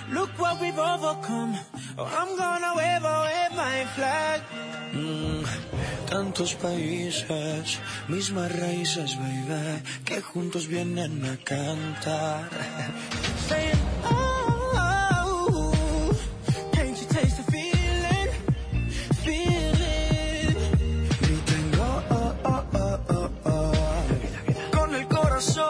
Look what we've overcome. Oh, I'm gonna wave my flag. Tantos países, mismas raíces, baby, que juntos vienen a cantar. Saying, oh, can't you taste the feeling? Feeling. Griten, con el corazón.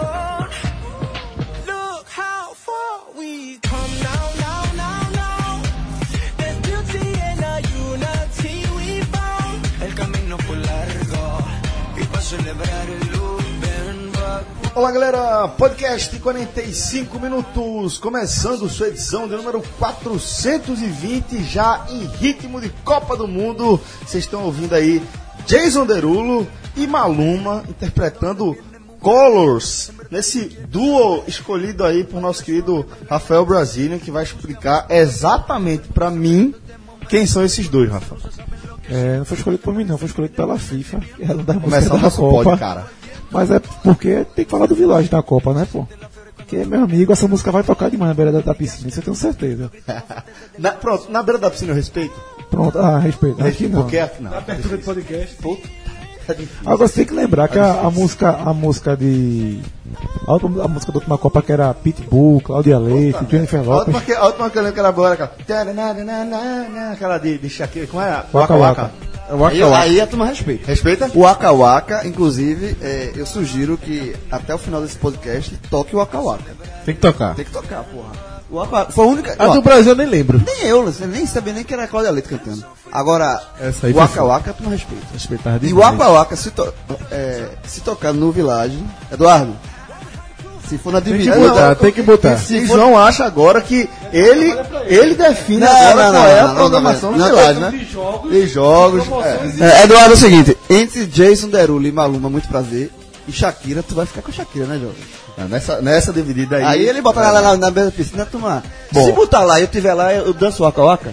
Look how far we come now. There's beauty in the unity we found. El camino fue largo y para celebrar el Open Bar. Olá galera, podcast 45 minutos, começando sua edição de número 420, já em ritmo de Copa do Mundo. Vocês estão ouvindo aí Jason Derulo e Maluma interpretando Colors, nesse duo escolhido aí por nosso querido Rafael Brazilian, que vai explicar exatamente pra mim quem são esses dois, Rafa. Não foi escolhido por mim não, foi escolhido pela FIFA. Ela dá Começar o nosso pod, cara. Mas é porque tem que falar do Village da Copa, né, pô? Porque, meu amigo, essa música vai tocar demais na beira da piscina, isso eu tenho certeza. Pronto, na beira da piscina eu respeito. Pronto, respeito. Aqui não. Porque aqui não. Na abertura do podcast. Puta, tá difícil. Agora você tem que lembrar que a música de... A música da última Copa que era Pitbull, Cláudia Leite, Jennifer Lopez. A última que eu lembro que era boa era aquela de Shakira, como é? Waka Waka. Aí a turma respeita. Respeita? O Waka Waka, inclusive, eu sugiro que até o final desse podcast toque o Waka Waka. Tem que tocar. Tem que tocar, porra. O Waka foi a única. A do Brasil eu nem lembro. Nem eu, você nem sabia nem que era a Cláudia Leite cantando. Agora, Essa aí o Waka Waka a turma respeita. Respeitar E o Waka Waka, se tocar no Village, Eduardo, se for na dividida. Tem que botar. Se João acha agora que ele define Não, agora não, qual é a não, programação não, do não, Village, né? De jogos. Eduardo, é o seguinte, entre Jason Derulo e Maluma, muito prazer, e Shakira, tu vai ficar com a Shakira, né, Jovem? Nessa dividida aí. Aí ele bota lá na beira da piscina, turma. Bom. Se botar lá e eu tiver lá, eu danço Waka Waka.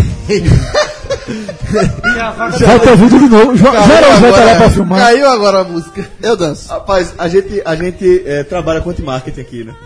Volta o vídeo de novo. Geral vai estar lá pra filmar. Caiu agora a música. Eu danço. Rapaz, a gente trabalha com anti-marketing aqui, né?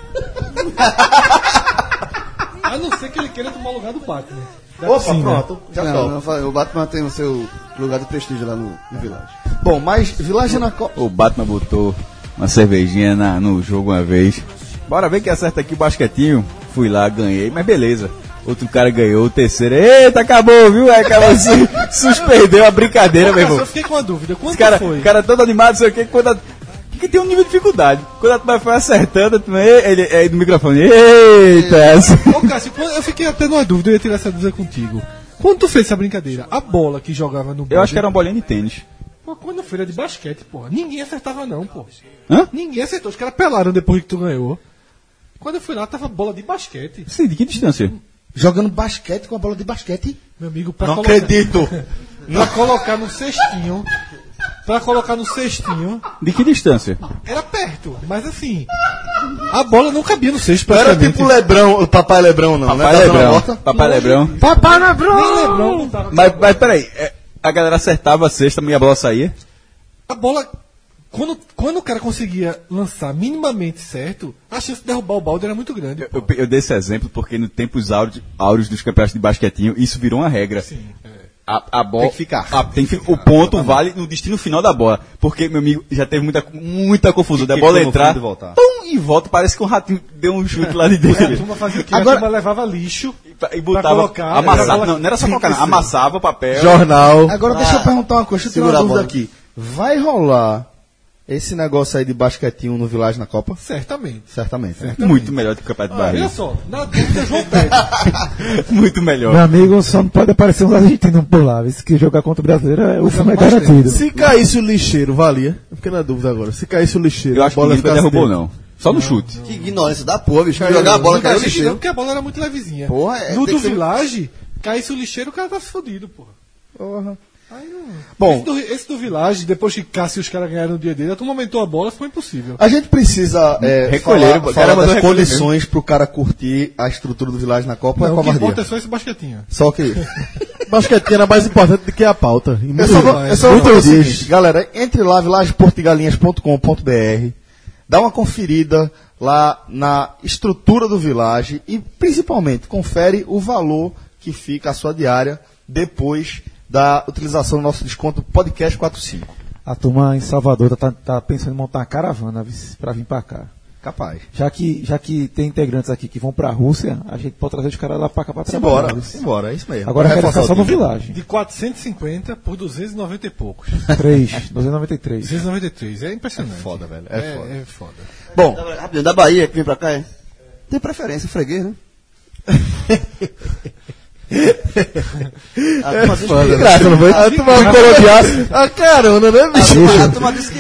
A não ser que ele queira tomar o lugar do Batman. Opa, pronto. Já Não, o Batman tem o seu lugar de prestígio lá no Village. Bom, mas Village na Copa. O Batman botou uma cervejinha no jogo uma vez. Bora ver que acerta aqui o basquetinho. Fui lá, ganhei, mas beleza. Outro cara ganhou, o terceiro. Eita, acabou, viu? Aí acabou, suspendeu a brincadeira, meu irmão. Eu fiquei com uma dúvida. Quanto foi? O cara todo animado, não sei o que, porque tem um nível de dificuldade. Quando a turma foi acertando, ele aí no microfone. Eita! Ô, Cássio, eu fiquei até numa dúvida, eu ia tirar essa dúvida contigo. Quando tu fez essa brincadeira, a bola que jogava no Eu acho que era uma bolinha de tênis. Pô, quando foi de basquete, porra, ninguém acertava não, pô. Hã? Ninguém acertou, os caras pelaram depois que tu ganhou. Quando eu fui lá, tava bola de basquete. Sim, de que distância? Jogando basquete com a bola de basquete. Meu amigo, pra Não colocar... acredito. Pra colocar no cestinho... Pra colocar no cestinho... De que distância? Era perto, mas assim... A bola não cabia no cesto, Não era praticamente. tipo Lebrão, o Papai Lebrão, não, Papai né? Lebrão. Papai Lebrão. Papai Lebrão! Nem Lebrão não tava... Mas peraí, a galera acertava a cesta e a bola saía? A bola... Quando o cara conseguia lançar minimamente certo, a chance de derrubar o balde era muito grande. Eu dei esse exemplo porque no tempos áureos dos campeonatos de basquetinho, isso virou uma regra. Sim, A bola Tem que ficar. O ponto vale no destino final da bola. Porque, meu amigo, já teve muita confusão. Da bola entrar, e volta, parece que um ratinho deu um chute lá de dentro. A turma fazia o quê? Agora- A turma levava lixo E botava, colocar, amassava, não era só colocar, não, amassava o papel. Jornal. Agora deixa eu perguntar uma coisa, deixa eu tirar Segura uma a dúvida bola. aqui. Vai rolar esse negócio aí de basquetinho no Village na Copa? certamente. Certamente. Né? Muito melhor do que o campeonato de Olha barriga. só, na dúvida, João Pedro. Muito melhor. Meu amigo, só não pode aparecer uns argentinos por lá. Se que jogar contra o brasileiro, o filme é garantido. Se caísse o lixeiro, valia? Eu fiquei na dúvida agora. Se caísse o lixeiro, Eu acho que bola ninguém nunca ficasse derrubou, dentro. não. Só no chute. Que ignorância da porra, bicho. Jogar a bola, caiu o Não, lixeiro. porque a bola era muito levezinha. Porra, no tem do que ser- Village, caísse o lixeiro, o cara tá fodido, porra. Aí não... Bom, Esse do Village, depois que Cássio e os caras ganharam no dia dele, a turma aumentou a bola, ficou impossível. a gente precisa Recolher, o cara falar mandou das recolher condições pro cara curtir a estrutura do Village na Copa. Não, é o que importa é covardia. só esse basquetinho. Só que... Basquetinho era mais importante do que a pauta. E Eu só vou mais. fazer o muitos seguinte, dias. galera, entre lá, villageportugalinhas.com.br, dá uma conferida lá na estrutura do Village e, principalmente, confere o valor que fica a sua diária depois da utilização do nosso desconto Podcast 45. A turma em Salvador tá pensando em montar uma caravana para vir para cá. Capaz. Já que tem integrantes aqui que vão para a Rússia, a gente pode trazer os caras lá para cá para trabalhar. Embora, é isso mesmo. Agora quero ficar só no Village. De 450 por 290 e poucos. 293. 293, é impressionante. Foda, velho. É foda. Bom, Rapidinho, da Bahia que vem pra cá, é? Tem preferência, freguês, né? A turma disse que... Graça, não foi? A turma colombiana. A carona, né, bicho? A turma disse que...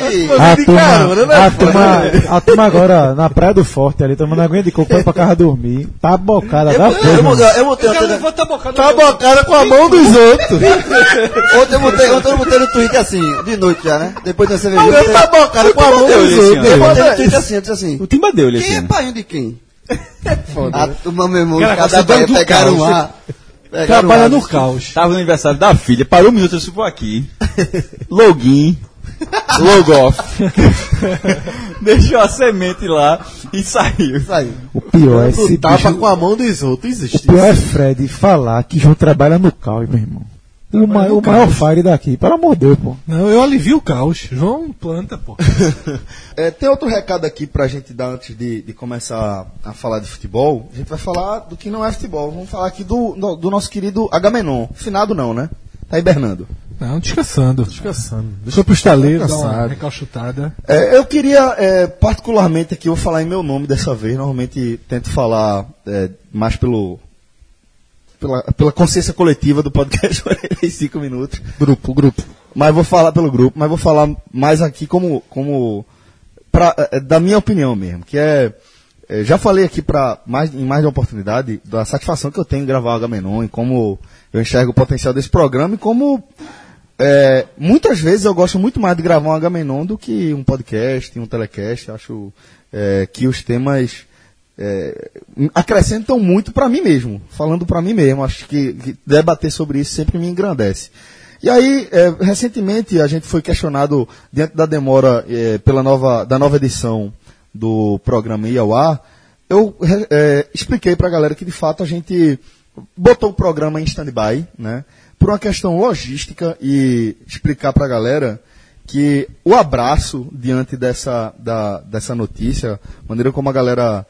A turma agora, na Praia do Forte ali, tomando aguinha de coco pra casa dormir. Tá bocada da porra. Eu botei ontem... Tá bocada com a mão dos outros. Ontem eu botei no Twitter assim, de noite já, né? Depois da cerveja. Alguém tá bocada com a mão dos outros. Eu botei no Twitter assim, eu disse assim... O Timba deu ele Quem é assim. pai de quem? A turma, meu irmão, Cara, cada você banho do pegaram caos. lá. Trabalha no caos. Tava no aniversário da filha, parou um minuto, eu vou aqui. Login. Logoff. Deixou a semente lá e saiu. O pior é esse Tapa bicho. com a mão dos outros, existe. O pior é Fred falar que João trabalha no caos, meu irmão. O maior fire daqui, pelo amor de Deus, pô. Não, eu alivio o caos. João planta, pô. tem outro recado aqui pra gente dar antes de começar a falar de futebol. A gente vai falar do que não é futebol. Vamos falar aqui do nosso querido Agamenon. Finado não, né? Tá hibernando. Não, descansando. Descansando. Foi pro estaleiro, dar uma Cansado. recalchutada. Eu queria, particularmente aqui, eu vou falar em meu nome dessa vez. Normalmente tento falar mais pela consciência coletiva do podcast 45 minutos. Grupo. Mas vou falar pelo grupo, mas vou falar mais aqui da minha opinião mesmo, que já falei aqui em mais de uma oportunidade da satisfação que eu tenho em gravar o Agamenon e como eu enxergo o potencial desse programa e como muitas vezes eu gosto muito mais de gravar um Agamenon do que um podcast, um telecast. Acho que os temas acrescentam muito para mim mesmo, falando para mim mesmo. Acho que debater sobre isso sempre me engrandece. E aí, recentemente, a gente foi questionado, diante da demora da nova edição do programa Ir ao Ar. Eu expliquei para a galera que, de fato, a gente botou o programa em stand-by, né, por uma questão logística, e explicar para a galera que o abraço diante dessa notícia, a maneira como a galera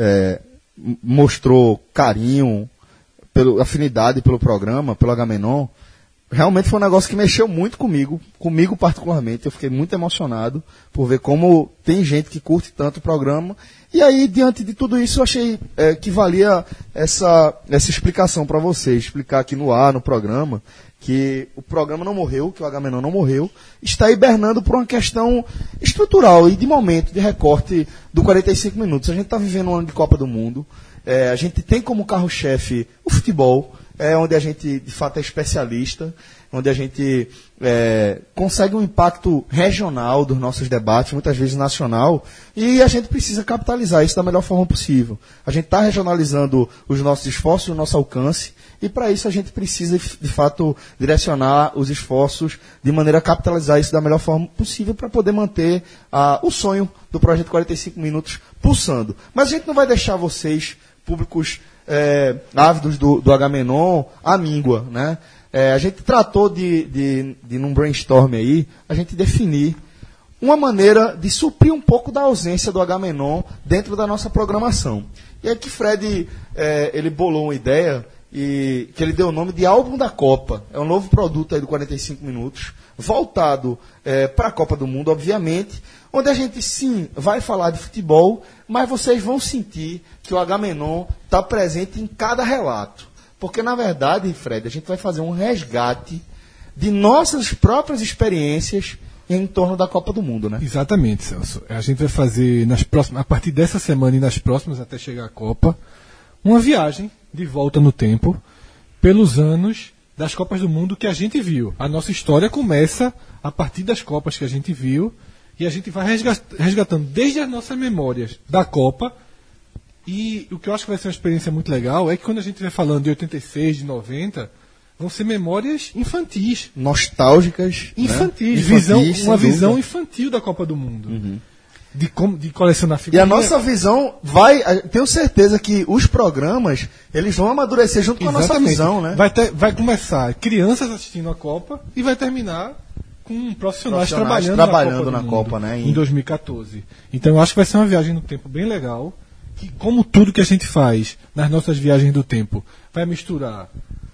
mostrou carinho, afinidade pelo programa, pelo Agamenon, realmente foi um negócio que mexeu muito comigo particularmente. Eu fiquei muito emocionado por ver como tem gente que curte tanto o programa. E aí, diante de tudo isso, eu achei que valia essa explicação para vocês, explicar aqui no ar, no programa, que o programa não morreu, que o Agamenon não morreu, está hibernando por uma questão estrutural e de momento, de recorte do 45 minutos. A gente está vivendo um ano de Copa do Mundo, a gente tem como carro-chefe o futebol, onde a gente, de fato, é especialista, onde a gente consegue um impacto regional dos nossos debates, muitas vezes nacional, e a gente precisa capitalizar isso da melhor forma possível. A gente está regionalizando os nossos esforços, o nosso alcance, e para isso a gente precisa, de fato, direcionar os esforços de maneira a capitalizar isso da melhor forma possível para poder manter o sonho do Projeto 45 Minutos pulsando. Mas a gente não vai deixar vocês, públicos ávidos do Agamenon, à míngua, né? A gente tratou de num brainstorm aí, a gente definir uma maneira de suprir um pouco da ausência do Agamenon dentro da nossa programação. E aí que Fred, ele bolou uma ideia, e que ele deu o nome de Álbum da Copa. É um novo produto aí do 45 Minutos, voltado para a Copa do Mundo, obviamente, onde a gente, sim, vai falar de futebol, mas vocês vão sentir que o Agamenon está presente em cada relato. Porque, na verdade, Fred, a gente vai fazer um resgate de nossas próprias experiências em torno da Copa do Mundo, né? Exatamente, Celso. A gente vai fazer, a partir dessa semana e nas próximas, até chegar a Copa, uma viagem de volta no tempo pelos anos das Copas do Mundo que a gente viu. A nossa história começa a partir das Copas que a gente viu, e a gente vai resgatando desde as nossas memórias da Copa. E o que eu acho que vai ser uma experiência muito legal é que quando a gente vai falando de 86, de 90, vão ser memórias infantis. Nostálgicas. Infantis. Né? Uma visão infantil da Copa do Mundo. Uhum. de colecionar E figurinha. a nossa visão tenho certeza que os programas, eles vão amadurecer junto com a nossa Exatamente. visão, né? Vai começar crianças assistindo a Copa e vai terminar com profissionais trabalhando na do Copa, Mundo, né? em 2014. Então eu acho que vai ser uma viagem no tempo bem legal, que como tudo que a gente faz nas nossas viagens do tempo, vai misturar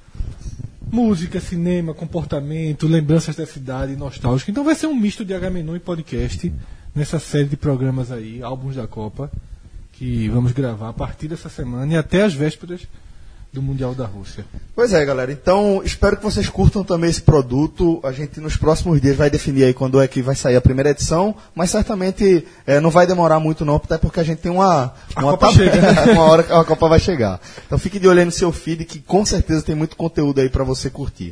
música, cinema, comportamento, lembranças da cidade, nostálgica. Então vai ser um misto de H-Menu e podcast nessa série de programas aí, álbuns da Copa, que vamos gravar a partir dessa semana e até as vésperas do Mundial da Rússia. Pois é, galera. Então, espero que vocês curtam também esse produto. A gente, nos próximos dias, vai definir aí quando é que vai sair a primeira edição, mas certamente não vai demorar muito não, até porque a gente tem uma Copa chega, né? uma hora que a Copa vai chegar. Então, fique de olho aí no seu feed, que com certeza tem muito conteúdo aí para você curtir.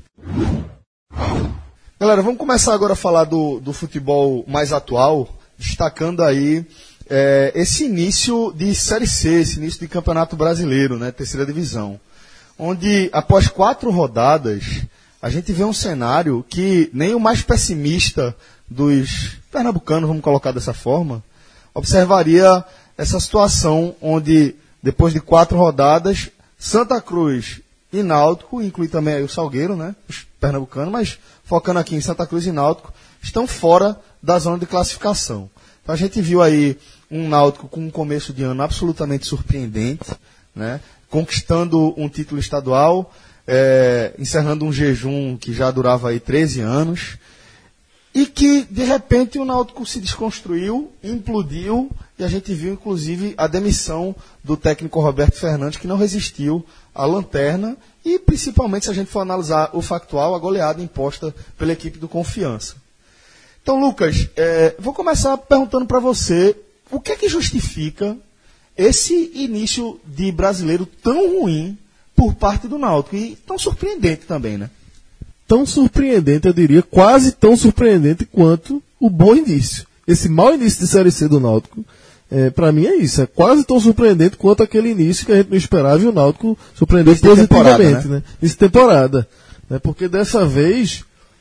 Galera, vamos começar agora a falar do futebol mais atual, destacando aí esse início de Série C, esse início de Campeonato Brasileiro, né, terceira divisão, onde após 4 rodadas a gente vê um cenário que nem o mais pessimista dos pernambucanos, vamos colocar dessa forma, observaria essa situação onde depois de 4 rodadas Santa Cruz e Náutico, inclui também aí o Salgueiro, né, os pernambucanos, mas focando aqui em Santa Cruz e Náutico, estão fora da zona de classificação. Então a gente viu aí um Náutico com um começo de ano absolutamente surpreendente, né? Conquistando um título estadual, encerrando um jejum que já durava aí 13 anos, e que, de repente, o Náutico se desconstruiu, implodiu, e a gente viu, inclusive, a demissão do técnico Roberto Fernandes, que não resistiu à lanterna, e, principalmente, se a gente for analisar o factual, a goleada imposta pela equipe do Confiança. Então, Lucas, vou começar perguntando para você o que é que justifica esse início de brasileiro tão ruim por parte do Náutico e tão surpreendente também, né? Tão surpreendente, eu diria, quase tão surpreendente quanto o bom início. Esse mau início de Série C do Náutico, para mim é isso, é quase tão surpreendente quanto aquele início que a gente não esperava e o Náutico surpreendeu positivamente, né? Nessa temporada. Né? Porque dessa vez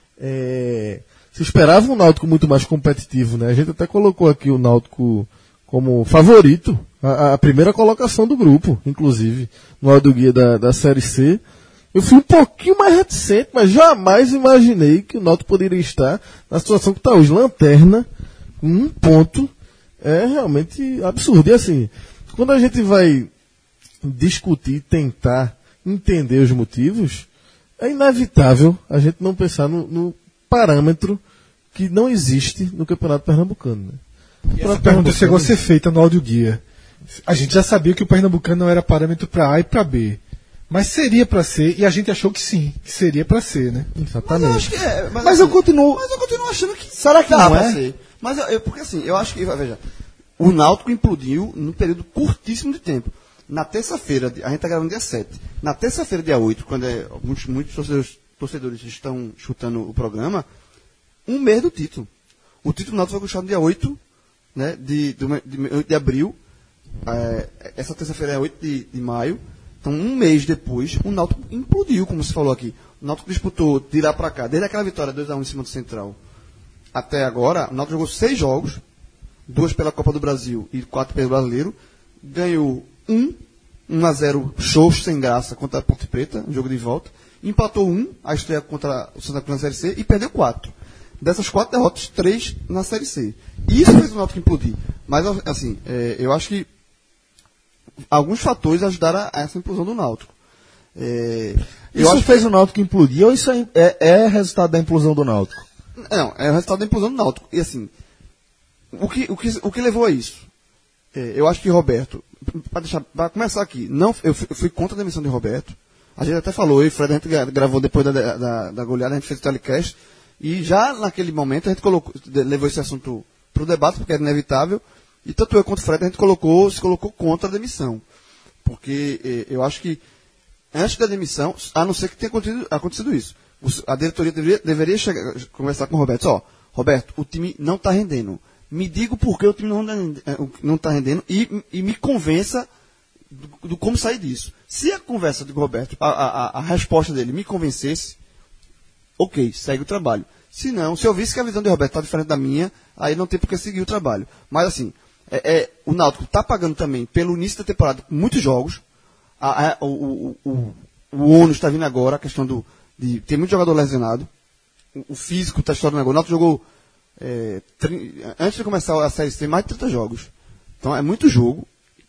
se esperava um Náutico muito mais competitivo, né? A gente até colocou aqui o Náutico como favorito, a primeira colocação do grupo, inclusive, no áudio guia da Série C. Eu fui um pouquinho mais reticente, mas jamais imaginei que o Náutico poderia estar na situação que está hoje. Lanterna, com 1 ponto, é realmente absurdo. E assim, quando a gente vai discutir, tentar entender os motivos, é inevitável a gente não pensar no parâmetro que não existe no Campeonato Pernambucano. Né? E essa pergunta chegou a ser feita no áudio guia. A gente já sabia que o Pernambucano não era parâmetro para A e para B. Mas seria para ser, e a gente achou que sim, que seria para ser, né? Exatamente. Mas eu acho que é. Mas assim, eu continuo achando que. Será que dá não pra é? ser. Mas porque assim, eu acho que. Veja, o Náutico implodiu num período curtíssimo de tempo. Na terça-feira, a gente está gravando dia 7. Na terça-feira, dia 8, quando muitos torcedores estão chutando o programa, 1 mês do título. O título do Náutico foi conquistado no dia 8, né, de abril. Essa terça-feira é 8 de maio. Então, 1 mês depois, o Náutico implodiu, como você falou aqui. O Náutico disputou de lá para cá, desde aquela vitória 2-1 em cima do Central até agora. O Náutico jogou 6 jogos, 2 pela Copa do Brasil e 4 pelo Brasileiro. Ganhou 1-0 xoxo, sem graça, contra a Ponte Preta, um jogo de volta. Empatou 1, a estreia contra o Santa Cruz na Série C, e perdeu 4. Dessas 4 derrotas, 3 na Série C. Isso fez o Náutico implodir. Mas, assim, eu acho que alguns fatores ajudaram a essa implosão do Náutico. Isso fez o Náutico implodir ou isso é resultado da implosão do Náutico? Não, é o resultado da implosão do Náutico. E assim, o que levou a isso? Eu acho que Roberto, para começar aqui, eu fui contra a demissão de Roberto. A gente até falou, eu e Fred, a gente gravou depois da goleada, a gente fez o telecast, e já naquele momento a gente levou esse assunto para o debate, porque era inevitável, e tanto eu quanto o Fred a gente se colocou contra a demissão. Porque eu acho que antes da demissão, a não ser que tenha acontecido isso, a diretoria deveria conversar com o Roberto. Roberto, o time não está rendendo. Me diga por que o time não está rendendo e me convença do como sair disso. Se a conversa do Roberto, a resposta dele me convencesse, ok, segue o trabalho. Se não, se eu visse que a visão de Roberto está diferente da minha, aí não tem por que seguir o trabalho. Mas assim, o Náutico está pagando também pelo início da temporada com muitos jogos. O ônus está vindo agora, a questão de ter muito jogador lesionado. O físico está estourando agora. O Náutico jogou, antes de começar a Série C, mais de 30 jogos. Então é muito jogo,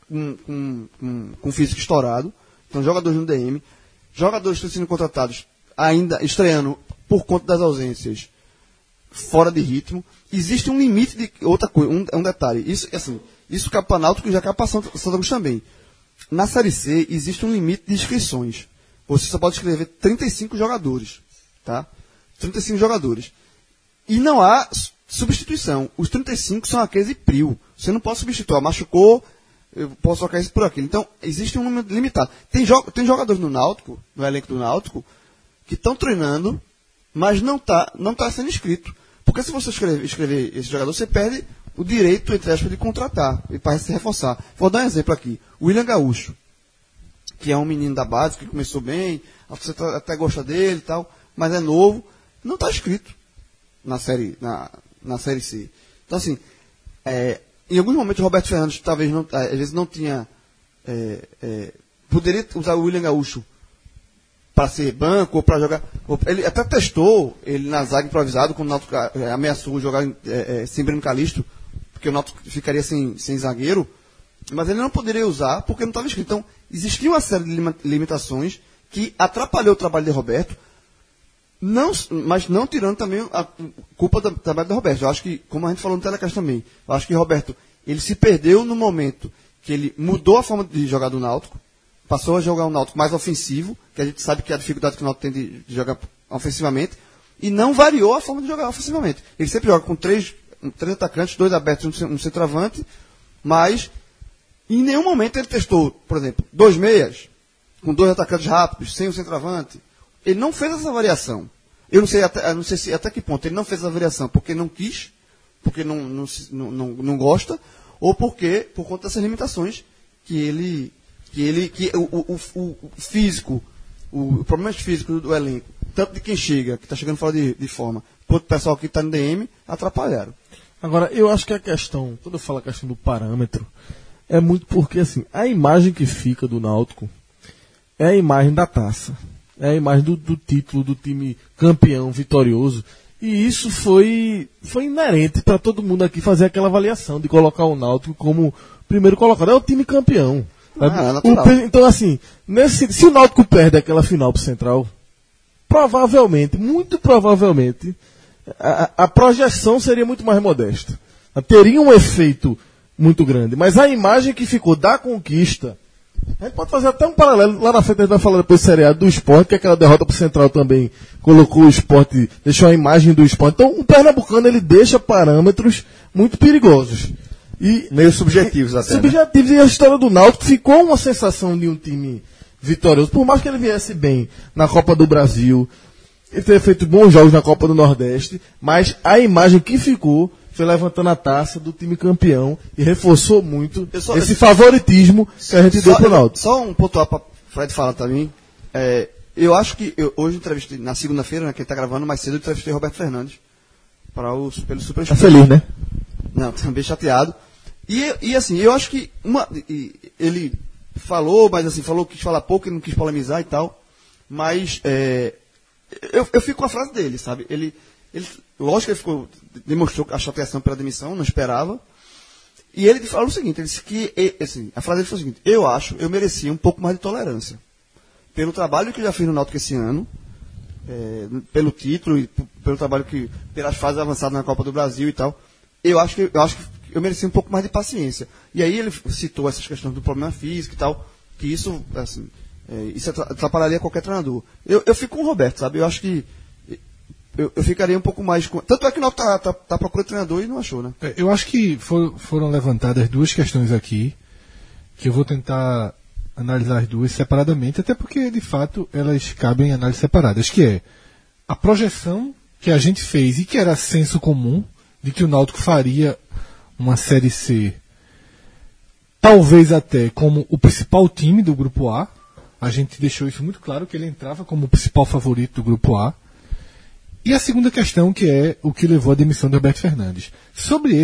com físico estourado. Então jogadores no DM, jogadores que estão sendo contratados ainda estreando por conta das ausências, fora de ritmo. Existe um limite de outra coisa, um detalhe. Isso, assim, isso cabe para Náutico e já cabe para Santa Cruz também. Na Série C existe um limite de inscrições. Você só pode inscrever 35 jogadores, tá? 35 jogadores. E não há substituição. Os 35 são aqueles de prio. Você não pode substituir. Machucou, eu posso trocar isso por aquilo. Então, existe um número limitado. Tem jogadores no Náutico, no elenco do Náutico, que estão treinando, mas não tá sendo inscrito. Porque se você escrever esse jogador, você perde o direito, entre aspas, de contratar e para se reforçar. Vou dar um exemplo aqui. O William Gaúcho, que é um menino da base, que começou bem, você até gosta dele e tal, mas é novo, não está inscrito na série C. Então, assim, em alguns momentos o Roberto Fernandes talvez não, às vezes não tinha, poderia usar o William Gaúcho para ser banco ou para jogar. Ele até testou ele na zaga improvisado, quando o Náutico ameaçou jogar sem Breno Calixto, porque o Náutico ficaria sem zagueiro, mas ele não poderia usar porque não estava inscrito. Então, existia uma série de limitações que atrapalhou o trabalho de Roberto, mas não tirando também a culpa do trabalho de Roberto. Eu acho que, como a gente falou no Telecast também, eu acho que Roberto, ele se perdeu no momento que ele mudou a forma de jogar do Náutico, passou a jogar um Náutico mais ofensivo, que a gente sabe que é a dificuldade que o Náutico tem de jogar ofensivamente, e não variou a forma de jogar ofensivamente. Ele sempre joga com três atacantes, 2 abertos e um centroavante, mas em nenhum momento ele testou, por exemplo, 2 meias, com 2 atacantes rápidos, sem o centroavante. Ele não fez essa variação. Eu não sei até que ponto ele não fez essa variação porque não quis, porque não gosta, ou por conta dessas limitações que o físico, o problema físico do elenco, tanto de quem chega, que está chegando fora de forma, quanto do pessoal que está no DM, atrapalharam. Agora, eu acho que a questão, quando eu falo a questão do parâmetro, é muito porque, assim, a imagem que fica do Náutico é a imagem da taça, é a imagem do título, do time campeão, vitorioso, e isso foi inerente para todo mundo aqui fazer aquela avaliação de colocar o Náutico como primeiro colocado. É o time campeão. Então, assim, se o Náutico perde aquela final pro Central, provavelmente, muito provavelmente, a projeção seria muito mais modesta. Teria um efeito muito grande. Mas a imagem que ficou da conquista, a gente pode fazer até um paralelo. Lá na frente a gente vai falar depois do seriado do Sport, que aquela derrota pro Central também colocou o Sport, deixou a imagem do Sport. Então, o pernambucano, ele deixa parâmetros muito perigosos. E meio subjetivos até. Subjetivos, né? E a história do Náutico ficou uma sensação de um time vitorioso. Por mais que ele viesse bem na Copa do Brasil, ele teria feito bons jogos na Copa do Nordeste, mas a imagem que ficou foi levantando a taça do time campeão e reforçou muito esse favoritismo que a gente deu pro Náutico. Só um pontual para Fred falar também. Eu acho que hoje entrevistei, na segunda-feira, né, que ele está gravando mais cedo, eu entrevistei Roberto Fernandes pelo Super Tá feliz, né? Não, também chateado. E assim, eu acho que ele falou, mas assim, falou que quis falar pouco, ele não quis polemizar e tal. Mas eu fico com a frase dele, sabe? Ele lógico que ele demonstrou a chateação pela demissão, não esperava. E ele falou o seguinte, ele disse que, assim, a frase dele foi o seguinte: eu merecia um pouco mais de tolerância. Pelo trabalho que eu já fiz no Náutico esse ano, pelo título e pelo trabalho pelas fases avançadas na Copa do Brasil e tal, eu acho que eu merecia um pouco mais de paciência. E aí ele citou essas questões do problema físico e tal, que isso, assim, isso atrapalharia qualquer treinador. Eu fico com o Roberto, sabe? Eu acho que eu ficaria um pouco mais... Tanto é que o Náutico tá procurando treinador e não achou, né? Eu acho que foram levantadas 2 questões aqui, que eu vou tentar analisar as 2 separadamente, até porque, de fato, elas cabem em análises separadas, que é a projeção que a gente fez e que era senso comum, de que o Náutico faria uma Série C, talvez até como o principal time do Grupo A. A gente deixou isso muito claro, que ele entrava como o principal favorito do Grupo A. E a segunda questão, que é o que levou à demissão do Roberto Fernandes. Sobre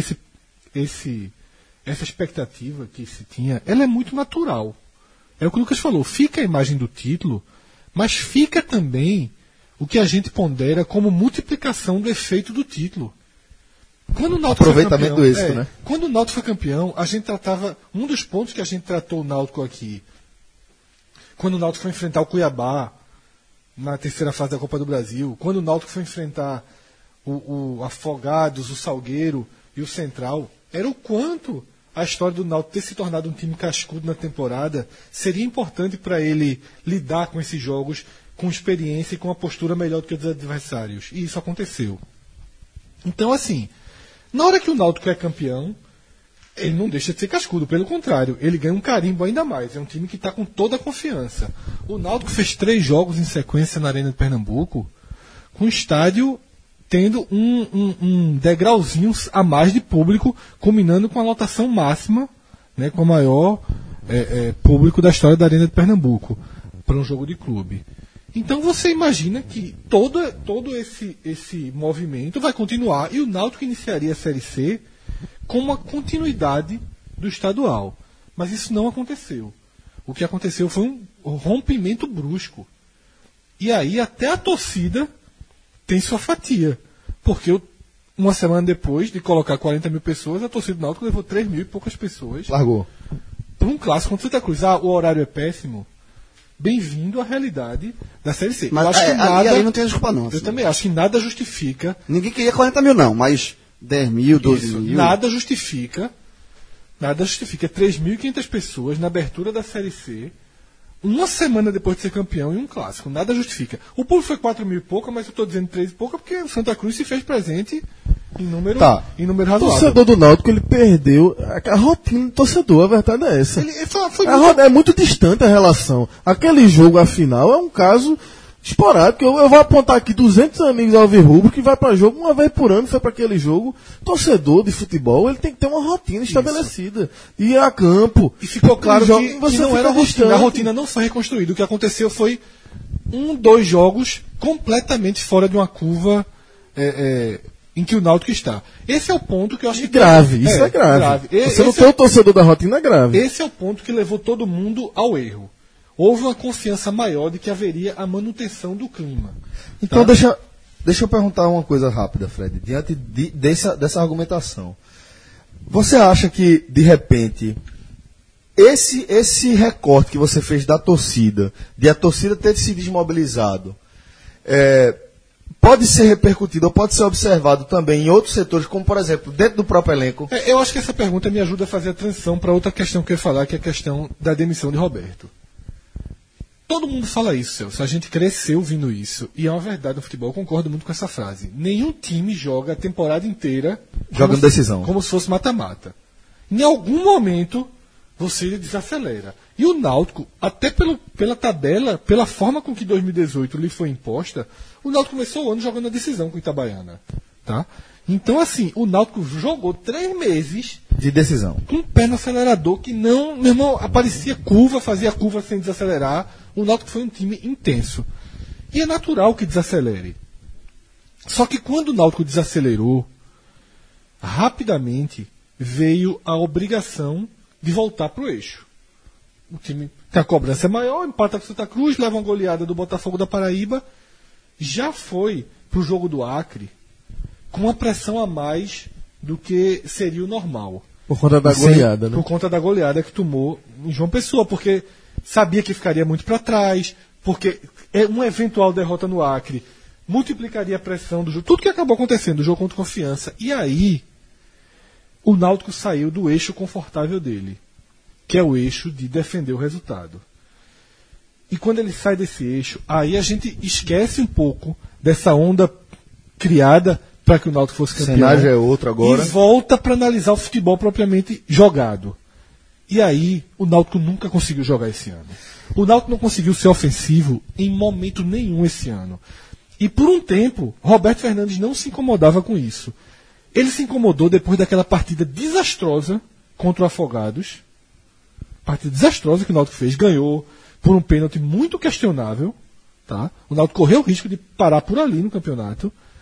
essa expectativa que se tinha, ela é muito natural. É o que o Lucas falou, fica a imagem do título, mas fica também o que a gente pondera como multiplicação do efeito do título. Quando o Náutico Aproveitamento do êxito, né? Quando o Náutico foi campeão, a gente tratava. Um dos pontos que a gente tratou o Náutico aqui, quando o Náutico foi enfrentar o Cuiabá na terceira fase da Copa do Brasil, quando o Náutico foi enfrentar o Afogados, o Salgueiro e o Central, era o quanto a história do Náutico ter se tornado um time cascudo na temporada seria importante para ele lidar com esses jogos com experiência e com uma postura melhor do que os adversários. E isso aconteceu. Então, assim, na hora que o Náutico é campeão, ele não deixa de ser cascudo. Pelo contrário, ele ganha um carimbo ainda mais. É um time que está com toda a confiança. O Náutico fez 3 jogos em sequência na Arena de Pernambuco, com o estádio tendo um degrauzinho a mais de público, combinando com a lotação máxima, né, com o maior público da história da Arena de Pernambuco, para um jogo de clube. Então você imagina que todo esse movimento vai continuar e o Náutico iniciaria a Série C com uma continuidade do estadual. Mas isso não aconteceu. O que aconteceu foi um rompimento brusco. E aí até a torcida tem sua fatia. Porque uma semana depois de colocar 40 mil pessoas, a torcida do Náutico levou 3 mil e poucas pessoas. Largou. Para um clássico contra Santa Cruz. O horário é péssimo. Bem-vindo à realidade da Série C. Mas eu acho que nada, ali não tem desculpa não. Eu Assim. também acho que nada justifica. Ninguém queria 40 mil não, mas 10 mil, 12 isso, mil... Nada justifica 3.500 pessoas na abertura da Série C, uma semana depois de ser campeão em um clássico. Nada justifica. O público foi 4 mil e pouco, mas eu estou dizendo 3 e pouco porque o Santa Cruz se fez presente em número O razoável. torcedor do Náutico, ele perdeu a rotina do torcedor, a verdade é essa. É muito distante a relação. Aquele jogo, afinal, é um caso esporádico. Eu vou apontar aqui 200 amigos alvirrubro que vai para jogo uma vez por ano, foi para aquele jogo. Torcedor de futebol, ele tem que ter uma rotina estabelecida. Ir a campo. E ficou claro que não era rotina. distante. A rotina não foi reconstruída. O que aconteceu foi 2 jogos completamente fora de uma curva em que o Náutico está. Esse é o ponto que eu acho que... grave, isso é grave. Você não tem o torcedor da rotina, é grave. Esse é o ponto que levou todo mundo ao erro. Houve uma confiança maior de que haveria a manutenção do clima. Então deixa eu perguntar uma coisa rápida, Fred. Diante dessa argumentação, você acha que, de repente, esse recorte que você fez da torcida, de a torcida ter se desmobilizado, pode ser repercutido ou pode ser observado também em outros setores, como, por exemplo, dentro do próprio elenco? Eu acho que essa pergunta me ajuda a fazer a transição para outra questão que eu ia falar, que é a questão da demissão de Roberto. Todo mundo fala isso, Celso. A gente cresceu ouvindo isso. E é uma verdade no futebol. Eu concordo muito com essa frase. Nenhum time joga a temporada inteira jogando decisão, como se fosse mata-mata. Em algum momento, você desacelera. E o Náutico, até pela tabela, pela forma com que 2018 lhe foi imposta, o Náutico começou o ano jogando a decisão com o Itabaiana. Tá? Então, assim, o Náutico jogou 3 meses de decisão, com o pé no acelerador que não, meu irmão, aparecia curva, fazia curva sem desacelerar. O Náutico foi um time intenso. E é natural que desacelere. Só que quando o Náutico desacelerou, rapidamente veio a obrigação de voltar para o eixo. O time tem a cobrança maior, empata com o Santa Cruz, leva uma goleada do Botafogo da Paraíba, já foi para o jogo do Acre com uma pressão a mais do que seria o normal. Por conta da goleada, né? Por conta da goleada que tomou em João Pessoa, porque sabia que ficaria muito para trás, porque uma eventual derrota no Acre multiplicaria a pressão do jogo. Tudo que acabou acontecendo, do jogo contra Confiança. E aí, o Náutico saiu do eixo confortável dele, que é o eixo de defender o resultado. E quando ele sai desse eixo, aí a gente esquece um pouco dessa onda criada para que o Náutico fosse campeão. O cenário é outro agora. E volta para analisar o futebol propriamente jogado. E aí, o Náutico nunca conseguiu jogar esse ano. O Náutico não conseguiu ser ofensivo em momento nenhum esse ano. E por um tempo, Roberto Fernandes não se incomodava com isso. Ele se incomodou depois daquela partida desastrosa contra o Afogados. Partida desastrosa que o Náutico fez. Ganhou por um pênalti muito questionável. Tá? O Náutico correu o risco de parar por ali no campeonato.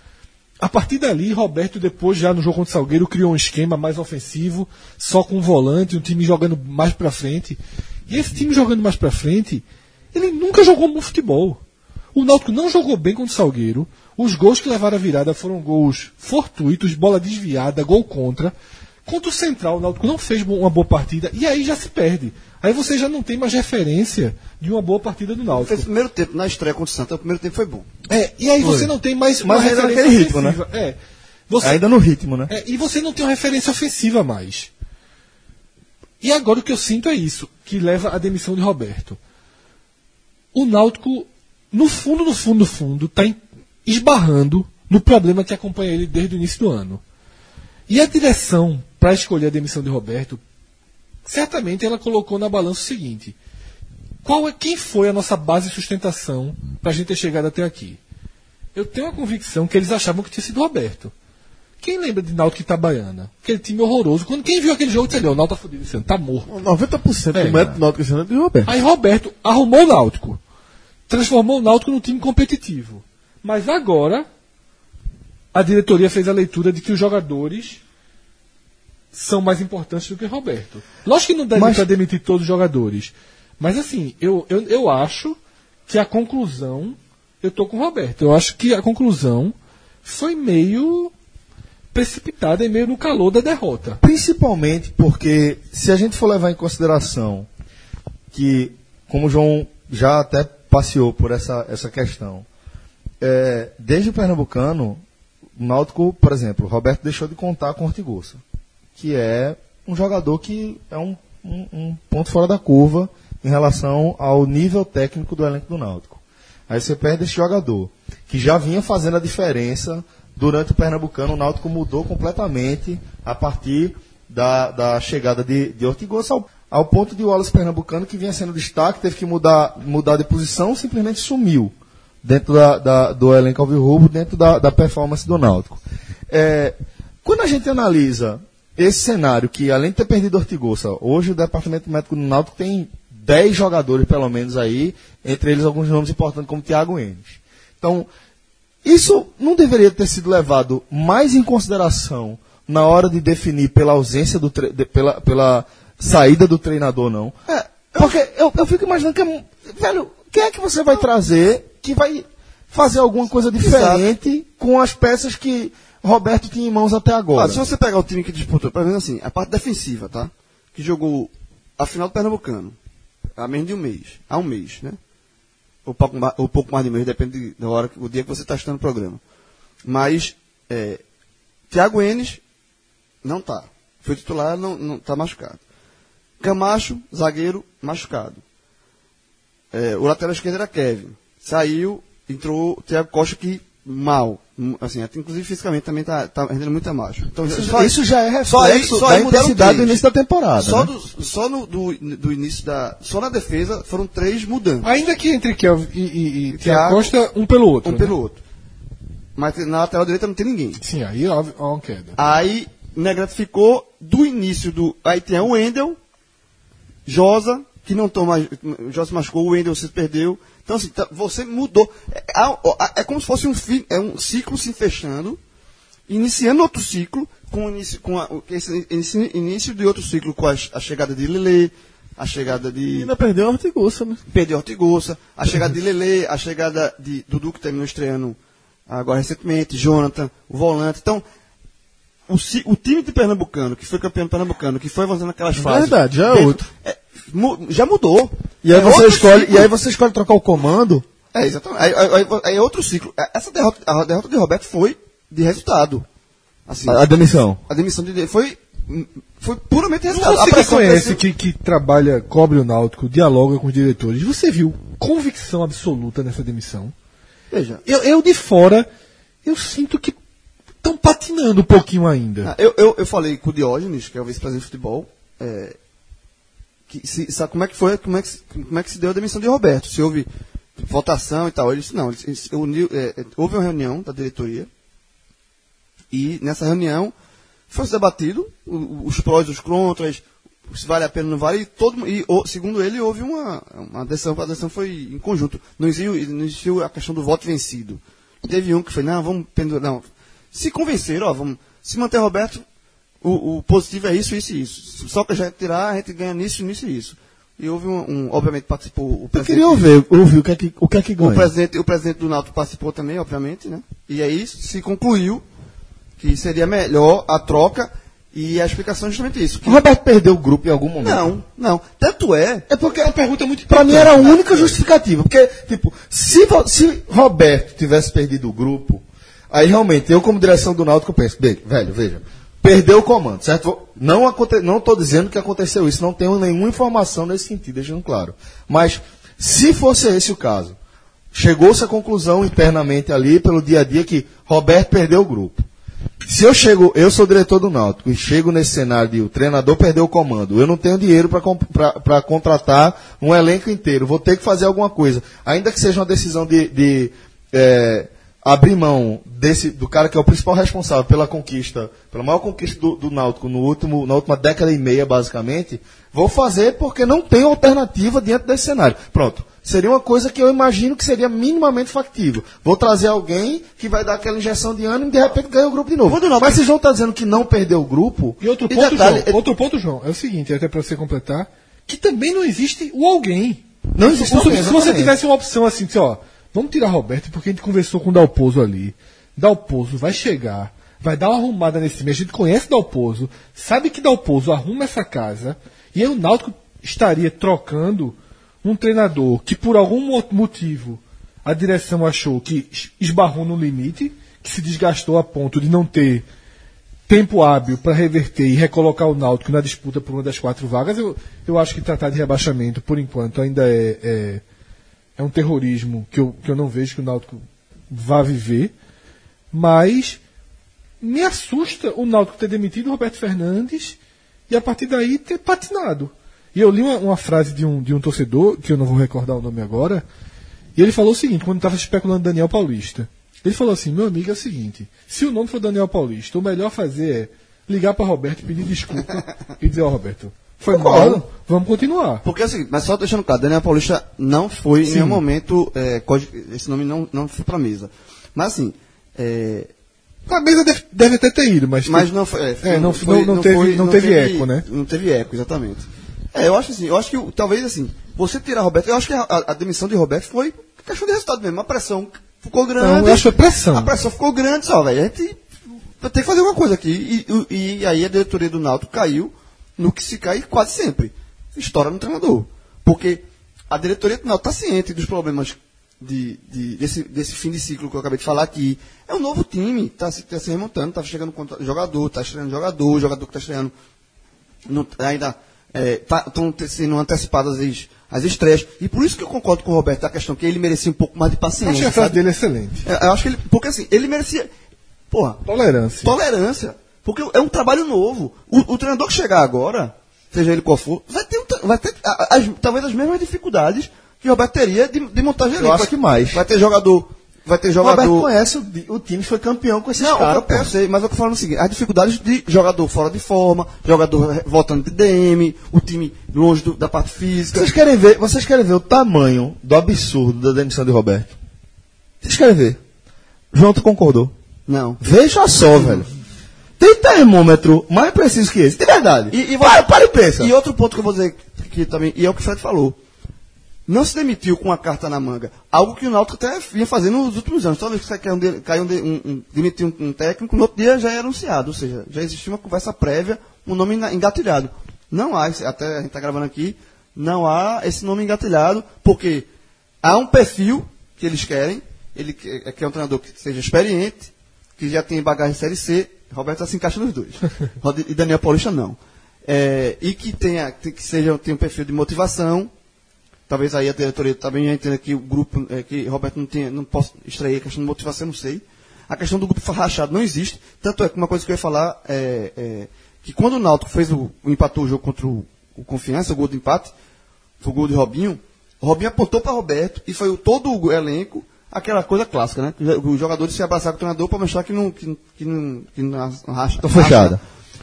A partir dali, Roberto, depois, já no jogo contra o Salgueiro, criou um esquema mais ofensivo, só com um volante, um time jogando mais pra frente. E esse time jogando mais pra frente, ele nunca jogou um bom futebol. O Náutico não jogou bem contra o Salgueiro. Os gols que levaram a virada foram gols fortuitos, bola desviada, gol contra. Contra o Central, o Náutico não fez uma boa partida, e aí já se perde. Aí você já não tem mais referência de uma boa partida do Náutico. Fez o primeiro tempo na estreia contra o Santa, o primeiro tempo foi bom. E aí você não tem mais Mas ainda naquele ritmo, né? Você, Ainda no ritmo, né? e você não tem uma referência ofensiva mais. E agora o que eu sinto é isso, que leva à demissão de Roberto. O Náutico, no fundo, está esbarrando no problema que acompanha ele desde o início do ano. E a direção, para escolher a demissão de Roberto, certamente ela colocou na balança o seguinte: quem foi a nossa base de sustentação para a gente ter chegado até aqui? Eu tenho a convicção que eles achavam que tinha sido Roberto. Quem lembra de Náutico e Itabaiana? Aquele time horroroso. Quem viu aquele jogo disse: o Náutico tá fudido esse ano, tá morto. 90% do método do Náutico esse ano é de Roberto. Aí Roberto arrumou o Náutico, transformou o Náutico num time competitivo. Mas agora a diretoria fez a leitura de que os jogadores são mais importantes do que Roberto. Lógico que não deve para demitir todos os jogadores. Mas assim, eu acho que a conclusão... Eu tô com o Roberto. Eu acho que a conclusão foi meio precipitada e meio no calor da derrota. Principalmente porque, se a gente for levar em consideração que, como o João já até passeou por essa questão, desde o Pernambucano, o Náutico, por exemplo, o Roberto deixou de contar com o Ortigosa, que é um jogador que é um ponto fora da curva em relação ao nível técnico do elenco do Náutico. Aí você perde esse jogador, que já vinha fazendo a diferença durante o Pernambucano. O Náutico mudou completamente a partir da chegada de Ortigosa, ao ponto de o Wallace Pernambucano, que vinha sendo destaque, teve que mudar de posição, simplesmente sumiu dentro do elenco alvirrubro, dentro da performance do Náutico. Quando a gente analisa esse cenário, que além de ter perdido Ortigosa, hoje o departamento médico do Náutico tem 10 jogadores, pelo menos, aí, entre eles alguns nomes importantes, como Thiago Enes. Então, isso não deveria ter sido levado mais em consideração na hora de definir pela ausência pela saída do treinador, não. Porque eu fico imaginando que, velho, quem é que você vai trazer que vai fazer alguma coisa diferente com as peças que Roberto tinha em mãos até agora? Se você pegar o time que disputou, por exemplo, assim, a parte defensiva, tá? Que jogou a final do Pernambucano, há menos de um mês. Há um mês, né? Ou pouco mais de um mês, depende da hora, o dia que você está assistindo o programa. Mas, Thiago Enes não tá. Foi titular, não tá machucado. Camacho, zagueiro, machucado. O lateral esquerdo era Kevin. Saiu, entrou o Thiago Costa, que mal. Assim, inclusive fisicamente também tá rendendo muito abaixo. Então, isso já é reflexo da intensidade do início da temporada. Só na defesa foram 3 mudanças. Ainda que entre Kelvin e Thiago Costa, um pelo outro. Pelo outro. Mas na lateral direita não tem ninguém. Sim, aí há uma queda. Aí Negrete ficou do início do. Aí tem o Wendel, Josa, que não estão mais. Josa se machucou, o Wendel se perdeu. Então, assim, você mudou. É como se fosse um ciclo se fechando, iniciando outro ciclo, esse início de outro ciclo com a chegada de Lelê, a chegada de. E ainda perdeu a Ortigosa, né? Perdeu a Ortigosa, a chegada de Lelê, a chegada de Dudu, que terminou estreando agora recentemente, Jonathan, o volante. Então, o time de Pernambucano, que foi campeão de Pernambucano, que foi avançando naquelas fases. Verdade, já é outro. Já mudou. E aí você escolhe trocar o comando. Exatamente. Aí é outro ciclo. A derrota de Roberto foi de resultado. Assim, A demissão. A demissão dele foi puramente resultado. Você que conhece, que trabalha, cobre o Náutico, dialoga com os diretores, você viu convicção absoluta nessa demissão? Veja. Eu de fora, eu sinto que estão patinando um pouquinho ainda. Eu falei com o Diógenes, que é o vice-presidente de futebol, sabe como é que foi, como é que se deu a demissão de Roberto? Se houve votação e tal. Ele disse, não, houve uma reunião da diretoria e nessa reunião foi debatido os prós e os contras, se vale a pena ou não vale, segundo ele, houve uma adesão, a adesão foi em conjunto. Não existiu a questão do voto vencido. Teve um que foi, não, vamos pendurar, não. se convenceram, ó, vamos se manter Roberto, o positivo é isso, isso e isso. Só que a gente tirar, a gente ganha nisso, nisso e isso. E houve obviamente participou o Eu presidente. queria ouvir o que é que ganha. O presidente do Náutico participou também, obviamente, né? E aí se concluiu que seria melhor a troca e a explicação é justamente isso. O Roberto perdeu o grupo em algum momento? Não. Tanto é. É porque Uma pergunta muito pra mim importante. era a única justificativa. Porque, tipo, se Roberto tivesse perdido o grupo, aí realmente, eu como direção do Náutico penso, velho, veja, perdeu o comando, certo? Não estou dizendo que aconteceu isso, não tenho nenhuma informação nesse sentido, deixando claro. Mas, se fosse esse o caso, chegou-se à conclusão internamente ali, pelo dia a dia, que Roberto perdeu o grupo. Se eu sou diretor do Náutico e chego nesse cenário de o treinador perdeu o comando, eu não tenho dinheiro para contratar um elenco inteiro, vou ter que fazer alguma coisa. Ainda que seja uma decisão de abrir mão do cara que é o principal responsável pela maior conquista do Náutico na última década e meia, basicamente, vou fazer porque não tem alternativa diante desse cenário. Pronto. Seria uma coisa que eu imagino que seria minimamente factível. Vou trazer alguém que vai dar aquela injeção de ânimo e de repente ganha o grupo de novo. Mas vocês vão estar dizendo que não perdeu o grupo. E outro ponto, João, é o seguinte, até para você completar, que também não existe o alguém. Não existe alguém, Se você tivesse uma opção assim, ó, vamos tirar Roberto porque a gente conversou com o Dalpozo ali. Dalpozo vai chegar, vai dar uma arrumada nesse time. A gente conhece Dalpozo, sabe que Dalpozo arruma essa casa e aí o Náutico estaria trocando um treinador que por algum motivo a direção achou que esbarrou no limite, que se desgastou a ponto de não ter tempo hábil para reverter e recolocar o Náutico na disputa por uma das 4 vagas. Eu acho que tratar de rebaixamento, por enquanto, ainda é um terrorismo que eu não vejo que o Náutico vá viver. Mas me assusta o Náutico ter demitido o Roberto Fernandes e a partir daí ter patinado. E eu li uma frase de um torcedor, que eu não vou recordar o nome agora, e ele falou o seguinte, quando estava especulando Daniel Paulista. Ele falou assim, meu amigo, é o seguinte, se o nome for Daniel Paulista, o melhor a fazer é ligar para Roberto, pedir desculpa e dizer, Roberto, foi mal, vamos continuar. Porque é o seguinte, mas só deixando claro, Daniel Paulista não foi em nenhum momento, esse nome não foi para mesa. Mas assim, a mesa deve até ter ido, mas não foi, não teve eco, né? Não teve eco, exatamente. Eu acho que talvez assim, você tirar Roberto, eu acho que a demissão de Roberto foi questão de resultado mesmo, a pressão ficou grande. Não, eu acho que foi pressão. A pressão ficou grande, só, velho. A gente vai ter que fazer alguma coisa aqui. E aí a diretoria do Náutico caiu no que se cai quase sempre. Estoura no treinador. Porque a diretoria do Náutico está ciente dos problemas desse fim de ciclo que eu acabei de falar aqui. É um novo time, está se remontando, está chegando jogador, está estreando jogador que está estreando ainda estão sendo antecipadas as estreias. E por isso que eu concordo com o Roberto da questão que ele merecia um pouco mais de paciência. Eu acho que a frase dele é excelente. Eu acho que porque assim, ele merecia. Porra. Tolerância. Porque é um trabalho novo. O treinador que chegar agora, seja ele qual for, vai ter talvez as mesmas dificuldades que o Roberto teria de montagem ali. Eu acho que mais. Vai ter jogador. O Roberto conhece o time, foi campeão com esses caras. Eu sei, mas eu tô falando o seguinte, as dificuldades de jogador fora de forma, jogador voltando de DM, o time longe da parte física. Vocês querem ver o tamanho do absurdo da demissão de Roberto? Vocês querem ver? João, tu concordou? Não. Veja só, velho. Tem termômetro mais preciso que esse, de verdade. Para e pensa. E outro ponto que eu vou dizer que também, e é o que o Fred falou. Não se demitiu com a carta na manga. Algo que o Náutico até vinha fazendo nos últimos anos. Toda vez que demitiu um técnico, no outro dia já era anunciado. Ou seja, já existia uma conversa prévia, um nome engatilhado. Não há, até a gente está gravando aqui, não há esse nome engatilhado, porque há um perfil que eles querem, ele que é um treinador que seja experiente, que já tem bagagem Série C, Roberto se encaixa nos dois. E Daniel Paulista não. E que tenha um perfil de motivação. Talvez aí a diretoria também entenda que o grupo, que Roberto não posso extrair a questão de motivação, não sei. A questão do grupo rachado não existe. Tanto é que uma coisa que eu ia falar que quando o Náutico empatou o jogo contra o Confiança, o gol do empate, foi o gol de Robinho, o Robinho apontou para Roberto e foi todo o elenco, aquela coisa clássica, né? Os jogadores se abraçaram com o treinador para mostrar que não racha. Estou fechada.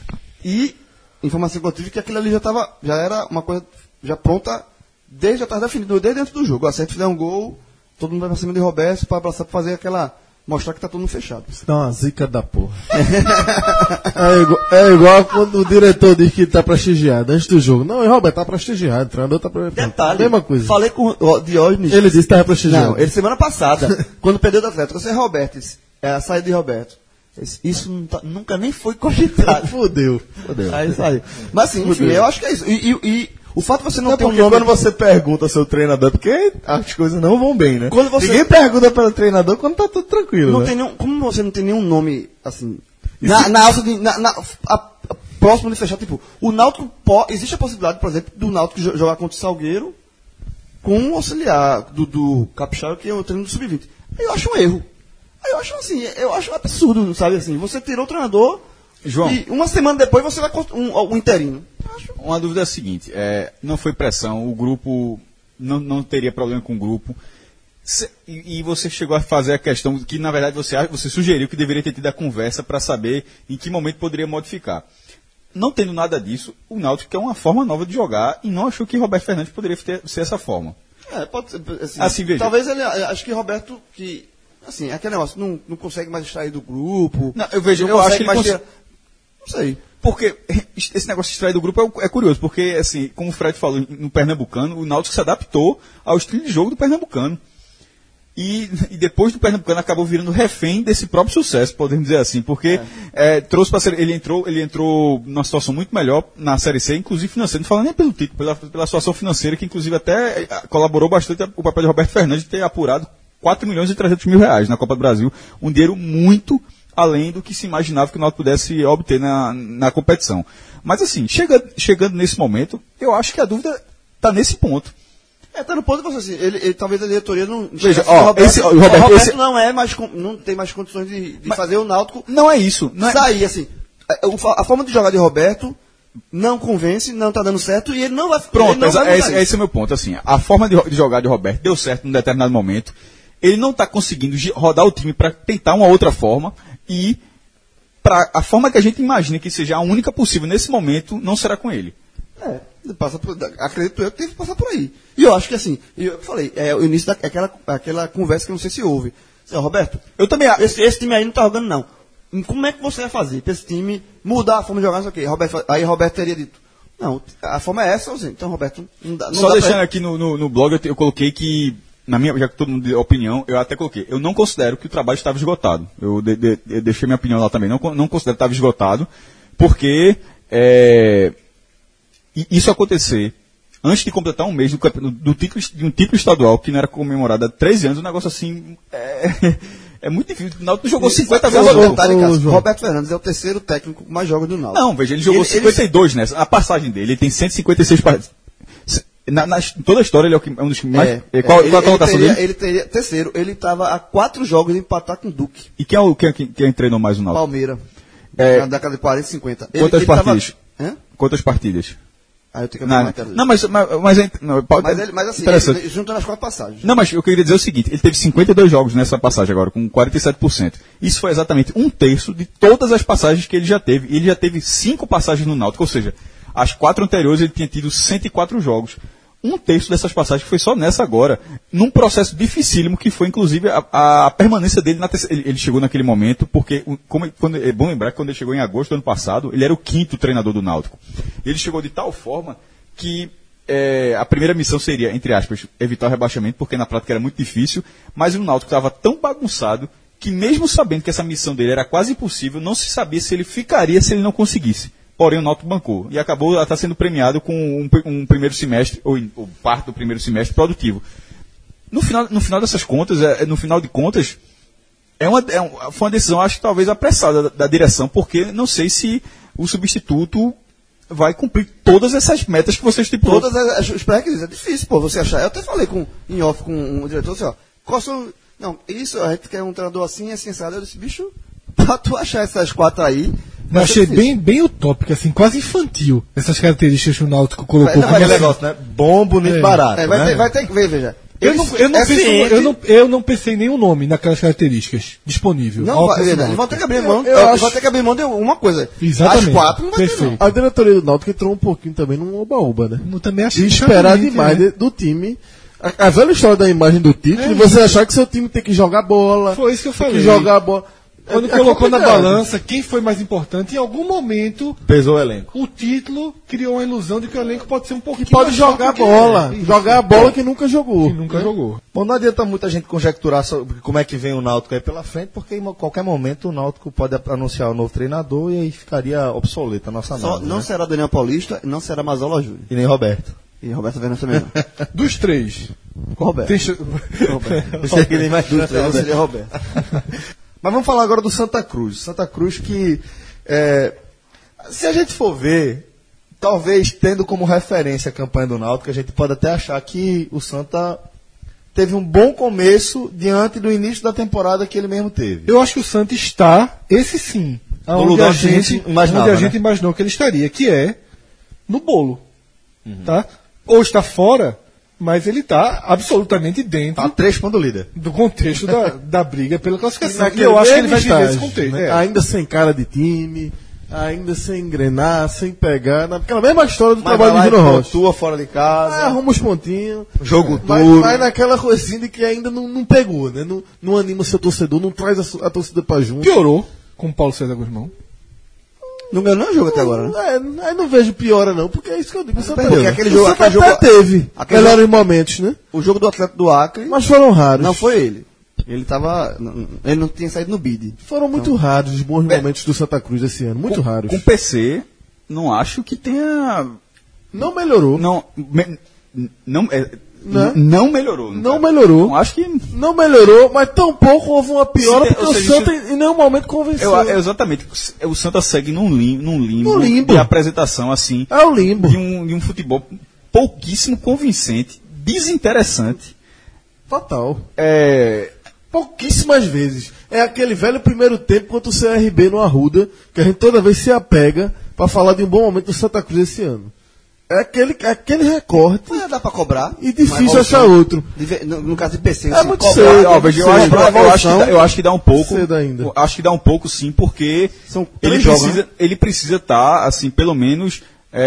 E informação que eu tive que aquilo ali já era uma coisa já pronta desde a tarde da final, desde dentro do jogo. Se a gente fizer um gol, todo mundo vai para cima de Roberto para abraçar, para fazer mostrar que tá todo mundo fechado. Isso dá uma zica da porra. É igual quando o diretor diz que tá prestigiado antes do jogo. Não, Roberto, tá prestigiado, o treinador tá prestigiado. Detalhe, Mesma coisa. falei com o Diógenes. Ele disse que tava prestigiado. Não, ele semana passada, quando perdeu do Atlético, você é Roberto, a saída de Roberto. Isso nunca nem foi cogitado. Fudeu. Aí saiu. Mas assim, enfim, eu acho que é isso. E o fato de você não ter um Porque nome... quando você pergunta ao seu treinador, porque as coisas não vão bem, né? Quando você- Ninguém pergunta para o treinador quando tá tudo tranquilo, Não né? tem nenhum, como você não tem nenhum nome, assim, próximo de fechar, tipo, o Náutico, existe a possibilidade, por exemplo, do Náutico jogar contra o Salgueiro com um auxiliar do Capixaba, que é o treino do Sub-20. Eu acho um erro. Eu acho um absurdo, sabe, assim, você tirou o treinador João. e uma semana depois você vai contra um interino. Uma dúvida é a seguinte, não foi pressão, o grupo não teria problema com o grupo. E você chegou a fazer a questão que, na verdade, você sugeriu que deveria ter tido a conversa para saber em que momento poderia modificar. Não tendo nada disso, o Náutico quer uma forma nova de jogar e não achou que Roberto Fernandes poderia ser essa forma. Pode ser, Assim, veja. Talvez ele, acho que Roberto, que, assim, aquele negócio, não consegue mais extrair do grupo. Não, eu não acho que consegue ele mais não sei. Porque esse negócio de extrair do grupo é curioso, porque, assim, como o Fred falou, no Pernambucano, o Náutico se adaptou ao estilo de jogo do Pernambucano. E depois do Pernambucano acabou virando refém desse próprio sucesso, podemos dizer assim, porque trouxe para ele entrou numa situação muito melhor na Série C, inclusive financeira, não falando nem pelo título, pela situação financeira, que inclusive até colaborou bastante o papel de Roberto Fernandes de ter apurado 4 milhões e 300 mil reais na Copa do Brasil, um dinheiro muito além do que se imaginava que o Náutico pudesse obter na competição. Mas assim, chegando nesse momento, eu acho que a dúvida está nesse ponto. Tá no ponto de você, assim, talvez a diretoria não... Veja, Roberto não tem mais condições de fazer o Náutico... Não é isso. Não é... Sair, assim, a forma de jogar de Roberto não convence, não tá dando certo e ele não vai... Pronto, esse é o meu ponto, assim, a forma de jogar de Roberto deu certo num determinado momento, ele não está conseguindo rodar o time para tentar uma outra forma e a forma que a gente imagina que seja a única possível nesse momento não será com ele. Acredito eu que teve que passar por aí. E eu acho que assim, eu falei, o início daquela conversa que não sei se houve. Roberto, eu também esse time aí não tá jogando não. Como é que você vai fazer para esse time mudar a forma de jogar, não sei o quê? Aí Roberto teria dito, não, a forma é essa, então Roberto, não dá. Só deixando aqui no blog, eu coloquei que, já que todo mundo deu opinião, eu até coloquei, eu não considero que o trabalho estava esgotado. Eu deixei minha opinião lá também, não considero que estava esgotado, porque isso acontecer antes de completar um mês de um título estadual que não era comemorado há 13 anos, um negócio assim é muito difícil. O Náutico jogou 50 vezes. Roberto Fernandes é o terceiro técnico com mais jogos do Náutico. Não, veja, ele jogou 52 nessa. A passagem dele, ele tem 156 partidas. Em toda a história, ele é um dos que mais. Qual a colocação dele? Ele teria terceiro. Ele estava a 4 jogos de empatar com o Duque. E quem treinou mais o Náutico? Palmeira. Na década de 40 e 50. Quantas partidas? Quantas partidas? Eu tenho que abrir mas assim, juntando as 4 passagens. Não, mas eu queria dizer o seguinte, ele teve 52 jogos nessa passagem agora, com 47%. Isso foi exatamente 1/3 de todas as passagens que ele já teve. E ele já teve 5 passagens no Náutico, ou seja, as 4 anteriores ele tinha tido 104 jogos. 1/3 dessas passagens foi só nessa agora, num processo dificílimo que foi, inclusive, a permanência dele na terceira. Ele chegou naquele momento, porque, é bom lembrar que quando ele chegou em agosto do ano passado, ele era o 5º treinador do Náutico. Ele chegou de tal forma que a primeira missão seria, entre aspas, evitar o rebaixamento, porque na prática era muito difícil, mas o Náutico estava tão bagunçado que, mesmo sabendo que essa missão dele era quase impossível, não se sabia se ele ficaria se ele não conseguisse. Porém, o Náutico bancou. E acabou até sendo premiado com um primeiro semestre, ou parte do primeiro semestre produtivo. No final dessas contas, no final de contas, foi uma decisão, acho que talvez apressada da direção, porque não sei se o substituto vai cumprir todas essas metas que você estipulou. Todas os pré-requisitos. É difícil, você achar. Eu até falei em off com o diretor, assim, qual são... Não, isso, a gente quer um treinador assim, sabe? Eu disse, bicho, pra tu achar essas 4 aí... Eu achei bem utópico, assim, quase infantil, essas características que o Náutico colocou. Aquele negócio, né? Bom, bonito, barato. Vai ter que ver, veja. Eu não pensei em nenhum nome naquelas características disponível. Eles vão ter que abrir mão. Vão ter que abrir mão de uma coisa. Exatamente. As 4 não vai ter, não. A diretoria do Náutico entrou um pouquinho também num oba-oba, né? Eu também achei. E esperar demais do time. A velha história da imagem do título, você achar que seu time tem que jogar bola. Foi isso que eu falei. Tem que jogar bola. Quando colocou na balança quem foi mais importante, em algum momento Pesou o elenco. o título criou uma ilusão de que o elenco pode ser um pouquinho Que pode mais jogar fraco que bola. é. Jogar a bola que nunca jogou. Que nunca jogou. Bom, não adianta muita gente conjecturar sobre como é que vem o Náutico aí pela frente, porque em qualquer momento o Náutico pode anunciar o novo treinador e aí ficaria obsoleta a nossa Só análise, não né? será Daniel Paulista e não será Mazola Júnior. E nem Roberto. E Roberto Fernandes também não. Dos três. Roberto. Tem... Eu sei que nem mais duas, Não seria Roberto. Mas vamos falar agora do Santa Cruz. Santa Cruz que, se a gente for ver, talvez tendo como referência a campanha do Náutico, a gente pode até achar que o Santa teve um bom começo diante do início da temporada que ele mesmo teve. Eu acho que o Santa está, esse sim, No onde lugar a que a gente gente imaginava, onde a né? gente imaginou que ele estaria, que é no bolo. Tá? Ou está fora, mas ele está absolutamente dentro Tá 3 pontos do líder. do contexto da briga pela classificação. E Naquele eu acho que ele mesmo vai viver esse estágio, contexto. né? É. Ainda sem cara de time, ainda sem engrenar, sem pegar. Aquela mesma história do trabalho do Júnior Rocha. Tua fora de casa, Arruma os pontinhos. jogo Mas duro. vai naquela coisinha de que ainda não pegou, né? Não anima seu torcedor, não traz a torcida pra junto. Piorou com o Paulo César Guzmão. Não ganhou nenhum jogo até agora, né? Aí não vejo piora, não, porque é isso que eu digo. O Santa, Porque aquele jogo- o Santa aquele até jogo- teve aquele melhores momentos, né? O jogo do Atlético do Acre Mas foram raros. não foi ele. Ele tava. Ele não tinha saído no bid. Foram muito raros os bons momentos do Santa Cruz esse ano. Muito raros. Com o PC, não acho que tenha. Não melhorou. Não. Não, Né? não melhorou. Não melhorou. Não acho que. Não melhorou, mas tampouco houve uma piora, Se tem- porque ou o seja, Santa em nenhum momento convenceu. Exatamente. O Santa segue num limbo, No limbo. de apresentação, assim, É o limbo. de um futebol pouquíssimo convincente, desinteressante. Fatal. É, Pouquíssimas vezes. É aquele velho primeiro tempo contra o CRB no Arruda, que a gente toda vez se apega pra falar de um bom momento do Santa Cruz esse ano. É aquele recorte Mas dá pra cobrar. e difícil Uma achar evolução. outro. No caso de PC, É assim, muito cobrar- cedo. ó, veja, eu acho que dá um pouco. Cedo ainda. Eu acho que dá um pouco, sim, porque São ele 3 jogos, precisa, ele precisa estar, assim, pelo menos,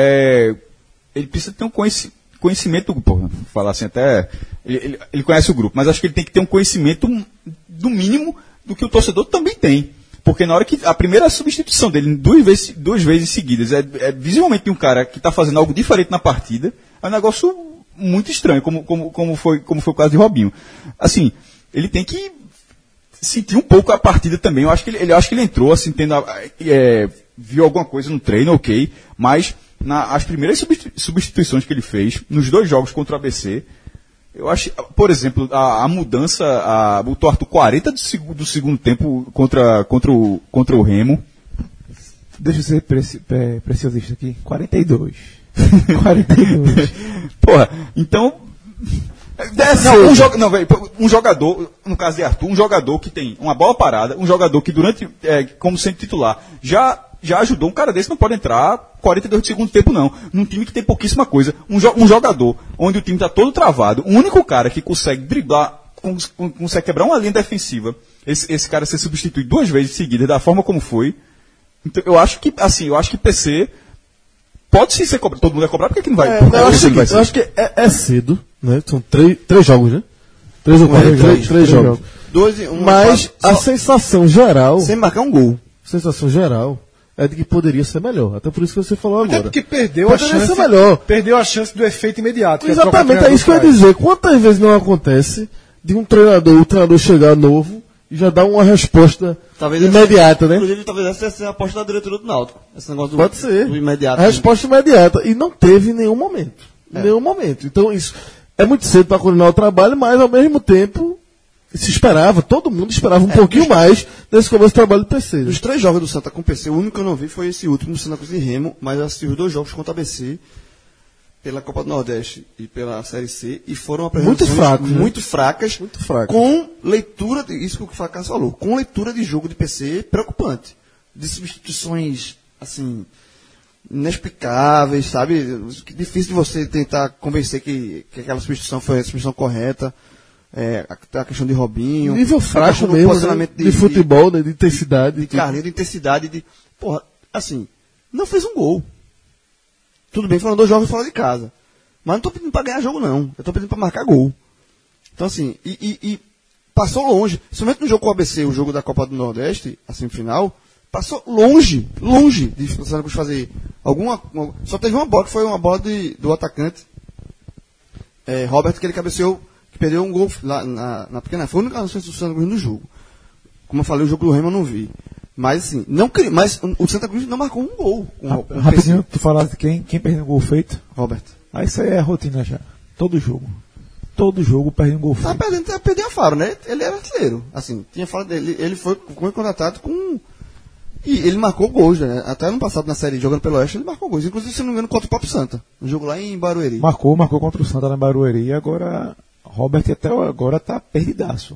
ele precisa ter um conhecimento, vou falar assim até, ele conhece o grupo, mas acho que ele tem que ter um conhecimento do mínimo do que o torcedor também tem. Porque na hora que a primeira substituição dele, duas vezes seguidas, é visivelmente de um cara que está fazendo algo diferente na partida, é um negócio muito estranho, como foi o caso de Robinho. Assim, ele tem que sentir um pouco a partida também. Eu acho que ele entrou, assim, viu alguma coisa no treino, ok, mas as primeiras substituições que ele fez, nos 2 jogos contra o ABC, eu acho, por exemplo, a mudança, botou Arthur 40 do segundo tempo contra o Remo. Deixa eu ser preciosista aqui. 42. 42. Porra, então. Um jogador, no caso de Arthur, um jogador que tem uma bola parada, um jogador que como sempre titular, já ajudou. Um cara desse não pode entrar 42 do segundo tempo, não. Num time que tem pouquíssima coisa. Um jogador onde o time está todo travado, o único cara que consegue driblar, consegue quebrar uma linha defensiva, esse cara ser substituído 2 vezes seguidas, da forma como foi. Então, eu acho que PC pode sim ser cobrado. Todo mundo vai cobrar, por que não vai? Eu acho que é cedo, né? São 3 jogos, né? 3 ou 4, 3 jogos. 2 e 1. Mas a sensação geral, sem marcar um gol. é de que poderia ser melhor. Até por isso que você falou Até agora. porque perdeu a Poderia chance. ser melhor. Perdeu a chance do efeito imediato. que é trocar Exatamente, é isso que eu ia treinador dizer. Quantas vezes não acontece de o treinador chegar novo e já dar uma resposta imediata, né? Inclusive, talvez essa seja a aposta da diretoria do Náutico. Esse negócio Pode ser. do imediato. A resposta imediata. E não teve em nenhum momento. Nenhum momento. Então, isso é muito cedo para coordenar o trabalho, mas ao mesmo tempo se esperava, todo mundo esperava um pouquinho mais desse começo do trabalho do PC. Dos 3 jogos do Santa com o PC, o único que eu não vi foi esse último, do Santa Cruz e Remo, mas eu assisti os 2 jogos contra a ABC, pela Copa do Nordeste e pela Série C, e foram apresentações muito fracas, com leitura, isso que o Facas falou, com leitura de jogo de PC preocupante. De substituições, assim, inexplicáveis, sabe? Difícil de você tentar convencer que aquela substituição foi a substituição correta. A questão de Robinho. Nível fraco do mesmo, posicionamento de futebol, né, de intensidade. De Carlinhos, de intensidade. Porra, assim, não fez um gol. Tudo bem, foram 2 jogos fora de casa. Mas não tô pedindo pra ganhar jogo, não. Eu tô pedindo pra marcar gol. Então, assim, e passou longe. Somente no jogo com o ABC, o jogo da Copa do Nordeste, a semifinal, passou longe de Santa Cruz fazer alguma. Só teve uma bola, que foi uma bola do atacante Robert, que ele cabeceou, que perdeu um gol lá na pequena. Foi a única chance do Santa Cruz no jogo. Como eu falei, o jogo do Remo eu não vi. Mas, assim, mas o Santa Cruz não marcou um gol. Rapidinho, tu falaste quem perdeu um gol feito? Robert. Ah, isso aí é rotina já. Todo jogo perde um gol feito. Tá perdendo a Faro, né? Ele era artilheiro. Assim, tinha falado dele. Ele foi contratado com. E ele marcou gols, né? Até ano passado na série, jogando pelo Oeste, ele marcou gols. Inclusive, se não me engano, contra o Papo Santa. Um jogo lá em Barueri. Marcou contra o Santa na Barueri. E agora, Robert até agora tá perdidaço.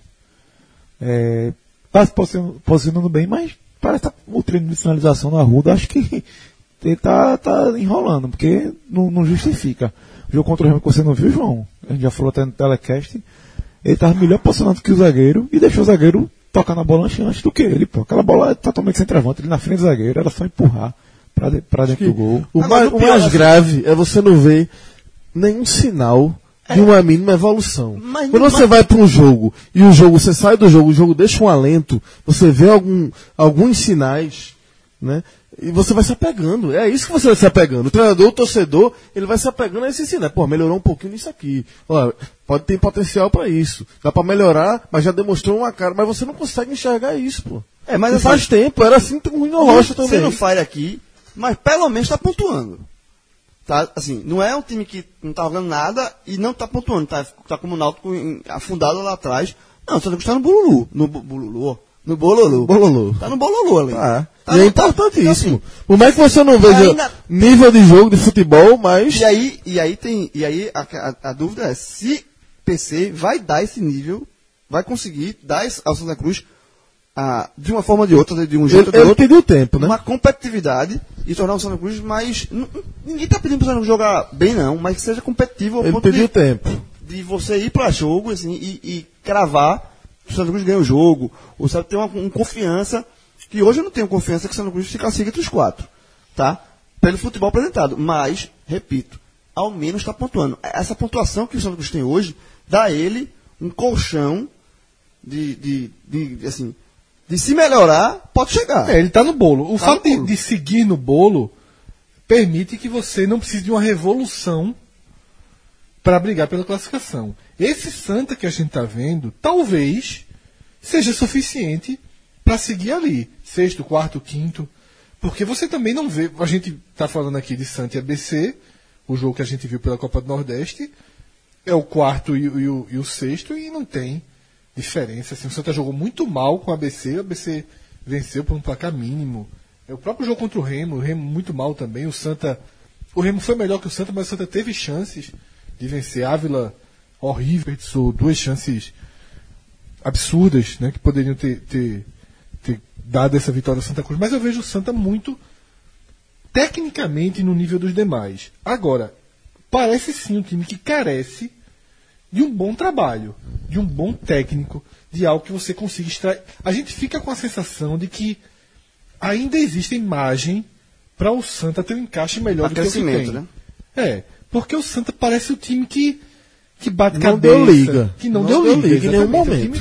Tá se posicionando bem, mas parece que tá o treino de finalização na Arruda. Acho que ele tá enrolando, porque não justifica. O jogo contra o Remo que você não viu, João, a gente já falou até no telecast, ele tava melhor posicionado que o zagueiro e deixou o zagueiro tocar na bola antes do que ele, pô. Aquela bola é totalmente centroavante, ele na frente do zagueiro, era só empurrar pra dentro do gol. O mais grave é você não ver nenhum sinal de uma mínima evolução. Quando você vai para um jogo e você sai do jogo, o jogo deixa um alento, você vê alguns sinais, né? E você vai se apegando. É isso que você vai se apegando. O treinador, o torcedor, ele vai se apegando a esse sinal. Pô, melhorou um pouquinho nisso aqui. Ó, pode ter potencial para isso. Dá para melhorar, mas já demonstrou uma cara. Mas você não consegue enxergar isso, pô. Mas assim, faz tempo, era assim com o Rino Rocha também. Você não faz aqui, mas pelo menos está pontuando. Tá, assim, não é um time que não está jogando nada e não está pontuando. Tá como o Náutico afundado lá atrás. Não, você está no Bolulu. No Bololô. Tá no Bololô ali. Tá e é importantíssimo. Por mais que você não veja nível de jogo de futebol, mas. E aí a dúvida é se PC vai dar esse nível, vai conseguir dar ao Santa Cruz de uma forma ou de outra, de um jeito ou de outro. Ele pediu tempo, né? Uma competitividade e tornar o Santa Cruz mais. Ninguém tá pedindo para o Santa Cruz jogar bem, não, mas que seja competitivo ao ele ponto pediu tempo. De você ir para jogo assim, e cravar. O Santa Cruz ganha o jogo, o Santa tem uma confiança, que hoje eu não tenho confiança que o Santa Cruz se classifique entre os 4, tá? Pelo futebol apresentado, mas, repito, ao menos está pontuando. Essa pontuação que o Santa Cruz tem hoje, dá a ele um colchão de se melhorar, pode chegar. Ele está no bolo. O fato de seguir no bolo permite que você não precise de uma revolução para brigar pela classificação. Esse Santa que a gente está vendo, talvez seja suficiente para seguir ali. 6º, 4º, 5º. Porque você também não vê. A gente está falando aqui de Santa e ABC, o jogo que a gente viu pela Copa do Nordeste. É o 4º e o 6º, e não tem diferença. Assim, o Santa jogou muito mal com o ABC venceu por um placar mínimo. É o próprio jogo contra o Remo muito mal também. O Remo foi melhor que o Santa, mas o Santa teve chances de vencer. Ávila, horrível, desperdiçou 2 chances absurdas, né, que poderiam ter dado essa vitória ao Santa Cruz. Mas eu vejo o Santa muito tecnicamente no nível dos demais. Agora, parece sim um time que carece de um bom trabalho, de um bom técnico, de algo que você consiga extrair. A gente fica com a sensação de que ainda existe margem para o Santa ter um encaixe melhor do que o que tem. Né? Porque o Santa parece o time que bate não cabeça. Deu liga. Que não deu liga em nenhum momento.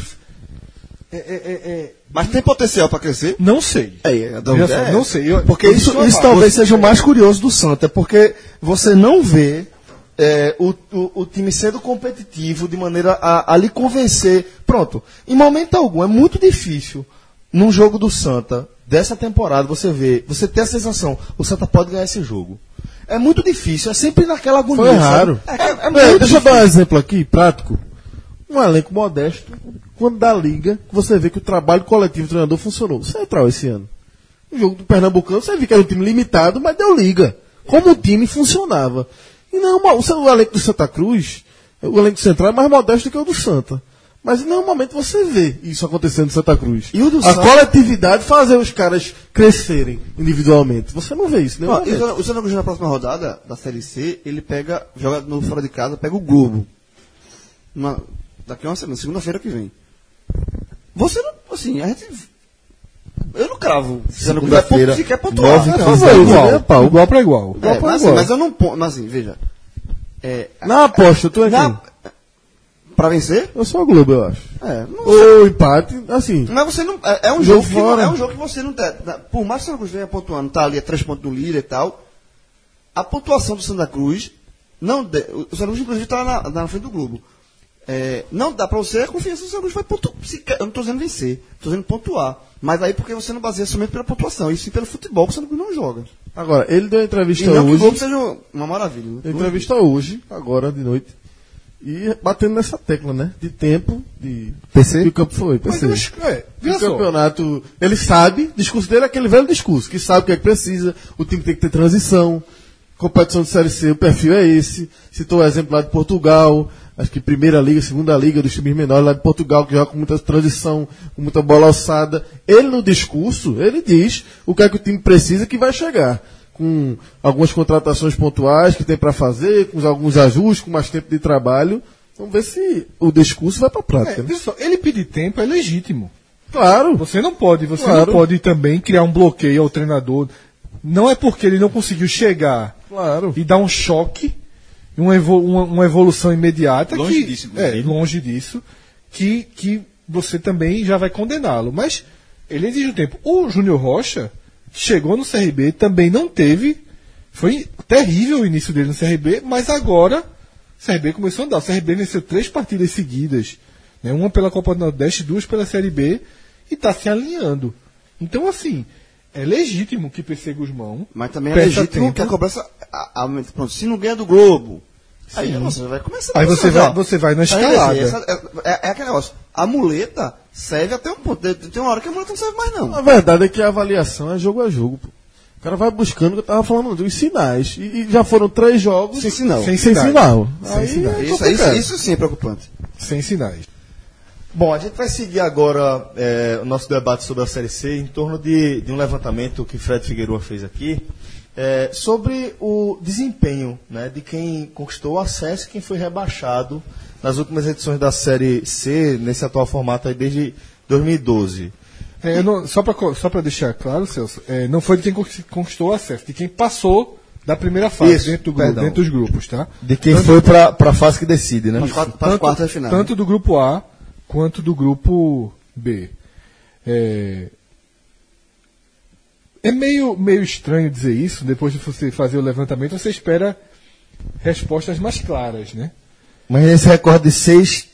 Mas tem potencial para crescer? Não sei. Não sei. Porque isso talvez seja o mais curioso do Santa, porque você não vê o time sendo competitivo de maneira a lhe convencer. Pronto. Em momento algum, é muito difícil num jogo do Santa, dessa temporada, você ter a sensação, o Santa pode ganhar esse jogo. É muito difícil, é sempre naquela agonia. Foi raro. Deixa eu dar um exemplo aqui, prático. Um elenco modesto, quando dá liga, você vê que o trabalho coletivo do treinador funcionou. Central esse ano. O jogo do Pernambucano, você viu que era um time limitado, mas deu liga. Como o time funcionava. E não, o elenco do Santa Cruz, o elenco central é mais modesto do que o do Santa. Mas em nenhum momento você vê isso acontecendo no Santa Cruz. E o do a coletividade fazer os caras crescerem individualmente. Você não vê isso, né? O Santa Cruz na próxima rodada da Série C, ele joga no fora de casa, pega o Globo. Daqui a uma semana, segunda-feira que vem. Você não, assim, eu não cravo. Segunda-feira, se quer pontuar. Igual para igual. Mas eu não ponto, mas assim, veja. Na aposta, tu é quem? Pra vencer? Eu sou a Globo, eu acho. Não Ou empate, assim. Mas você não. É um Jogo jogo que não, fora. é um jogo que você não tá. Por mais que o Santa Cruz venha pontuando, tá ali a 3 pontos do líder e tal. A pontuação do Santa Cruz. O Santa Cruz, inclusive, tá na frente do Globo. Não dá pra você a confiança do Santa Cruz vai pontuar. Eu não tô dizendo vencer, tô dizendo pontuar. Mas aí porque você não baseia somente pela pontuação, e sim pelo futebol que o Santa Cruz não joga. Agora, ele deu uma entrevista E não que o hoje. Globo seja uma maravilha. Né? Deu entrevista hoje, agora de noite. E batendo nessa tecla, né? De tempo, de. PC? Que o campo foi, Mas PC. eu acho, veja O só. campeonato, ele sabe, o discurso dele é aquele velho discurso, que sabe o que é que precisa, o time tem que ter transição, competição de Série C, o perfil é esse. Citou o exemplo lá de Portugal, acho que primeira liga, segunda liga dos times menores lá de Portugal, que joga com muita transição, com muita bola alçada. Ele no discurso, ele diz o que é que o time precisa que vai chegar. Com algumas contratações pontuais que tem para fazer, com alguns ajustes, com mais tempo de trabalho. Vamos ver se o discurso vai para a prática. Né? Veja só, ele pedir tempo é legítimo. Claro. Você não pode Claro. também criar um bloqueio ao treinador. Não é porque ele não conseguiu chegar Claro. e dar um choque, uma evolução imediata. Longe disso, inclusive. longe disso, que você também já vai condená-lo. Mas ele exige o tempo. O Júnior Rocha chegou no CRB, também não teve. Foi terrível o início dele no CRB, mas agora o CRB começou a andar. O CRB venceu 3 partidas seguidas, né? Uma pela Copa do Nordeste, 2 pela Série B, e está se alinhando. Então, assim, é legítimo que PC Guzmão. Mas também é peça legítimo tempo. que a cobrança. Pronto, se não ganha do Globo. Aí você vai começar Aí a você vai na escalada. É aquele negócio. A muleta serve até um ponto. Tem uma hora que a muleta não serve mais, não. A verdade é que a avaliação é jogo a jogo. Pô. O cara vai buscando o que eu tava falando, os sinais. E já foram 3 jogos Sem sinal. Sem sem sinal. Sem Aí sinal. é Isso, complicado. isso sim é preocupante. Sem sinais. Bom, a gente vai seguir agora o nosso debate sobre a Série C em torno de um levantamento que Fred Figueiredo fez aqui sobre o desempenho, né, de quem conquistou o acesso e quem foi rebaixado nas últimas edições da Série C, nesse atual formato aí desde 2012. Só para deixar claro, Celso, não foi de quem conquistou o acesso, de quem passou da primeira fase Isso, dentro perdão. dos grupos, tá? De quem foi para a fase que decide, né? Para as quartas de final. Tanto do grupo A quanto do grupo B. É meio estranho dizer isso, depois de você fazer o levantamento, você espera respostas mais claras, né? Mas esse recorde de seis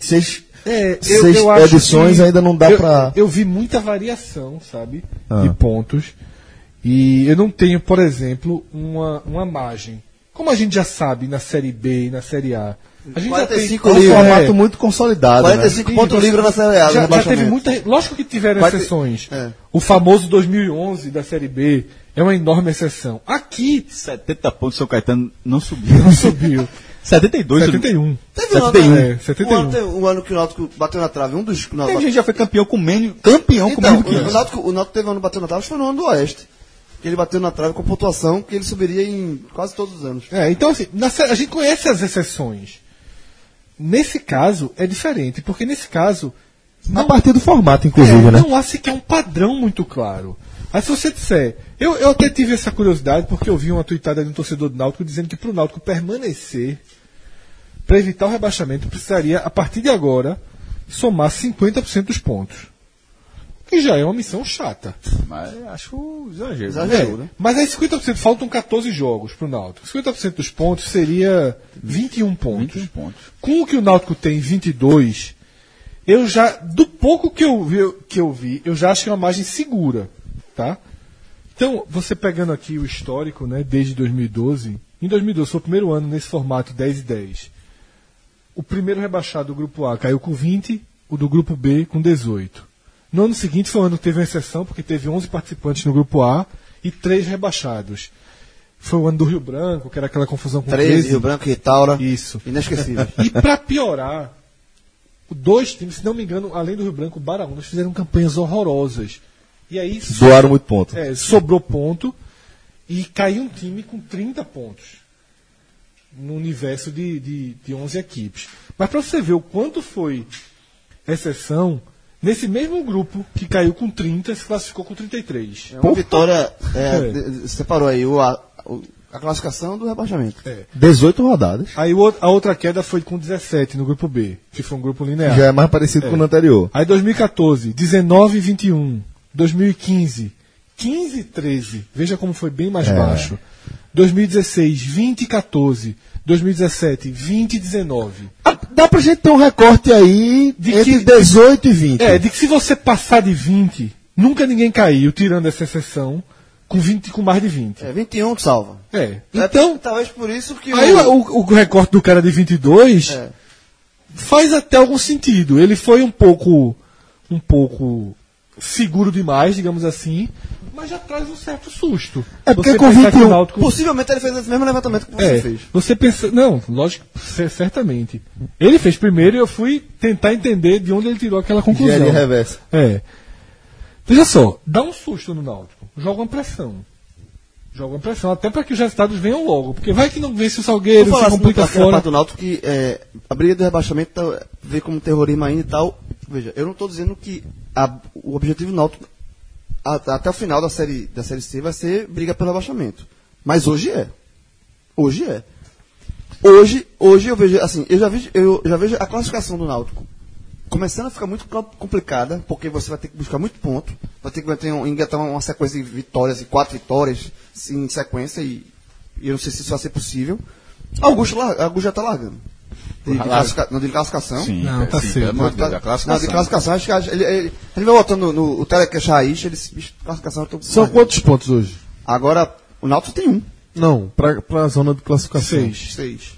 Eu acho edições que ainda não dá para... Eu vi muita variação, sabe? Ah. De pontos. E eu não tenho, por exemplo, uma margem. Como a gente já sabe na Série B e na Série A. A gente 45 É um livre, formato muito consolidado, 45 né? pontos livres na Série A. já teve muita. Lógico que tiveram Vai ter- exceções. é. O famoso 2011 da Série B é uma enorme exceção. Aqui 70 pontos, São Caetano não subiu. não subiu. 72. 71. Teve 71. É, 71. um ano que o Náutico bateu na trave. Um dos. Tem gente já foi campeão com menos. Campeão com Então, menos que o isso. Náutico teve um ano batendo na trave, acho que foi no ano do Oeste. Que ele bateu na trave com pontuação que ele subiria em quase todos os anos. Então, assim, a gente conhece as exceções. Nesse caso, é diferente, porque nesse caso. A partir do formato, inclusive, né? Não há sequer um padrão muito claro. Aí se você disser. Eu até tive essa curiosidade, porque eu vi uma tuitada de um torcedor do Náutico dizendo que para o Náutico permanecer, para evitar o rebaixamento, precisaria, a partir de agora, somar 50% dos pontos. Que já é uma missão chata. Mas acho exagero. Exagerou, né? Mas aí 50% faltam 14 jogos para o Náutico. 50% dos pontos seria 21 pontos. 21 pontos. Com o que o Náutico tem 22, eu já, do pouco que eu vi, eu já acho que é uma margem segura, tá? Então, você pegando aqui o histórico, né, desde 2012, em 2012 foi o primeiro ano nesse formato 10 e 10. O primeiro rebaixado do grupo A caiu com 20, o do grupo B com 18. No ano seguinte foi um ano que teve uma exceção, porque teve 11 participantes no grupo A e 3 rebaixados. Foi o ano do Rio Branco, que era aquela confusão com 13, Rio Branco e Itaura. Isso. Inesquecível. E para piorar, 2 times, se não me engano, além do Rio Branco, o Baraunas fizeram campanhas horrorosas. E aí Doaram muito ponto. sobrou ponto e caiu um time com 30 pontos no universo de 11 equipes. Mas para você ver o quanto foi exceção, nesse mesmo grupo que caiu com 30, se classificou com 33. É uma vitória. Separou aí A classificação do rebaixamento. 18 rodadas. Aí a outra queda foi com 17 no grupo B, que foi um grupo linear. Já é mais parecido com o anterior. Aí 2014, 19 e 21. 2015, 15 e 13. Veja como foi bem mais baixo. 2016, 20 e 14. 2017, 20 e 19. Dá pra gente ter um recorte aí entre 18 e 20. De que se você passar de 20, nunca ninguém caiu, tirando essa exceção, com mais de 20. 21 que salva. Então, Talvez por isso que aí o recorte do cara de 22 faz até algum sentido. Ele foi um pouco seguro demais, digamos assim, mas já traz um certo susto. Porque Você com pensar que 21, o Náutico- possivelmente ele fez esse mesmo levantamento que você fez. Você pensa. Não, lógico, certamente. Ele fez primeiro e eu fui tentar entender de onde ele tirou aquela conclusão. Engenharia reversa. Veja só, dá um susto no Náutico. Joga uma pressão. Até para que os resultados venham logo. Porque vai que não vence o Salgueiro, se complica fora. Parte do Náutico que a briga do rebaixamento vê como terrorismo ainda e tal. Veja, eu não estou dizendo que o objetivo do Náutico até o final da série C vai ser briga pelo rebaixamento. Mas hoje é. Hoje eu vejo, assim, eu já vejo a classificação do Náutico começando a ficar muito complicada, porque você vai ter que buscar muito ponto, vai ter que engatar uma sequência de vitórias, e 4 vitórias em sequência, e eu não sei se isso vai ser possível. Augusto já está largando. De classificação. Sim, Não, tá sim, certo. pelo amor de Deus, a classificação. Não, de classificação, acho que ele vai botando no Telecast Raiz, classificação. São quantos pontos hoje? Agora, o Náutico tem 1. Não, pra zona de classificação. 6.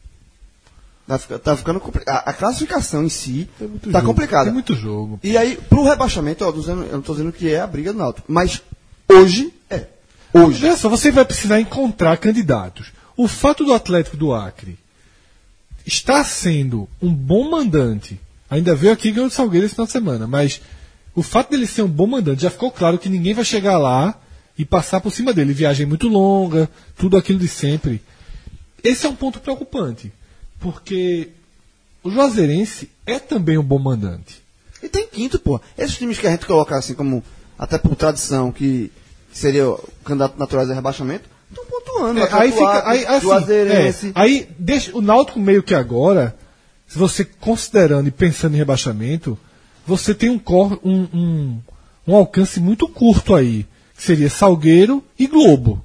Tá ficando complicado. A classificação em si tá jogo, complicada. Tem muito jogo. E aí, pro rebaixamento, eu não estou dizendo que é a briga do Náutico, mas hoje é. Hoje. Veja só, você vai precisar encontrar candidatos. O fato do Atlético do Acre estar sendo um bom mandante, ainda veio aqui e ganhou o Salgueiro esse final de semana, mas o fato dele ser um bom mandante, já ficou claro que ninguém vai chegar lá e passar por cima dele. Viagem muito longa, tudo aquilo de sempre. Esse é um ponto preocupante, porque o Juazeirense é também um bom mandante. E tem quinto, pô. Esses times que a gente coloca assim como, até por tradição, que seria o candidato natural de rebaixamento, estão pontuando. Aí fica. Aí deixa o Náutico meio que agora, se você considerando e pensando em rebaixamento, você tem um alcance muito curto aí, que seria Salgueiro e Globo.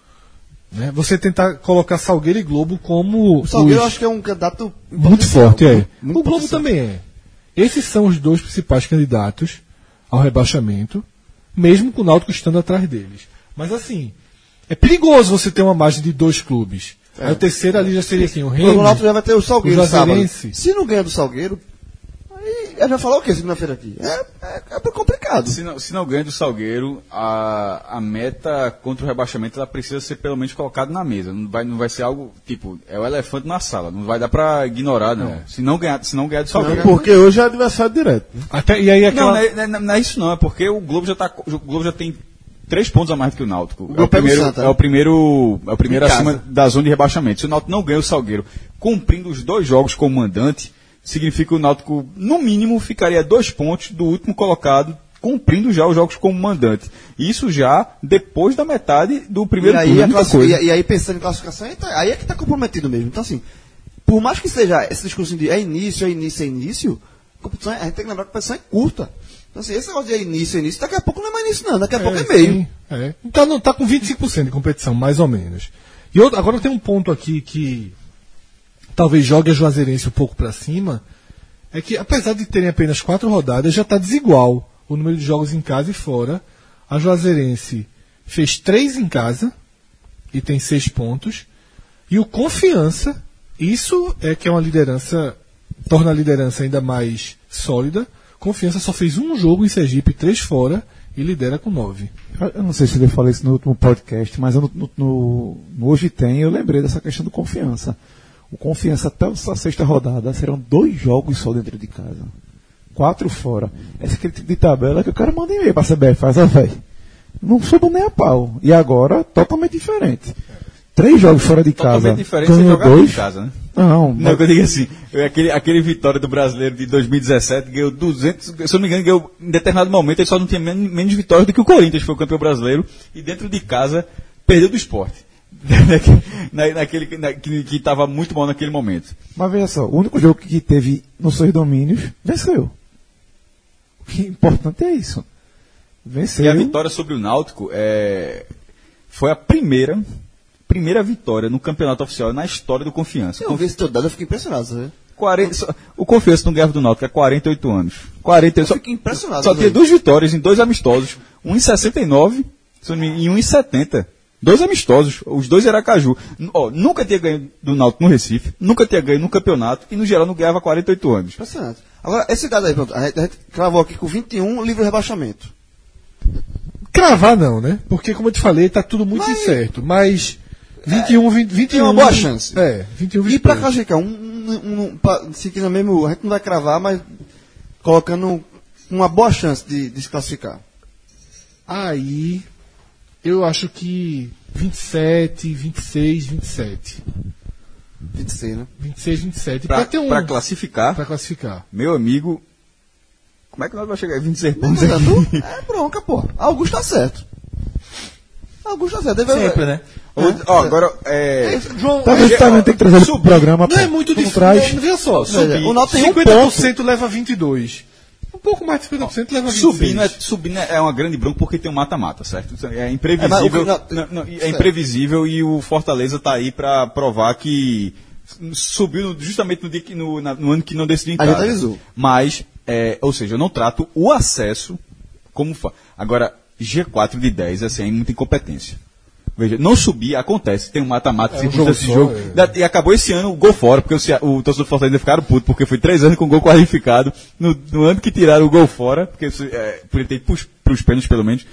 Né? Você tentar colocar Salgueiro e Globo como. O Salgueiro eu acho que é um candidato muito forte, muito o Globo também é. Esses são os dois principais candidatos ao rebaixamento, mesmo com o Náutico estando atrás deles. Mas assim, é perigoso você ter uma margem de 2 clubes. Aí o terceiro ali já seria assim, o Remo. O Náutico já vai ter o Salgueiro o sábado. Se não ganha do Salgueiro, aí já falou o quê segunda-feira aqui? É complicado. Se não ganha do Salgueiro, a meta contra o rebaixamento ela precisa ser pelo menos colocada na mesa. Não vai ser algo tipo, é o elefante na sala. Não vai dar pra ignorar, não. Se não ganhar do Salgueiro. Porque hoje é adversário direto. Né? E aí aquela... Não é isso não, é porque o Globo já tem 3 pontos a mais do que o Náutico. É o primeiro acima da zona de rebaixamento. Se o Náutico não ganha o Salgueiro, cumprindo os 2 jogos como mandante, significa que o Náutico, no mínimo, ficaria 2 pontos do último colocado, cumprindo já os jogos como mandante. Isso já depois da metade do primeiro turno. E aí, pensando em classificação, aí é que está comprometido mesmo. Então, assim, por mais que seja esse discurso de início, a gente tem que lembrar que a competição é curta. Então, assim, esse negócio de início, daqui a pouco não é mais início, não. Daqui a pouco é meio. Então, não, tá com 25% de competição, mais ou menos. E agora tem um ponto aqui que talvez jogue a Juazeirense um pouco para cima, é que apesar de terem apenas 4 rodadas, já está desigual o número de jogos em casa e fora. A Juazeirense fez 3 em casa e tem 6 pontos. E o Confiança, isso é que é uma liderança, torna a liderança ainda mais sólida. Confiança só fez 1 jogo em Sergipe, 3 fora, e lidera com 9. Eu não sei se eu falei isso no último podcast, mas no Hoje Tem, eu lembrei dessa questão do Confiança. O Confiança até a 6ª rodada serão 2 jogos só dentro de casa. 4 fora. Esse é aquele tipo de tabela que o cara manda e-mail pra CBF, faz a velho. Não soube nem a pau. E agora, totalmente diferente. 3 jogos fora de casa. Totalmente diferente você jogar 2 em casa, né? Não, eu digo assim, aquele Vitória do Brasileiro de 2017 ganhou 200, se eu não me engano, ganhou em determinado momento, ele só não tinha menos vitórias do que o Corinthians, que foi o campeão brasileiro, e dentro de casa perdeu do Sport. que estava muito bom naquele momento. Mas veja só, o único jogo que teve nos seus domínios, venceu. O que é importante é isso. Venceu. E a vitória sobre o Náutico foi a primeira vitória no campeonato oficial na história do Confiança. Eu vi esse teu dado, eu fiquei impressionado, sabe? O Confiança não ganhava do Náutico há 48 anos. 48, Eu fiquei impressionado. só tinha 2 vitórias em 2 amistosos. Um em 69 e um em 70. 2 amistosos. Os 2 era Aracaju. Nunca tinha ganho do Náutico no Recife. Nunca tinha ganho no campeonato. E no geral não ganhava há 48 anos. Impressionante. Agora, esse dado aí, pronto, a gente cravou aqui com 21 livre rebaixamento. Cravar não, né? Porque, como eu te falei, tá tudo muito incerto. Mas 21. Tem uma boa chance. 21, 22. E pra classificar, se quiser mesmo, a gente não vai cravar, mas colocando uma boa chance de se classificar. Aí, eu acho que 27, 26, 27. 26, né? 26, 27. Pra classificar, Pra classificar. meu amigo, como é que nós vamos chegar a 26 Não, pontos tá aqui? tu? É bronca, pô. Augusto tá certo. Augusto tá certo. Sempre, né? Agora, João, Talvez também tem que trazer ele pro programa. não é muito como difícil. traz. Não, veja só, O Náutico tem um 50% leva 22. Um pouco mais de 50% leva 26. Subindo é uma grande bronca porque tem um mata-mata, certo? É imprevisível. É imprevisível e o Fortaleza tá aí pra provar que subiu justamente no dia no ano que não decidiu em A gente casa. avisou. Mas, ou seja, eu não trato o acesso como agora, G4 de 10, assim, é muita incompetência. Veja, não subir, acontece, tem um mata-mata, se jogo esse só, jogo. E acabou esse ano o gol fora, porque o torcedor do Fortaleza ficaram puto, porque foi 3 anos com gol qualificado. No ano que tiraram o gol fora, porque por ele ter ido pros pênaltis, pelo menos.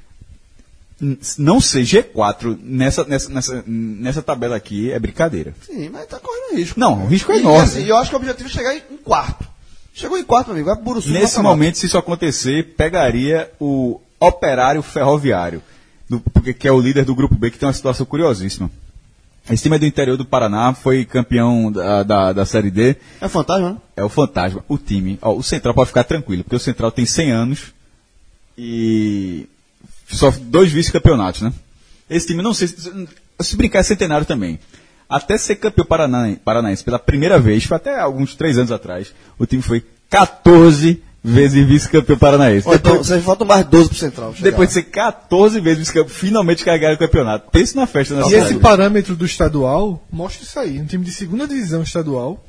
Não ser G4 nessa tabela aqui é brincadeira. Sim, mas tá correndo risco. Não, o risco é E, enorme. assim, eu acho que o objetivo é chegar em quarto. Chegou em quarto, meu amigo. Vai pro Buruçu. Nesse mata-mata. momento, se isso acontecer, pegaria o Operário Ferroviário, que é o líder do Grupo B, que tem uma situação curiosíssima. Esse time é do interior do Paraná, foi campeão da Série D. É fantasma, né? É o Fantasma. O time, o Central pode ficar tranquilo, porque o Central tem 100 anos e só 2 vice-campeonatos, né? Esse time, não sei, se brincar, é centenário também. Até ser campeão paranaense pela primeira vez, foi até alguns 3 anos atrás, o time foi 14 vezes vice-campeão paranaense. Então, vocês faltam mais 12 pro Central. chegar. Depois de ser 14 vezes vice-campeão, finalmente carregaram o campeonato. Pense na festa E nacional. esse parâmetro do estadual mostra isso aí. Um time de segunda divisão estadual,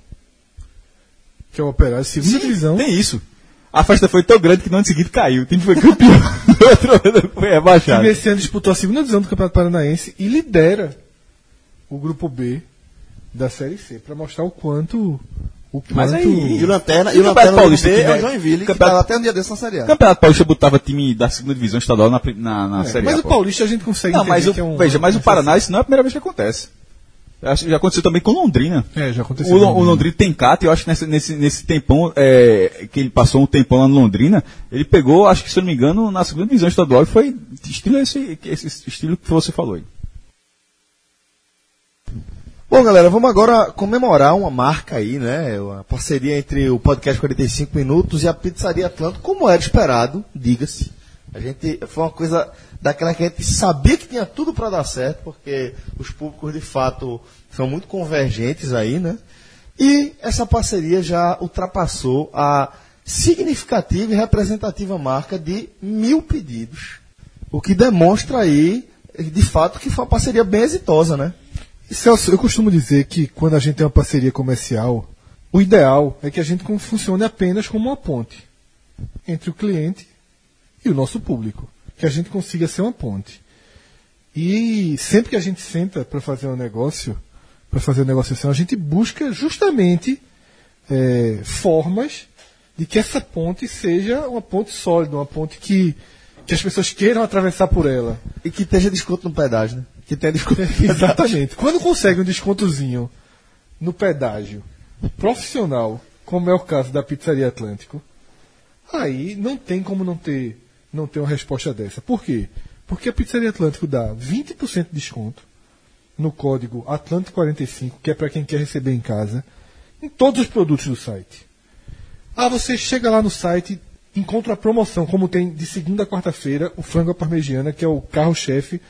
que é o Operário, segunda divisão. Tem isso. A festa foi tão grande que no ano seguinte caiu. O time foi campeão. No outro ano foi O rebaixado. time esse ano disputou a segunda divisão do Campeonato Paranaense e lidera o grupo B da Série C, para mostrar o quanto. Mas aí- E o Lanterna, E o Campeonato do Paulista, B que é vai- o Joinville, que Campeonato- tava até um dia desse na Série A. O Campeonato Paulista botava time da segunda divisão estadual na Série Mas A. o Paulista a gente consegue Não, mas entender que é um. veja, mas o Paraná, isso não é a primeira vez que acontece. Acho que já aconteceu também com o Londrina. Já aconteceu. O Londrina tem cata, e eu acho que nesse tempão, que ele passou um tempão lá no Londrina, ele pegou, acho que se eu não me engano, na segunda divisão estadual, e foi estilo esse estilo que você falou aí. Bom, galera, vamos agora comemorar uma marca aí, né? Uma parceria entre o podcast 45 Minutos e a Pizzaria Atlântico, como era esperado, diga-se. Foi uma coisa daquela que a gente sabia que tinha tudo para dar certo, porque os públicos de fato são muito convergentes aí, né? E essa parceria já ultrapassou a significativa e representativa marca de 1000 pedidos. O que demonstra aí, de fato, que foi uma parceria bem exitosa, né? E Celso, eu costumo dizer que quando a gente tem uma parceria comercial, o ideal é que a gente funcione apenas como uma ponte entre o cliente e o nosso público. Que a gente consiga ser uma ponte. E sempre que a gente senta para fazer um negócio, para fazer uma negociação, a gente busca justamente formas de que essa ponte seja uma ponte sólida, uma ponte que as pessoas queiram atravessar por ela. E que esteja desconto no pedágio, né? Que tenha desconto no pedágio. Exatamente. Quando consegue um descontozinho no pedágio profissional, como é o caso da Pizzaria Atlântico, aí não tem como não ter uma resposta dessa. Por quê? Porque a Pizzaria Atlântico dá 20% de desconto no código Atlântico45, que é para quem quer receber em casa, em todos os produtos do site. Você chega lá no site, encontra a promoção, como tem de segunda a quarta-feira, o frango à parmegiana, que é o carro-chefe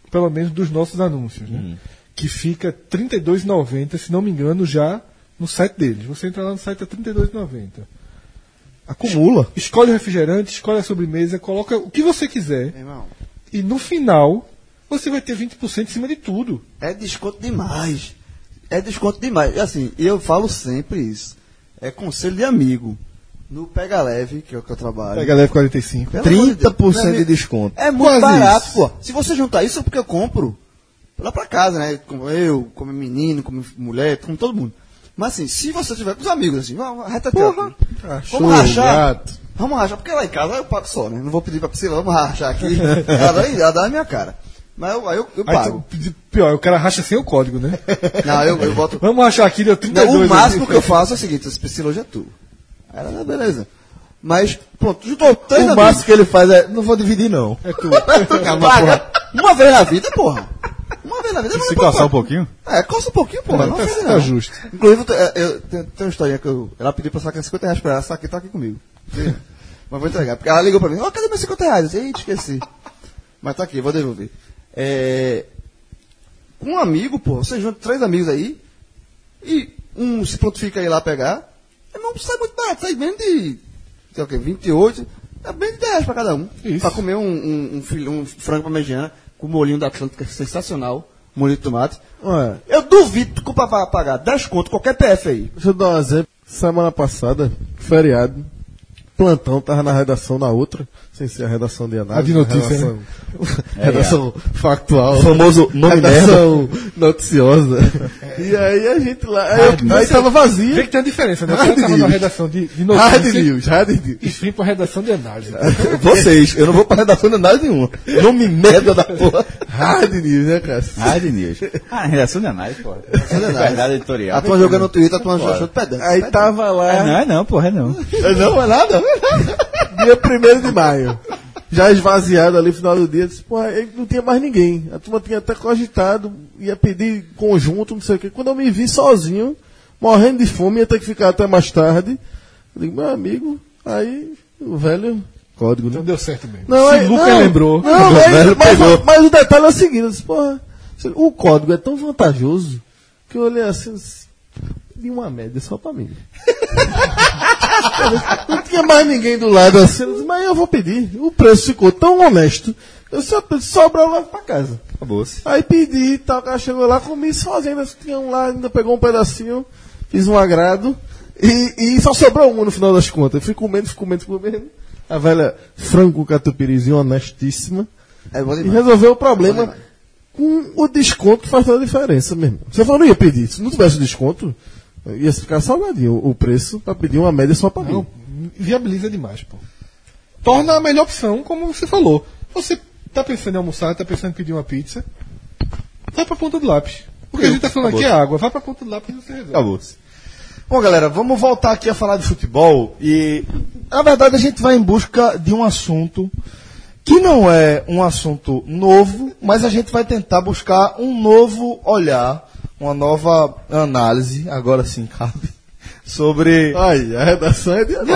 pelo menos dos nossos anúncios, né? Que fica R$ 32,90, se não me engano, já no site deles. Você entra lá no site, é R$ 32,90. Acumula. Escolhe o refrigerante, escolhe a sobremesa, coloca o que você quiser. Irmão, E no final, você vai ter 20% em cima de tudo. é desconto demais. É desconto demais. E assim, eu falo sempre isso. É conselho de amigo. No Pega Leve, que é o que eu trabalho. Pega leve 45. Pelo amor de Deus, 30% meu de amigo, desconto. É muito Quase barato, isso. pô. Se você juntar isso, é porque eu compro lá pra casa, né? Como eu, como menino, como mulher, como todo mundo. Mas assim, se você tiver com os amigos, assim, reta Cachorro, vamos rachar. gato. Vamos rachar, porque lá em casa eu pago só, né? Não vou pedir pra Priscila, vamos rachar aqui. ela dá na minha cara. Mas eu Aí, pago. pior, o cara racha sem o código, né? Não, eu boto. Vamos rachar aqui, deu 32. Não, o máximo aqui. que eu faço é o seguinte, esse Priscila hoje é tu. Aí ela, beleza. Mas, pronto, juntou três O amigos. máximo que ele faz é, não vou dividir não. É tu. Paga. Uma vez na vida, porra. Uma vez na vida. Se coçar um pouquinho? É, coça um pouquinho, porra. Não faz Tá não. justo. Inclusive, tem uma historinha que ela pediu pra sacar R$50 pra ela, saquei, tá aqui comigo. Mas vou entregar. Porque ela ligou pra mim, cadê meus R$50? Eu disse, eita, esqueci. Mas tá aqui, vou devolver. Com um amigo, pô, você junta 3 amigos aí, e um se prontifica a ir lá pegar, não sai muito barato, sai bem de, sei o quê, 28, é bem de R$10 pra cada um. Isso. Pra comer um frango parmegiana, com o molhinho da Atlântica, sensacional, molho de tomate. Ué, Eu duvido tu comprar pra pagar 10 conto, qualquer PF aí. deixa eu dar um exemplo. Semana passada, feriado, plantão, tava na redação na outra, sem ser a redação de análise. A de notícia, redação, redação factual. O famoso nome redação noticiosa. E aí a gente lá, aí tava Vê vazia. que tem uma diferença, né? O Hard cara tava na news. redação de Hard notícia news, hard news. e vem pra redação de análise. Vocês, eu não vou pra redação de nada nenhuma. Nome merda da porra. Hard news, né, cara? Hard News. Ah, redação de análise, pô. Verdade editorial. A turma jogando no Twitter, a turma achando pedante. Aí tava lá, Não, porra, é não. não é nada, dia 1º de maio. Já esvaziado ali no final do dia, disse, porra, aí não tinha mais ninguém. A turma tinha até cogitado, ia pedir conjunto, não sei o quê. Quando eu me vi sozinho, morrendo de fome, ia ter que ficar até mais tarde. Eu digo, meu amigo, aí o velho código, né? Então deu certo mesmo. Não, Se aí, Lucas não, lembrou. Não, velho mas o detalhe é o seguinte, eu disse, porra, o código é tão vantajoso que eu olhei assim, de uma média só pra mim. Não tinha mais ninguém do lado assim, eu disse, mas eu vou pedir. O preço ficou tão honesto, eu só sobra eu levo pra casa. Acabou-se. Aí pedi e tal, o cara chegou lá, comi sozinho, ainda tinha um lá, ainda pegou um pedacinho, fiz um agrado, e só sobrou um no final das contas. Eu fui comendo. A velha frango com catupiryzinho honestíssima. É bom E demais. resolveu o problema com o desconto que faz toda a diferença mesmo. Você falou, não ia pedir. Se não tivesse desconto, ia ficar salgadinho o preço para pedir uma média só para mim. Não, viabiliza demais, pô. Torna a melhor opção, como você falou. Você tá pensando em almoçar, tá pensando em pedir uma pizza, vai pra ponta do lápis. O que a gente tá falando aqui é água, vai pra ponta do lápis e você resolve. Acabou-se. Bom, galera, vamos voltar aqui a falar de futebol e, na verdade, a gente vai em busca de um assunto que não é um assunto novo, mas a gente vai tentar buscar um novo olhar, uma nova análise, agora sim cabe, sobre... Ai, a redação é de A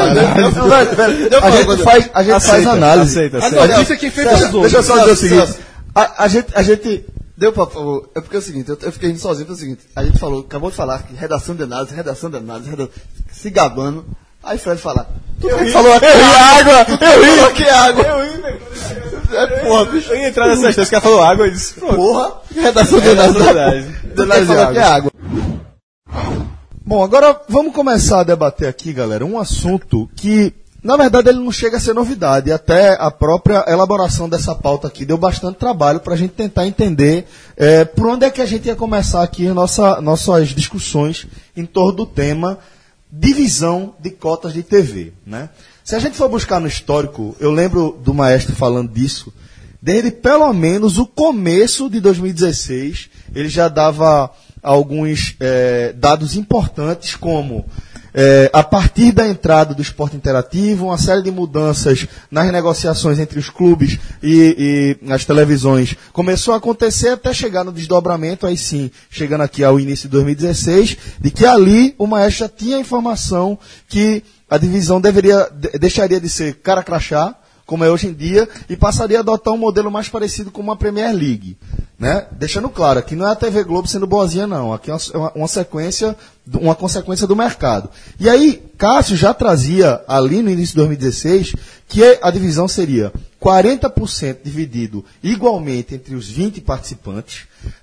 gente faz análise. Aceita. A notícia quem fez Deixa, os outros. deixa eu só dizer o seguinte. A gente deu pra... É porque é o seguinte, eu fiquei rindo sozinho, foi o seguinte, a gente falou, acabou de falar que redação de análise, se gabando. Aí Fred fala, tu falou aqui água, eu ri, que água. Eu ri, velho. É porra, bicho. Eu ia entrar nessa história, esse cara falou água e disse, pronto. Porra, redação de análise. Ele falou que é água. Bom, agora vamos começar a debater aqui, galera, um assunto que, na verdade, ele não chega a ser novidade. Até a própria elaboração dessa pauta aqui deu bastante trabalho para a gente tentar entender por onde é que a gente ia começar aqui nossas discussões em torno do tema divisão de cotas de TV, né? Se a gente for buscar no histórico, eu lembro do Maestro falando disso, desde pelo menos o começo de 2016, ele já dava alguns dados importantes, como a partir da entrada do esporte interativo, uma série de mudanças nas negociações entre os clubes e as televisões começou a acontecer até chegar no desdobramento, aí sim, chegando aqui ao início de 2016, de que ali o Maestro já tinha a informação que a divisão deixaria de ser cara crachá, como é hoje em dia, e passaria a adotar um modelo mais parecido com uma Premier League. Né? Deixando claro, aqui não é a TV Globo sendo boazinha, não. Aqui é uma consequência do mercado. E aí, Cássio já trazia ali no início de 2016 que a divisão seria 40% dividido igualmente entre os 20 participantes,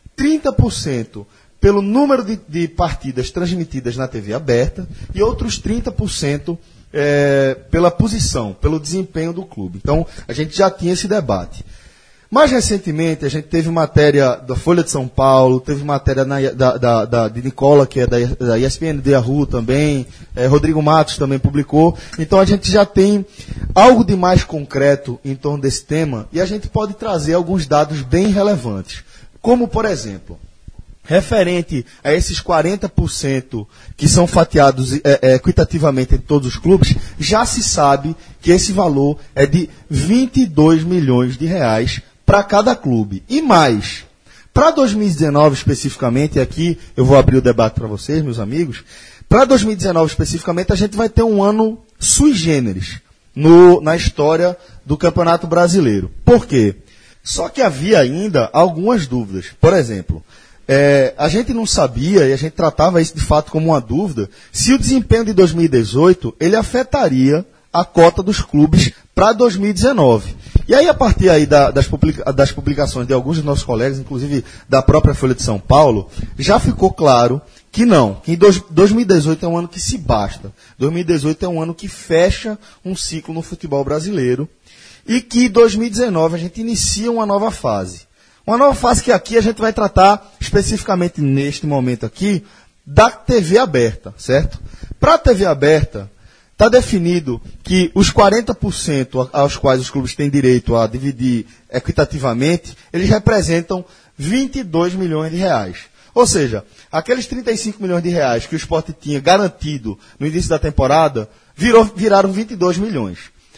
30% pelo número de partidas transmitidas na TV aberta e outros 30% pela posição, pelo desempenho do clube. Então, a gente já tinha esse debate. Mais recentemente, a gente teve matéria da Folha de São Paulo, teve matéria de Nicola, que é da ESPN de Yahoo também, Rodrigo Matos também publicou. Então a gente já tem algo de mais concreto em torno desse tema e a gente pode trazer alguns dados bem relevantes. Como, por exemplo, referente a esses 40% que são fatiados equitativamente em todos os clubes, já se sabe que esse valor é de 22 milhões de reais para cada clube. E mais, para 2019 especificamente, e aqui eu vou abrir o debate para vocês, meus amigos, para 2019 especificamente a gente vai ter um ano sui generis na história do Campeonato Brasileiro. Por quê? Só que havia ainda algumas dúvidas. Por exemplo, a gente não sabia, e a gente tratava isso de fato como uma dúvida, se o desempenho de 2018 ele afetaria a cota dos clubes para 2019. E aí, a partir aí das publicações de alguns dos nossos colegas, inclusive da própria Folha de São Paulo, já ficou claro que não, que 2018 é um ano que se basta. 2018 é um ano que fecha um ciclo no futebol brasileiro e que 2019 a gente inicia uma nova fase. Uma nova fase que aqui a gente vai tratar especificamente neste momento aqui da TV aberta, certo? Para a TV aberta, está definido que os 40% aos quais os clubes têm direito a dividir equitativamente, eles representam 22 milhões de reais. Ou seja, aqueles 35 milhões de reais que o Sport tinha garantido no início da temporada, viraram 22 milhões.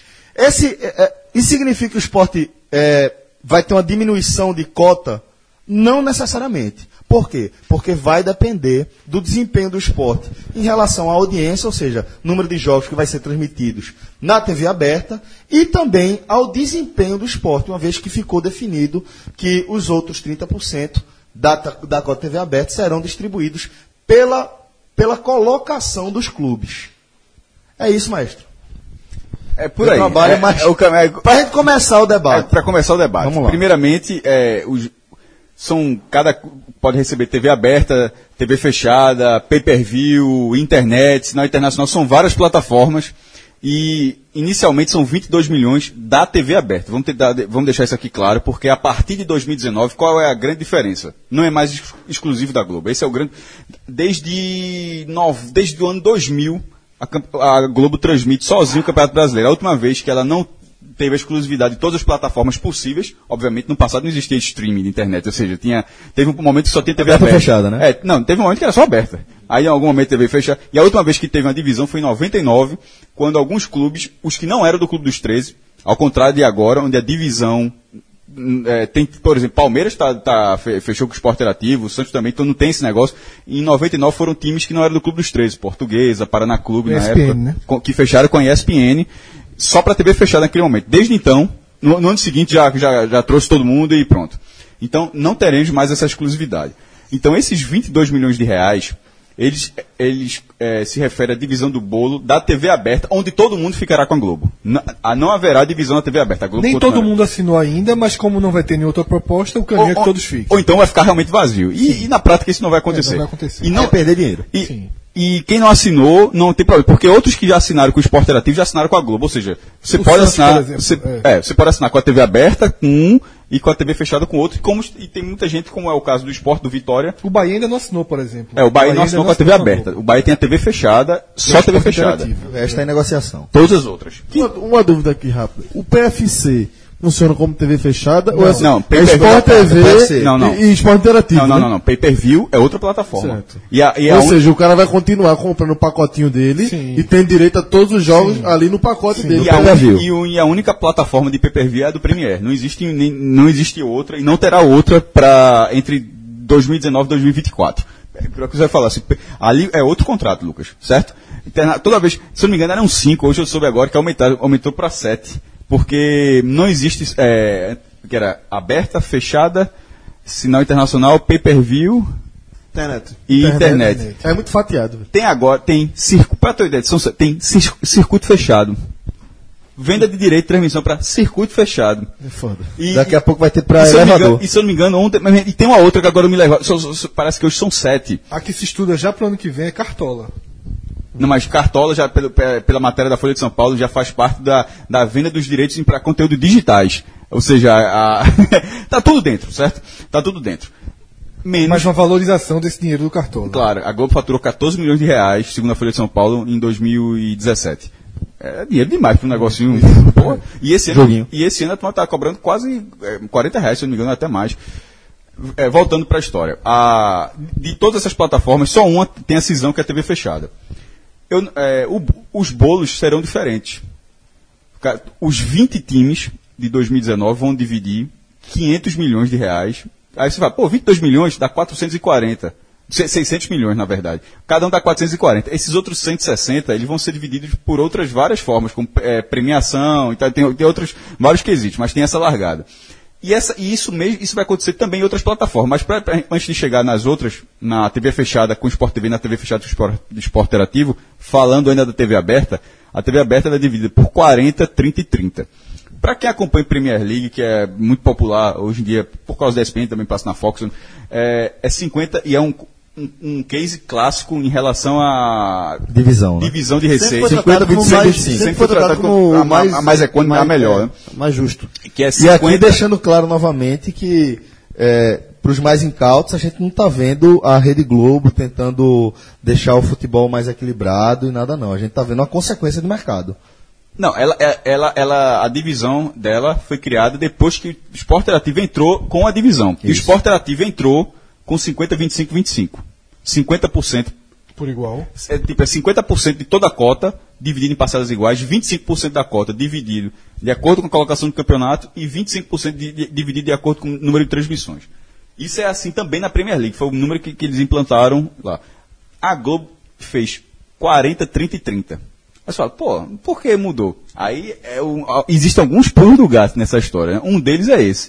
Isso significa que o Sport vai ter uma diminuição de cota? Não necessariamente. Por quê? Porque vai depender do desempenho do Sport em relação à audiência, ou seja, número de jogos que vai ser transmitidos na TV aberta, e também ao desempenho do Sport, uma vez que ficou definido que os outros 30% da cota TV aberta serão distribuídos pela colocação dos clubes. É isso, maestro. É por aí. Para a gente começar o debate. Para começar o debate. Vamos lá. Primeiramente, cada pode receber TV aberta, TV fechada, pay-per-view, internet, sinal internacional, são várias plataformas e inicialmente são 22 milhões da TV aberta. Vamos deixar isso aqui claro, porque a partir de 2019, qual é a grande diferença? Não é mais exclusivo da Globo. Esse é o grande... Desde o ano 2000, a Globo transmite sozinho o Campeonato Brasileiro. A última vez que ela não teve a exclusividade de todas as plataformas possíveis. Obviamente, no passado não existia streaming de internet, ou seja, teve um momento que só tinha TV aberta. Fechada, né? Teve um momento que era só aberta. Aí, em algum momento, TV fechada. E a última vez que teve uma divisão foi em 99, quando alguns clubes, os que não eram do Clube dos 13, ao contrário de agora, onde a divisão tem, por exemplo, Palmeiras fechou com o Sport Interativo, o Santos também, então não tem esse negócio. Em 99 foram times que não eram do Clube dos 13, Portuguesa, Paraná Clube, na ESPN, época, né? Que fecharam com a ESPN, só para TV fechada naquele momento. Desde então, no ano seguinte já trouxe todo mundo e pronto. Então, não teremos mais essa exclusividade. Então, esses 22 milhões de reais, eles se referem à divisão do bolo da TV aberta, onde todo mundo ficará com a Globo. Não haverá divisão da TV aberta. A Globo nem todo mundo assinou ainda, mas como não vai ter nenhuma outra proposta, o caminho é que todos fiquem. Ou então vai ficar realmente vazio. E na prática isso não vai acontecer. Não vai acontecer. E não vai perder dinheiro. Sim. E quem não assinou, não tem problema. Porque outros que já assinaram com o Sport Interativo já assinaram com a Globo. Ou seja, você pode assinar. Você pode assinar com a TV aberta, com um, e com a TV fechada com outro. E tem muita gente, como é o caso do Sport, do Vitória. O Bahia ainda não assinou, por exemplo. O Bahia não assinou com a TV aberta. O Bahia tem a TV fechada, só TV fechada. O resto está em negociação. Todas as outras. Uma dúvida aqui rápida. O PFC funciona como TV fechada? Não, ou é Sport TV não. e Sport Interativo? Não. Pay-per-view é outra plataforma. Certo. Ou seja, o cara vai continuar comprando o pacotinho dele. Sim. E tem direito a todos os jogos ali no pacote dele. E a única plataforma de pay-per-view é a do Premier. Não existe outra e não terá outra entre 2019 e 2024. Para que você vai falar assim, ali é outro contrato, Lucas, certo? Toda vez, se eu não me engano, eram 5, hoje eu soube agora que aumentou para 7. Porque não existe, que era aberta, fechada, sinal internacional, pay-per-view Internet. e internet. É muito fatiado. Velho. Tem agora, pra tua ideia, tem circuito fechado. Venda de direito de transmissão para circuito fechado. É foda. E, Daqui a pouco vai ter pra e se eu não me elevador. engano- e se eu não me engano, ontem. E tem uma outra que agora eu me leva. Parece que hoje são 7. A que se estuda já pro ano que vem é Cartola. Não, mas Cartola, já pela matéria da Folha de São Paulo, já faz parte da venda dos direitos para conteúdo digitais. Ou seja, tá tudo dentro, certo? Tá tudo dentro. Menos. Mas uma valorização desse dinheiro do Cartola. Claro, a Globo faturou 14 milhões de reais, segundo a Folha de São Paulo, em 2017. É dinheiro demais para um negocinho. Porra. E esse ano a turma está cobrando quase R$40, se eu não me engano, até mais. Voltando para a história. De todas essas plataformas, só uma tem a cisão, que é a TV fechada. Os bolos serão diferentes. Os 20 times de 2019 vão dividir 500 milhões de reais. Aí você fala, 22 milhões dá 440. 600 milhões, na verdade. Cada um dá 440. Esses outros 160, eles vão ser divididos por outras várias formas, como premiação, então, tem outros vários quesitos, mas tem essa largada. E isso vai acontecer também em outras plataformas. Mas antes de chegar nas outras, na TV fechada com o Sport TV, na TV fechada do Sport Interativo, falando ainda da TV aberta, a TV aberta é dividida por 40, 30 e 30. Para quem acompanha a Premier League, que é muito popular hoje em dia, por causa da ESPN, também passa na Fox, é 50 e é um case clássico em relação à Divisão, né? divisão de receita. Sempre foi tratado como a mais econômica, a melhor. Mais justo. Que é E 50... aqui deixando claro novamente que para os mais incautos, a gente não está vendo a Rede Globo tentando deixar o futebol mais equilibrado e nada não. A gente está vendo uma consequência do mercado. Não, a divisão dela foi criada depois que o Sport Interativo entrou com a divisão. Isso. E o Sport Interativo entrou com 50, 25, 25. 50% Por igual. é 50% de toda a cota, dividido em parcelas iguais, 25% da cota dividido de acordo com a colocação do campeonato e 25% dividido de acordo com o número de transmissões. Isso é assim também na Premier League, foi o número que eles implantaram lá. A Globo fez 40, 30 e 30. Aí você fala, por que mudou? Aí existem alguns pulos do gato nessa história, né? Um deles é esse.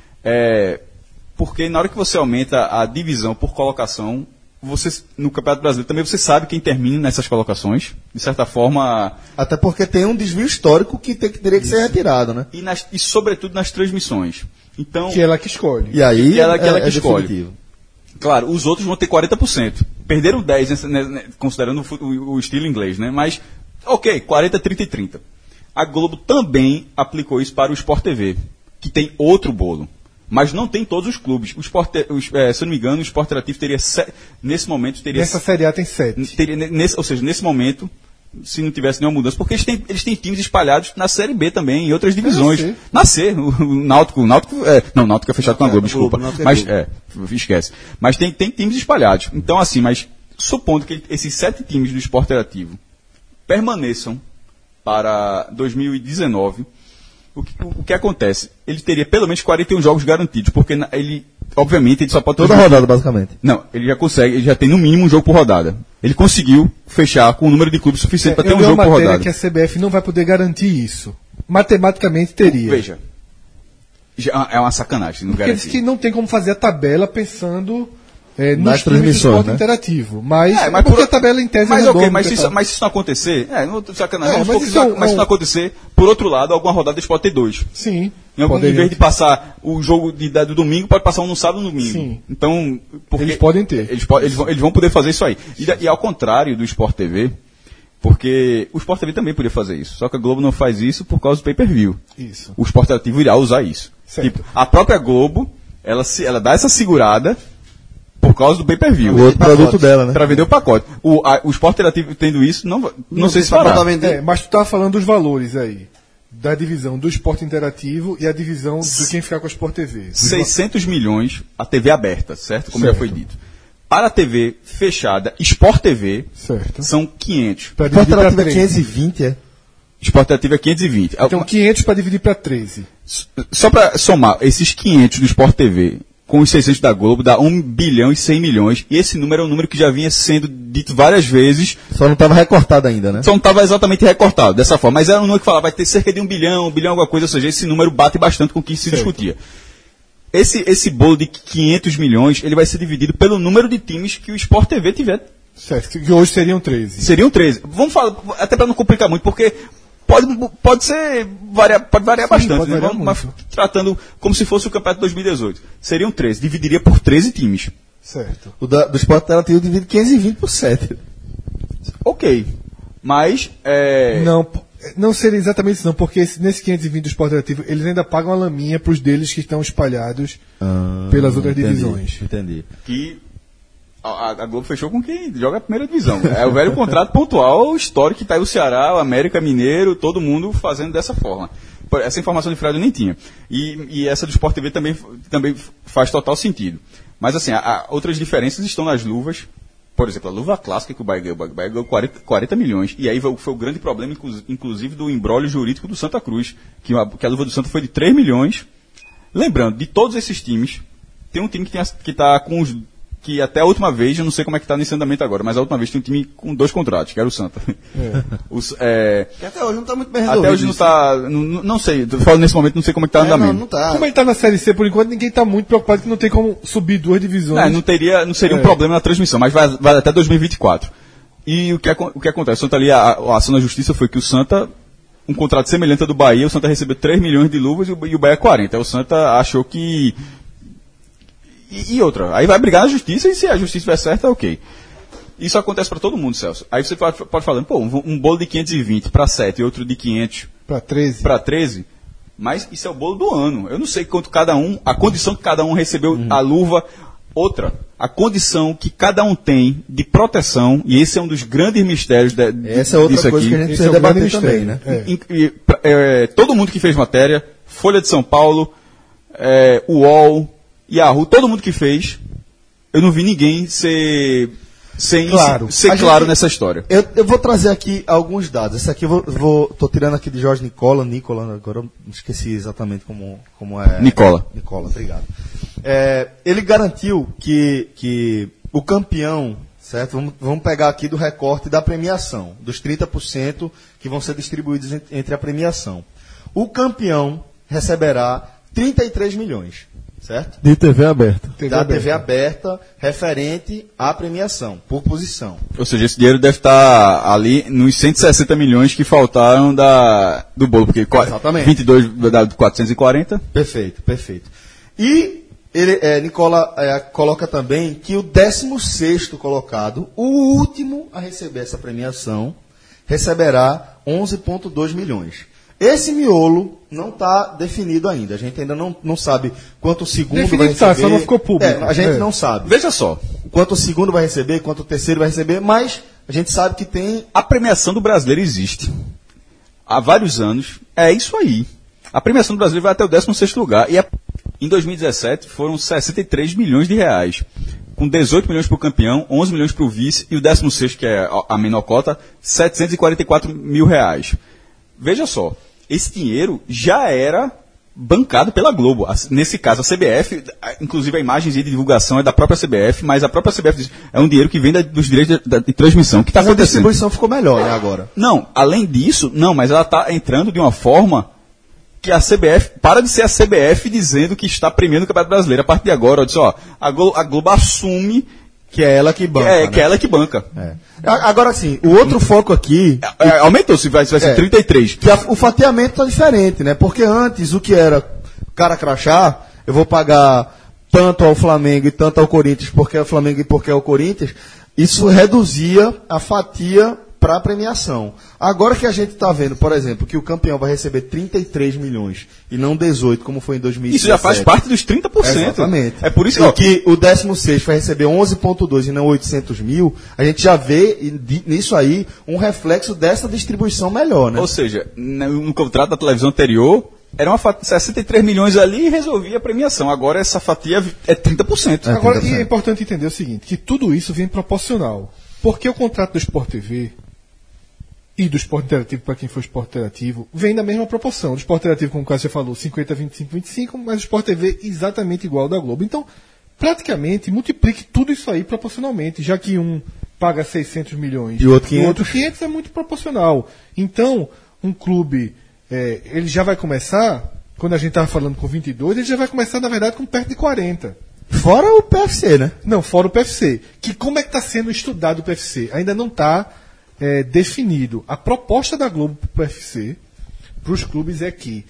Porque na hora que você aumenta a divisão por colocação, no Campeonato Brasileiro também você sabe quem termina nessas colocações. De certa forma... Até porque tem um desvio histórico que teria que ser retirado, né? E sobretudo nas transmissões. Então, Que ela que escolhe. E aí ela que escolhe. definitivo. Claro, os outros vão ter 40%. Perderam 10%, considerando o estilo inglês, né? Mas, ok, 40, 30 e 30. A Globo também aplicou isso para o Sport TV, que tem outro bolo. Mas não tem todos os clubes. Se eu não me engano, o Sport Interativo teria, nesse momento, teria... Nessa Série A tem 7. Ou seja, nesse momento, se não tivesse nenhuma mudança, porque eles têm times espalhados na Série B também, em outras divisões. Na C, o Náutico... Não, o Náutico é fechado com a Globo, desculpa. Mas, esquece. Mas tem times espalhados. Então, assim, mas supondo que esses 7 times do Sport Interativo permaneçam para 2019... O que acontece? Ele teria pelo menos 41 jogos garantidos, porque obviamente, ele só pode... Toda rodada, basicamente. Não, ele já tem no mínimo um jogo por rodada. Ele conseguiu fechar com um número de clubes suficiente para ter um jogo por rodada. Que a CBF não vai poder garantir isso. Matematicamente teria. Veja, é uma sacanagem, não Porque garantir. diz que não tem como fazer a tabela pensando nas nos times do transmissões, Sport né? Interativo. Mas porque a tabela em tese mas é ok, redonda, mas se isso não acontecer, sacanagem, mas mas se não acontecer, por outro lado, alguma rodada eles podem ter 2. Sim. Em vez de passar o jogo do domingo, pode passar um no sábado e no domingo. Sim. Então, Eles podem ter. Eles vão poder fazer isso aí. E ao contrário do Sport TV, porque o Sport TV também podia fazer isso. Só que a Globo não faz isso por causa do pay-per-view. Isso. O Sport Interativo irá usar isso. Certo. Tipo, a própria Globo, ela dá essa segurada por causa do pay-per-view. O outro produto dela, né? Para vender o pacote. O Sport Interativo tendo isso, não sei se fará. Mas tu estava falando dos valores aí. Da divisão do Esporte Interativo e a divisão de quem ficar com a Sport TV. 600 milhões a TV aberta, certo? Como já foi dito. Para a TV fechada, Sport TV, certo. São 500. Pra Sport dividir pra Interativo é 13. 520, é? Sport Interativo é 520. Então 500 para dividir para 13. Só para somar, esses 500 do Sport TV com os 600 da Globo dá 1 bilhão e 100 milhões. E esse número é um número que já vinha sendo dito várias vezes. Só não estava recortado ainda, né? Só não estava exatamente recortado dessa forma. Mas era um número que falava, vai ter cerca de 1 bilhão alguma coisa. Ou seja, esse número bate bastante com o que se discutia. esse bolo de 500 milhões, ele vai ser dividido pelo número de times que o Sport TV tiver. Certo, que hoje seriam 13. Seriam 13. Vamos falar, até para não complicar muito, porque pode variar bastante, pode né? variar Mas muito. tratando como se fosse o campeonato de 2018. Seriam 13, dividiria por 13 times. Certo. O do Sport Interativo divide 520 por 7. Ok. Mas, Não seria exatamente isso, não, porque nesse 520 do Sport Interativo, eles ainda pagam a laminha para os deles que estão espalhados pelas outras divisões. Entendi. que a Globo fechou com quem joga a primeira divisão. É o velho contrato pontual, histórico, que tá aí o Ceará, o América Mineiro, todo mundo fazendo dessa forma. Essa informação de Freire eu nem tinha. E essa do Sport TV também faz total sentido. Mas assim, outras diferenças estão nas luvas. Por exemplo, a luva clássica que o Bahia ganhou 40 milhões. E aí foi o grande problema, inclusive, do imbróglio jurídico do Santa Cruz, que a luva do Santa foi de 3 milhões. Lembrando, de todos esses times, tem um time que está com os... que até a última vez, eu não sei como é que está nesse andamento agora, mas a última vez tem um time com 2 contratos, que era o Santa. Que até hoje não está muito bem resolvido. Até hoje não está... Não sei, eu falo nesse momento, não sei como é que está o andamento. Não tá. Como ele está na Série C, por enquanto, ninguém está muito preocupado que não tem como subir 2 divisões. Não seria um problema na transmissão, mas vai até 2024. E o que acontece? O Santa ali, a ação da justiça foi que o Santa, um contrato semelhante ao do Bahia, o Santa recebeu 3 milhões de luvas e o Bahia 40. Aí o Santa achou que... E outra, aí vai brigar na justiça e se a justiça estiver certa, ok. Isso acontece para todo mundo, Celso. Aí você pode falar, pô, um bolo de 520 para 7 e outro de 500 para 13, mas isso é o bolo do ano. Eu não sei quanto cada um, a condição que cada um recebeu a luva. Outra, a condição que cada um tem de proteção, e esse é um dos grandes mistérios Essa é outra disso coisa aqui. que a gente Esse é precisa o grande debater também, mistério, né? Todo mundo que fez matéria, Folha de São Paulo, UOL, Yahoo, todo mundo que fez, eu não vi ninguém ser claro nessa história. Eu vou trazer aqui alguns dados. Esse aqui tô tirando aqui de Jorge Nicola, agora eu esqueci exatamente como é. Nicola, obrigado. Ele garantiu que o campeão, certo? Vamos pegar aqui do recorte da premiação, dos 30% que vão ser distribuídos entre a premiação. O campeão receberá 33 milhões. Certo? De TV aberta. TV aberta referente à premiação, por posição. ou seja, esse dinheiro deve estar ali nos 160 milhões que faltaram do bolo, porque Exatamente. 22 dá 440. Perfeito. E Nicola coloca também que o 16º colocado, o último a receber essa premiação, receberá 11,2 milhões. Esse miolo não está definido ainda. A gente ainda não sabe quanto o segundo vai receber. Só não ficou público. A gente não sabe. Veja só, Quanto o segundo vai receber, quanto o terceiro vai receber, mas a gente sabe que tem... a premiação do brasileiro existe há vários anos. É isso aí. A premiação do brasileiro vai até o 16º lugar. E em 2017 foram 63 milhões de reais. Com 18 milhões para o campeão, 11 milhões para o vice e o 16º, que é a menor cota, 744 mil reais. Veja só, esse dinheiro já era bancado pela Globo. Nesse caso, a CBF, inclusive a imagem de divulgação é da própria CBF, mas a própria CBF diz, é um dinheiro que vem dos direitos de transmissão. O que está Mas a acontecendo? distribuição ficou melhor, né, agora. Não, além disso, mas ela está entrando de uma forma que a CBF, para de ser a CBF dizendo que está premiando o Campeonato Brasileiro. A partir de agora, eu disse, a Globo assume Que é ela que banca. que é ela que banca. Agora sim, o outro foco aqui... Aumentou, se vai ser 33. Que o fatiamento está diferente, né? Porque antes o que era cara crachá, eu vou pagar tanto ao Flamengo e tanto ao Corinthians, porque é o Flamengo e porque é o Corinthians, isso reduzia a fatia para a premiação. Agora que a gente está vendo, por exemplo, que o campeão vai receber 33 milhões e não 18, como foi em 2017. Isso já faz parte dos 30%. Exatamente. É por isso que o 16º vai receber 11,2 e não 800 mil, a gente já vê nisso aí um reflexo dessa distribuição melhor, né? Ou seja, no contrato da televisão anterior, era uma fatia, 63 milhões ali e resolvia a premiação. Agora essa fatia é 30%. Agora, e é importante entender o seguinte, que tudo isso vem proporcional. Porque o contrato do Sport TV e do Sport Interativo, para quem for Sport Interativo, vem da mesma proporção. Do Sport Interativo, como o Cássio falou, 50, 25, 25, mas o Sport TV exatamente igual ao da Globo. Então, praticamente, multiplique tudo isso aí proporcionalmente, já que um paga 600 milhões e o outro 500 é muito proporcional. Então, um clube, ele já vai começar quando a gente estava falando com 22, ele já vai começar, na verdade, com perto de 40. Fora o PFC, né? Não, fora o PFC. Que como é que está sendo estudado o PFC? Ainda não está definido. A proposta da Globo para o PFC, para os clubes, é que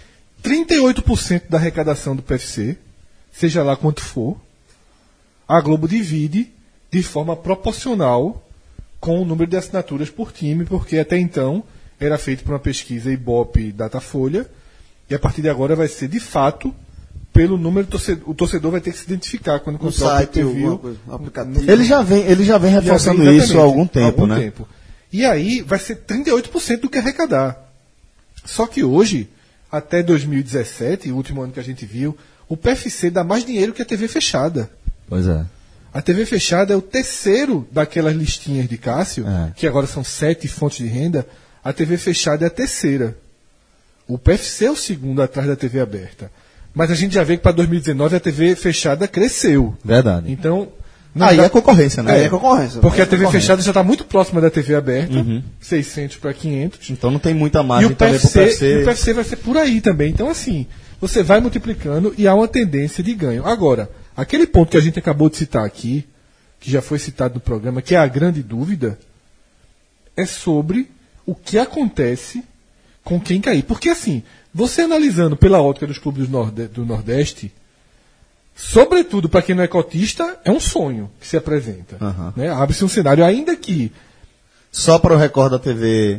38% da arrecadação do PFC, seja lá quanto for, a Globo divide de forma proporcional com o número de assinaturas por time, porque até então era feito por uma pesquisa Ibope Datafolha, e a partir de agora vai ser de fato pelo número o torcedor vai ter que se identificar quando No comprar o site, pay-per-view. alguma coisa, aplicativo. Ele já vem reforçando Exatamente, isso há algum tempo, né? E aí vai ser 38% do que arrecadar. Só que hoje, até 2017, o último ano que a gente viu, o PFC dá mais dinheiro que a TV fechada. Pois é. A TV fechada é o terceiro daquelas listinhas de Cássio, que agora são 7 fontes de renda. A TV fechada é a terceira. O PFC é o segundo atrás da TV aberta. Mas a gente já vê que para 2019 a TV fechada cresceu. Verdade. Então. não Aí dá- é concorrência, né? Aí é concorrência. Porque a É TV concorrência. fechada já está muito próxima da TV aberta, 600 para 500. Então não tem muita E margem o também pro PFC, e o PFC. PFC vai ser por aí também. Então, assim, você vai multiplicando e há uma tendência de ganho. Agora, aquele ponto que a gente acabou de citar aqui, que já foi citado no programa, que é a grande dúvida, é sobre o que acontece com quem cair. Porque, assim, você analisando pela ótica dos clubes do Nordeste, sobretudo para quem não é cotista, é um sonho que se apresenta. Aham. Né? Abre-se um cenário, ainda que Só para o recorde da TV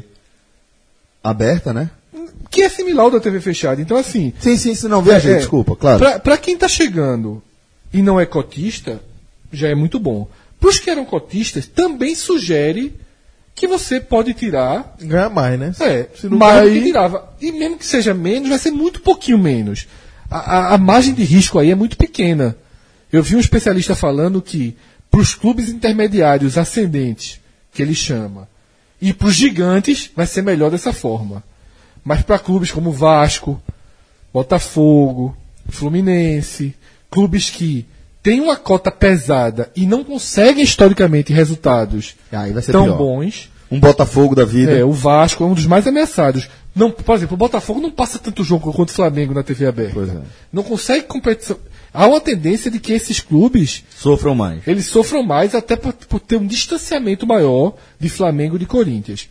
aberta, né? é similar ao da TV fechada. Então, assim, Sim, não, viajei, desculpa, claro. Para quem está chegando e não é cotista, já é muito bom. Para os que eram cotistas, também sugere que você pode tirar Ganha mais, né? Se não mais do cair- que tirava. E mesmo que seja menos, vai ser muito pouquinho menos. A margem de risco aí é muito pequena. Eu vi um especialista falando que para os clubes intermediários ascendentes, que ele chama, e para os gigantes, vai ser melhor dessa forma. Mas para clubes como Vasco, Botafogo, Fluminense, clubes que têm uma cota pesada e não conseguem historicamente resultados Aí vai ser tão pior. bons. Um Botafogo da vida. O Vasco é um dos mais ameaçados. Não, por exemplo, o Botafogo não passa tanto jogo quanto o Flamengo na TV aberta. Pois é. Não consegue competição. Há uma tendência de que esses clubes Sofram mais. eles sofram mais até por ter um distanciamento maior de Flamengo e de Corinthians.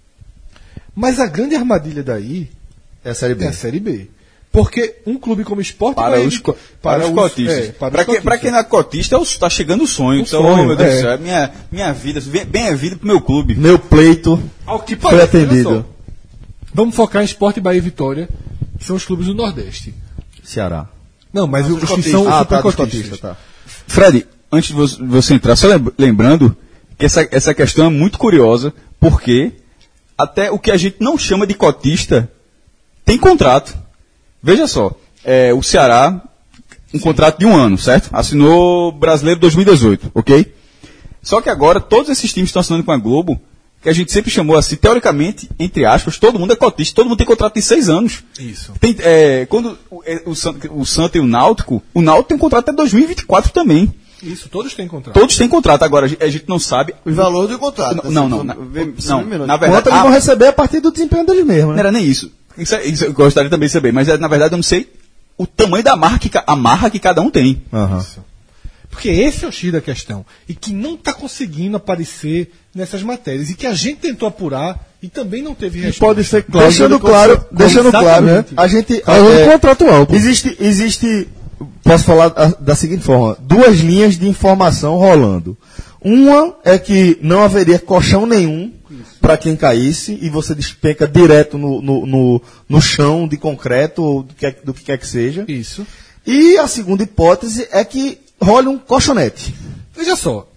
Mas a grande armadilha daí É a Série B. é a Série B. Porque um clube como o Sport Para vai- os cotistas. para os Para quem não é cotista, está chegando o sonho. Então, sonho, meu Deus do é. céu, minha vida, bem é vida pro meu clube. Meu pleito Ao que foi parece, olha atendido. só. Vamos focar em Sport, Bahia e Vitória, que são os clubes do Nordeste. Ceará. Não, mas os que cotistas. são Ah, super tá, dos cotistas. cotistas, tá. Fred, antes de você entrar, só lembrando que essa questão é muito curiosa, porque até o que a gente não chama de cotista tem contrato. Veja só, o Ceará, um contrato de 1 ano, certo? Assinou Brasileiro 2018, ok? Só que agora todos esses times estão assinando com a Globo, que a gente sempre chamou assim, teoricamente, entre aspas, todo mundo é cotista, todo mundo tem contrato de 6 anos. Isso. Tem, quando o Santa e o Náutico tem um contrato até 2024 também. Isso, todos têm contrato. Todos têm contrato, agora a gente não sabe. Os valores do contrato. Não, assim, na Quanto verdade. eles vão receber a partir do desempenho deles mesmos, Não né? era nem isso. Isso eu gostaria também de saber, mas na verdade eu não sei o tamanho da marra que cada um tem. Aham. Porque esse é o X da questão. E que não está conseguindo aparecer nessas matérias. E que a gente tentou apurar e também não teve E resposta. pode ser cláusula Deixando claro, Exatamente. a gente contratual. Pô. existe, posso falar da seguinte forma, 2 linhas de informação rolando. Uma é que não haveria colchão nenhum para quem caísse e você despenca direto no chão de concreto ou do que quer que seja. Isso. E a segunda hipótese é que role um colchonete. Veja só.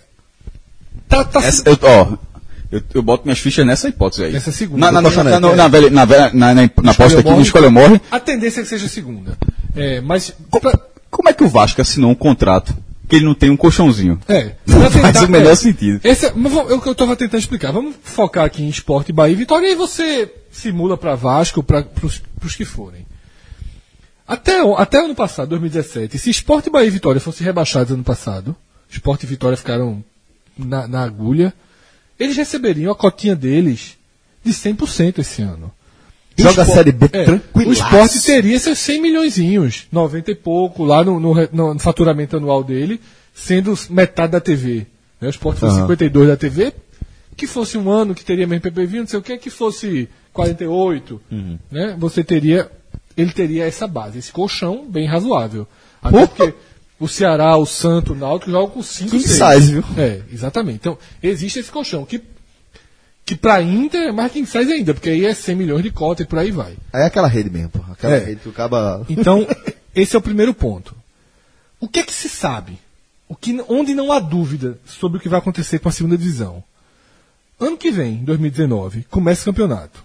Eu boto minhas fichas nessa hipótese aí. Nessa segunda. Na Escolha aposta aqui morre. no Escolha Morre. A tendência é que seja a segunda. Mas. Como é que o Vasco assinou um contrato que ele não tem um colchãozinho? Pra Faz o menor sentido. É o que eu estava tentando explicar. Vamos focar aqui em Sport, Bahia e Vitória e aí você simula para Vasco, para os que forem. Até o ano passado, 2017, se Sport, Bahia e Vitória fossem rebaixados ano passado, Sport e Vitória ficaram na agulha, eles receberiam a cotinha deles de 100% esse ano. Joga a Série B O tranquilaço. Sport teria seus 100 milhõezinhos, 90 e pouco, lá no faturamento anual dele, sendo metade da TV. Né? O Sport foi 52 da TV, que fosse um ano que teria mesmo PPV, não sei o que fosse 48, né? Ele teria essa base, esse colchão bem razoável. Até porque o Ceará, o Santos, o Náutico jogam com 5, King 6. size, viu? Exatamente. Então, existe esse colchão, que pra Inter é mais King size ainda, porque aí é 100 milhões de cota e por aí vai. Aí é aquela rede mesmo, porra. Aquela rede que o caba... Então, esse é o primeiro ponto. O que é que se sabe? Onde não há dúvida sobre o que vai acontecer com a segunda divisão? Ano que vem, 2019, começa o campeonato.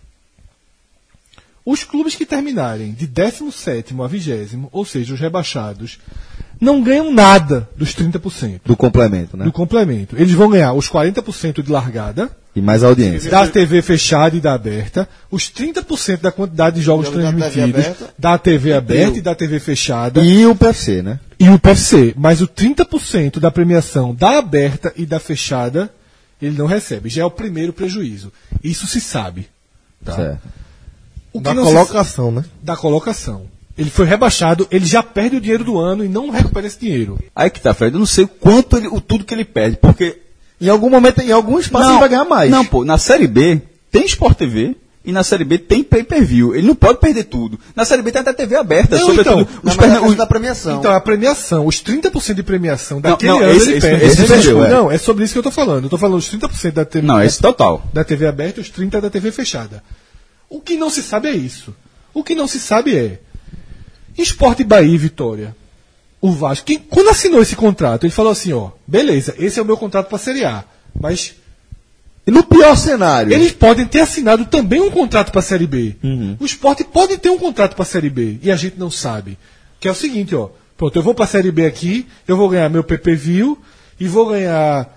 Os clubes que terminarem de 17º a 20º, ou seja, os rebaixados, não ganham nada dos 30%. Do complemento, né? Do complemento. Eles vão ganhar os 40% de largada, E mais audiência. da TV fechada e da aberta, os 30% da quantidade de jogos Jogo da TV transmitidos, aberta. da TV aberta e da TV fechada, E o PFC, né? e o PFC. Mas o 30% da premiação da aberta e da fechada, ele não recebe. Já é o primeiro prejuízo. Isso se sabe. Tá? Certo. O que Da não se colocação, né? da colocação. Ele foi rebaixado, ele já perde o dinheiro do ano e não recupera esse dinheiro. Aí que tá, Fred. Eu não sei o quanto tudo que ele perde, porque. Em algum momento, em algum espaço, ele vai ganhar mais. Não, pô, na Série B tem Sport TV e na Série B tem pay-per-view. Ele não pode perder tudo. Na Série B tem até TV aberta, Não, sobretudo então, os Mas é a questão da premiação. Então, a premiação, os 30% de premiação daquele não, ano esse- ele esse- perde. esse entendeu, é. Não, é sobre isso que eu tô falando. Eu tô falando os 30% da TV, Não, esse total. da TV aberta e os 30% da TV fechada. O que não se sabe é isso. O que não se sabe é Sport Bahia e Vitória. O Vasco, quando assinou esse contrato, ele falou assim, ó, beleza, esse é o meu contrato para a Série A, mas E no pior cenário, eles podem ter assinado também um contrato para a Série B. O Sport pode ter um contrato para a Série B e a gente não sabe. Que é o seguinte, ó, pronto, eu vou para a Série B aqui, eu vou ganhar meu PPV e vou ganhar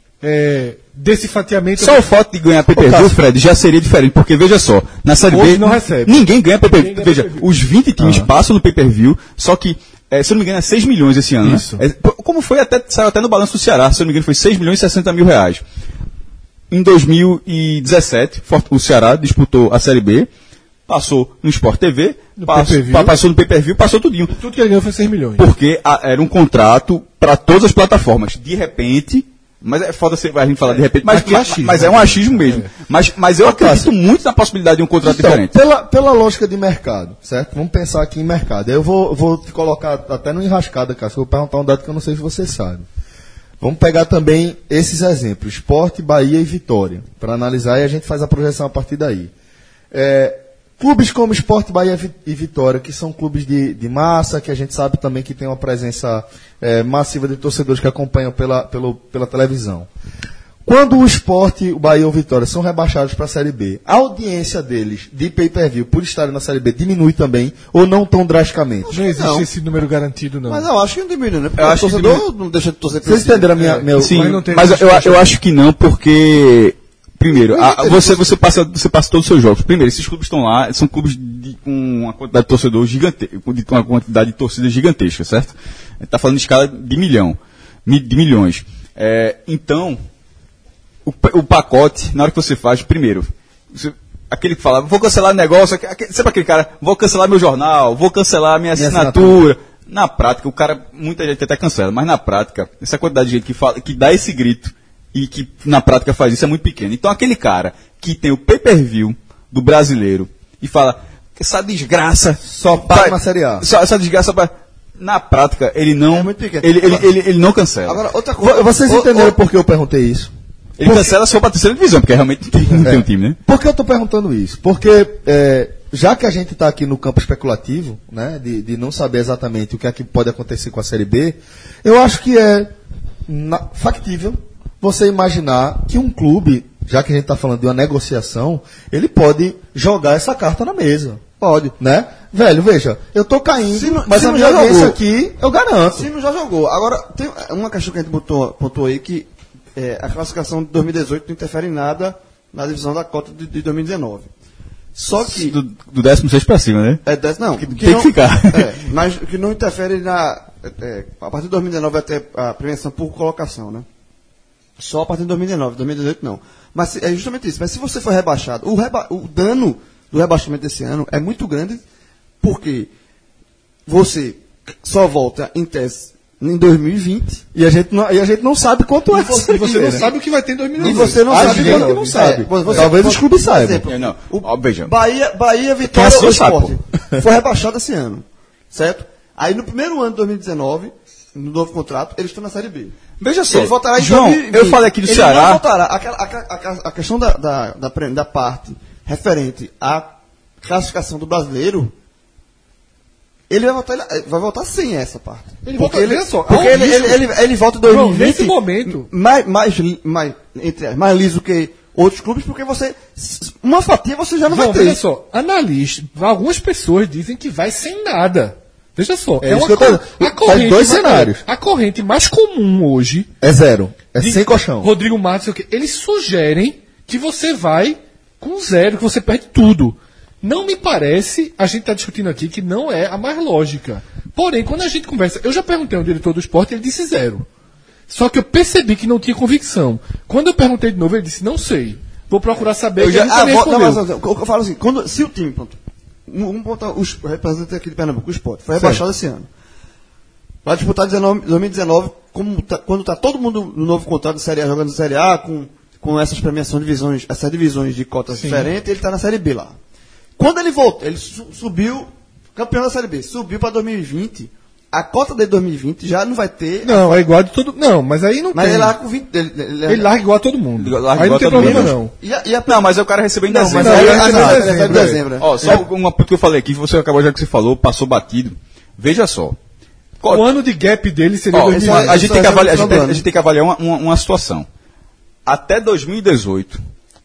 desse fatiamento. Só o fato de ganhar pay-per-view, Fred, já seria diferente, porque veja só, na Série Hoje B não recebe. ninguém ganha pay-per-view. Ninguém ganha Veja, pay-per-view. os 20 times passam no pay-per-view, só que, se eu não me engano, é 6 milhões esse ano, Isso. né? Como foi, saiu até no balanço do Ceará, se eu não me engano, foi 6 milhões e 60 mil reais. Em 2017, o Ceará disputou a Série B, passou no Sport TV, pay-per-view. passou no pay-per-view, passou tudinho. Tudo que ele ganhou foi 6 milhões. Porque era um contrato para todas as plataformas. De repente, mas é foda a gente falar de repente, Aqui é achismo, mas é um achismo mesmo. Mas eu acredito muito na possibilidade de um contrato então, diferente. pela lógica de mercado, certo? Vamos pensar aqui em mercado. Aí eu vou te colocar até no enrascada, cara. Vou perguntar um dado que eu não sei se você sabe. Vamos pegar também esses exemplos, Sport, Bahia e Vitória, para analisar e a gente faz a projeção a partir daí. Clubes como Sport, Bahia e Vitória, que são clubes de massa, que a gente sabe também que tem uma presença massiva de torcedores que acompanham pela televisão. Quando o Sport, o Bahia ou o Vitória são rebaixados para a Série B, a audiência deles de pay-per-view por estarem na Série B diminui também ou não tão drasticamente? Não existe Não. esse número garantido, não. Mas eu acho que não diminui, né? Porque Eu o acho que torcedor não deixa de torcer por Vocês entenderam meu... Sim, mas não tem mas justificativa. eu acho que não, porque primeiro, você passa todos os seus jogos. Primeiro, esses clubes estão lá, são clubes com uma quantidade de torcedores gigantesca, com uma quantidade de torcidas gigantesca, certo? A gente está falando de escala de milhões. Então, o pacote, na hora que você faz, primeiro, aquele que fala, vou cancelar negócio, sempre aquele cara, vou cancelar meu jornal, vou cancelar minha assinatura. Na prática, muita gente até cancela, mas na prática, essa quantidade de gente que dá esse grito e que na prática faz isso é muito pequena. Então aquele cara que tem o pay-per-view do brasileiro e fala, essa desgraça Só paga na Série A. essa desgraça na prática ele não É muito pequeno. ele não cancela. Agora, outra coisa. Vocês entenderam por que eu perguntei isso? Ele cancela só para a terceira divisão, porque realmente não tem um time, né? Por que eu estou perguntando isso? Porque já que a gente está aqui no campo especulativo, né, de não saber exatamente o que é que pode acontecer com a Série B, eu acho que é factível você imaginar que um clube, já que a gente está falando de uma negociação, ele pode jogar essa carta na mesa. Pode. Né? Velho, veja, eu tô caindo, mas a minha audiência aqui, eu garanto. Sim, não já jogou. Agora, tem uma questão que a gente pontuou aí que a classificação de 2018 não interfere em nada na divisão da cota de 2019. Só que. Do 16 para cima, né? Não, tem que ficar. Mas que não interfere na. A partir de 2019 vai ter a premiação por colocação, né? Só a partir de 2019, 2018 não. Mas é justamente isso. Mas se você for rebaixado, o dano do rebaixamento desse ano é muito grande, porque você só volta em tese em 2020 E a gente não sabe quanto é. E você não sabe o que vai ter em 2019. e você não A sabe gente quando não sabe. você- Talvez os clubes por saibam. exemplo, Não, o veja. Bahia, Vitória assistiu ou sabe, Sport foi rebaixado esse ano, certo? Aí no primeiro ano de 2019, no novo contrato, eles estão na Série B. Veja só, Ele voltará em João, 2020. eu falei aqui do Ele Ceará. Não voltará. A questão da parte referente à classificação do brasileiro, ele vai voltar sem essa parte. Ele porque volta- veja só, porque há um ele, risco. ele volta em João, 2020 nesse momento- mais liso que outros clubes, porque uma fatia você já não João, vai ter. veja só, analista, algumas pessoas dizem que vai sem nada. Veja só, É isso que eu tô dizendo. Faz dois cenários. A corrente mais comum hoje É zero. É de sem colchão. Rodrigo Matos, sei o quê, eles sugerem que você vai com zero, que você perde tudo. Não me parece, a gente está discutindo aqui, que não é a mais lógica. Porém, quando a gente conversa, eu já perguntei ao diretor do esporte, ele disse zero. Só que eu percebi que não tinha convicção. Quando eu perguntei de novo, ele disse, não sei. Vou procurar saber. Eu Ele nunca me respondeu. eu falo assim, se o time, pronto, vamos botar os representantes aqui de Pernambuco, o Sport, foi rebaixado esse ano. Vai disputar 2019, quando está todo mundo no novo contrato de Série A, jogando Série A, com essas premiações, essas divisões de cotas diferentes, ele está na Série B lá. Quando ele volta, ele subiu, campeão da Série B, subiu para 2020, a cota de 2020 já não vai ter. Não, é igual a de todo. Não, mas aí não Mas tem. ele larga com 20. Ele larga igual a todo mundo. Ele larga Aí não igual tem a todo problema, mundo. não. Não, mas aí o cara recebeu em Não, dezembro. mas aí ele ele recebeu em recebe dezembro, em dezembro. Ó, só uma que eu falei aqui, que você acabou já que você falou, passou batido. Veja só. O ano de gap dele seria Ó, 2020. a gente tem que avaliar, no final do ano. a gente tem que avaliar uma situação. Até 2018,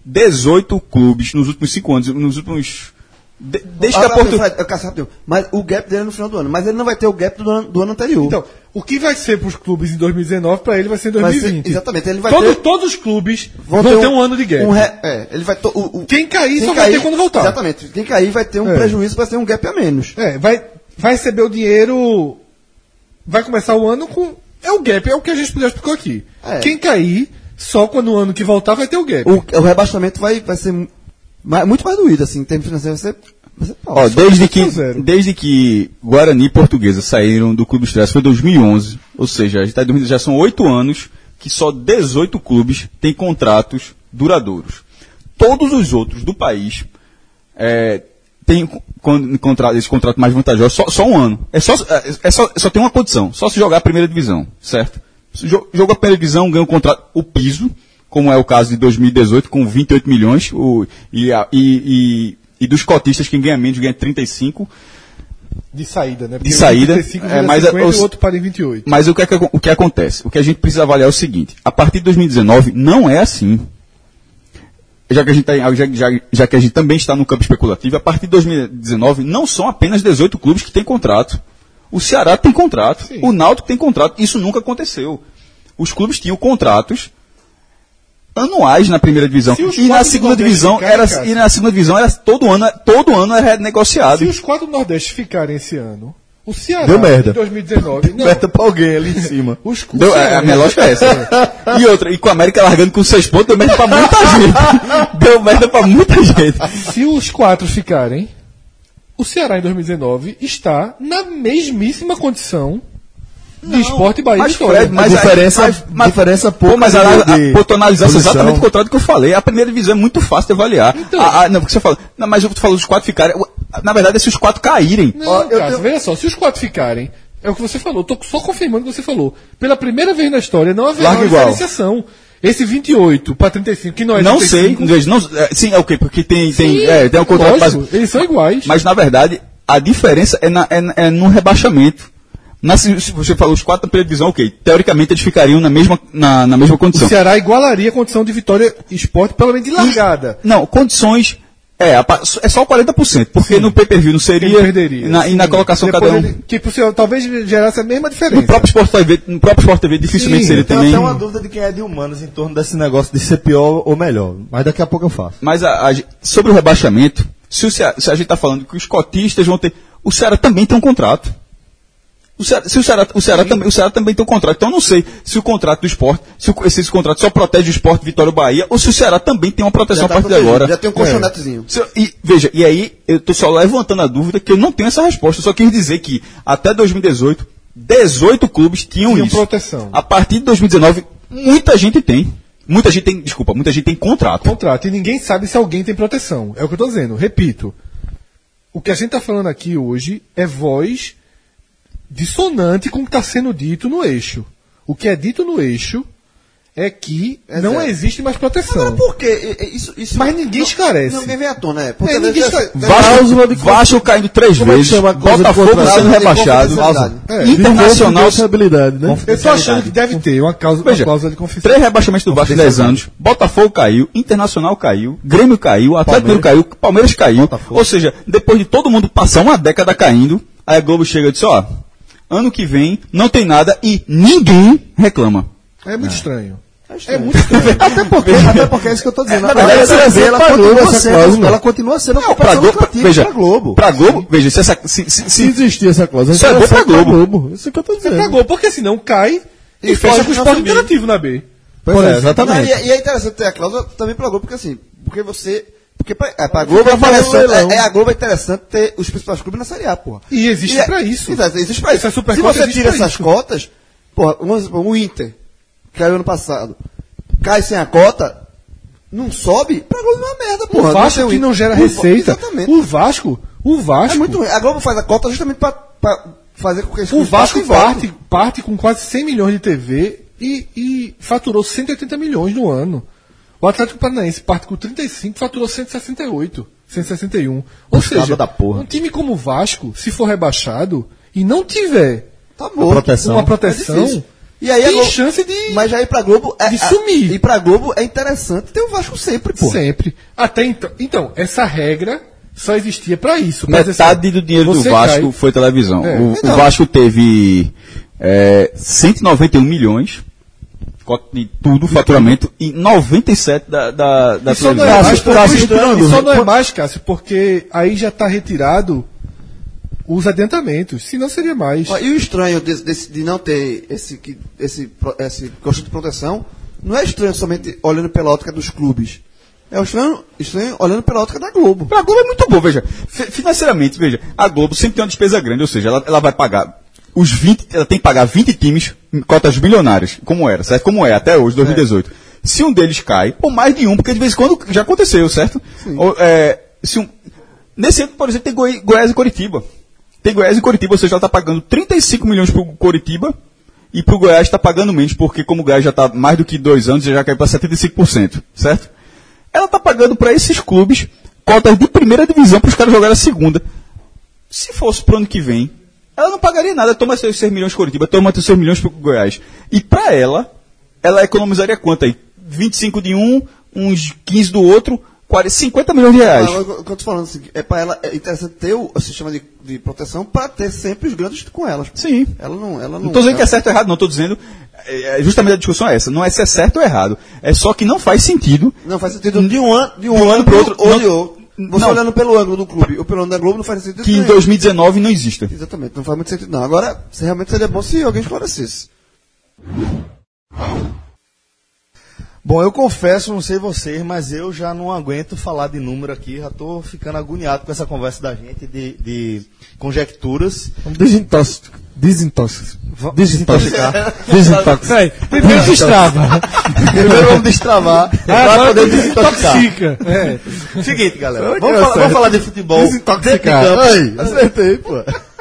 18 clubes nos últimos 5 anos, nos últimos. Desde que a Porto. Mas o gap dele é no final do ano. Mas ele não vai ter o gap do ano anterior. Então, o que vai ser para os clubes em 2019, para ele vai ser em Vai ser- 2020. exatamente, ele vai Todos os clubes vão ter um ano de gap. Ele vai Quem cair só vai ter quando voltar. Exatamente. Quem cair vai ter um prejuízo, vai ter um gap a menos. Vai receber o dinheiro. Vai começar o ano com. É o gap, é o que a gente já explicou aqui. É. Quem cair, só quando o ano que voltar vai ter o gap. O rebaixamento vai ser muito mais doído, assim, em termos financeiros vai ser pau. Ó, zero. desde que Guarani e Portuguesa saíram do Clube Estresse foi 2011, ou seja, a gente tá em 2000, já são 8 anos que só 18 clubes têm contratos duradouros. Todos os outros do país têm esse contrato mais vantajoso só um ano. Só tem uma condição, só se jogar a primeira divisão, certo? Jogou a primeira divisão, ganha um contrato, o piso, como é o caso de 2018, com 28 milhões, e dos cotistas, quem ganha menos ganha 35. De saída, né? De saída, 35 mas mas 50, e o outro para em 28. Mas o que acontece? O que a gente precisa avaliar é o seguinte: a partir de 2019 não é assim. Já que a gente também está no campo especulativo, a partir de 2019 não são apenas 18 clubes que têm contrato. O Ceará tem contrato, Sim. o Náutico tem contrato. Isso nunca aconteceu. Os clubes tinham contratos anuais na primeira divisão. Se os E na quatro do segunda Nordeste divisão era todo ano era renegociado. Se os 4 do Nordeste ficarem esse ano, o Ceará Deu merda. em 2019. Não, Meta pra alguém ali em cima. os A minha lógica é essa. E outra, e com a América largando com 6 pontos, deu merda pra muita gente. Deu merda pra muita gente. Se os 4 ficarem, o Ceará em 2019 está na mesmíssima condição de Sport, Bahia e Mas, Vitória. Fred, mas diferença pouca. mas tu analisasse posição. exatamente o contrário do que eu falei. A primeira divisão é muito fácil de avaliar. Então. Não, porque você fala, não, mas eu tô falando os 4 ficarem. Na verdade, é se os 4 caírem. Não, Cássio, veja só, se os 4 ficarem, é o que você falou, estou só confirmando o que você falou. Pela primeira vez na história, não haverá Larga uma igual. diferenciação. Esse 28 para 35, que não é Não sei, 35, sim, é o quê? Porque tem um lógico, contrato básico. eles são iguais. Mas, na verdade, a diferença é no rebaixamento. Se você falou os 4 da primeira divisão, ok. Teoricamente, eles ficariam na mesma O condição. Ceará igualaria a condição de Vitória e Sport, pelo menos de largada. Não, condições. É só 40%, porque no pay-per-view não seria. Ele perderia. E na colocação Depois cada um. que talvez gerasse a mesma diferença. No próprio Sport TV dificilmente Sim, seria Tem também. até uma dúvida de quem é de humanos em torno desse negócio de ser pior ou melhor. Mas daqui a pouco eu faço. Mas sobre o rebaixamento, se a gente está falando que os cotistas vão ter. O Ceará também tem um contrato. O Ceará também tem um contrato. Então eu não sei se o contrato do Sport, se esse contrato só protege o Sport, Vitória ou Bahia, ou se o Ceará também tem uma proteção a partir de agora. Já tem um colchonetezinho. E aí, eu estou só levantando a dúvida que eu não tenho essa resposta. Eu só quis dizer que até 2018, 18 clubes tinham isso. Proteção. A partir de 2019, muita gente tem contrato. Contrato. E ninguém sabe se alguém tem proteção. É o que eu estou dizendo. Repito. O que a gente está falando aqui hoje é voz dissonante com o que está sendo dito no eixo. O que é dito no eixo é que não existe mais proteção. Agora, por quê? Isso Mas ninguém esclarece. Ninguém vem à tona, Porque ninguém esclarece. Vasco caindo 3 vezes, Botafogo sendo rebaixado, Internacional... Né? Eu estou achando que deve ter uma cláusula de confidencialidade. 3 rebaixamentos do Vasco em 10 anos, Botafogo caiu, Internacional caiu, Grêmio caiu, Atlético Mineiro caiu, Palmeiras caiu. Ou seja, depois de todo mundo passar uma década caindo, aí a Globo chega e diz, ano que vem não tem nada e ninguém reclama. É muito estranho. É muito estranho. Até porque é isso que eu estou dizendo. Na verdade, ela continua sendo uma comparação lucrativa pra Globo. Pra Globo, veja, se existir essa cláusula, isso é bom pra Globo. Isso é que eu estou dizendo. É pra Globo, porque senão cai e fecha com o Sport Interativo na B. Exatamente. E é interessante ter a cláusula também pra Globo, porque pra Globo a Globo é interessante ter os principais clubes na Série A, porra. E existe pra isso. Existe pra isso. Se você tira essas cotas, porra, o Inter caiu ano passado, cai sem a cota, não sobe, pra Globo não é uma merda, porra. O Vasco que não gera receita. Exatamente. O Vasco. É muito ruim. A Globo faz a cota justamente pra fazer com que esse o Vasco parte com quase 100 milhões de TV e faturou 180 milhões no ano. O Atlético Paranaense parte com 35, faturou 168, 161. Ou seja, um time como o Vasco, se for rebaixado e não tiver uma proteção e aí tem chance de. Mas aí pra Globo de sumir. E pra Globo é interessante ter o Vasco sempre, pô. Sempre. Até então. Então, essa regra só existia pra isso. Metade do dinheiro do Vasco foi televisão. O Vasco teve 191 milhões. De tudo, faturamento, e 97 da televisão. Só não é mais, Cássio, porque aí já está retirado os adiantamentos, senão seria mais. E o estranho de não ter esse conjunto de proteção, não é estranho somente olhando pela ótica dos clubes. É estranho olhando pela ótica da Globo. A Globo é muito boa, veja. Financeiramente, veja, a Globo sempre tem uma despesa grande, ou seja, ela vai pagar ela tem que pagar 20 times em cotas bilionárias, como era, certo? Como é até hoje, 2018. Se um deles cai, ou mais de um, porque de vez em quando já aconteceu, certo? Nesse ano, por exemplo, tem Goiás e Coritiba. Tem Goiás e Coritiba, ou seja, ela está pagando 35 milhões para o Coritiba e para o Goiás está pagando menos, porque como o Goiás já está mais do que 2 anos, já caiu para 75%, certo? Ela está pagando para esses clubes cotas de primeira divisão para os caras jogarem a segunda. Se fosse para o ano que vem, ela não pagaria nada, toma seus 6 milhões de Coritiba, toma seus 6 milhões para o Goiás. E para ela economizaria quanto aí? 25 de um, uns 15 do outro, 50 milhões de reais. O que eu estou falando assim, para ela é interessante ter o sistema de proteção para ter sempre os grandes com elas. Sim. Ela não estou dizendo que é certo ou errado, não estou dizendo. Justamente a discussão é essa, não é se é certo ou errado. É só que não faz sentido. Não faz sentido de um ano para o outro, ou de outro. Você olhando pelo ângulo do clube ou pelo ângulo da Globo não faz sentido. Que em 2019 não exista. Exatamente, não faz muito sentido não. Agora, realmente seria bom se alguém esclarecesse. Bom, eu confesso, não sei vocês, mas eu já não aguento falar de número aqui, já estou ficando agoniado com essa conversa da gente de conjecturas. Vamos desintoxicar. Primeiro destrava. Primeiro vamos destravar para poder desintoxicar. Seguinte, galera, vamos falar de futebol. Desintoxicar. Acertei, pô.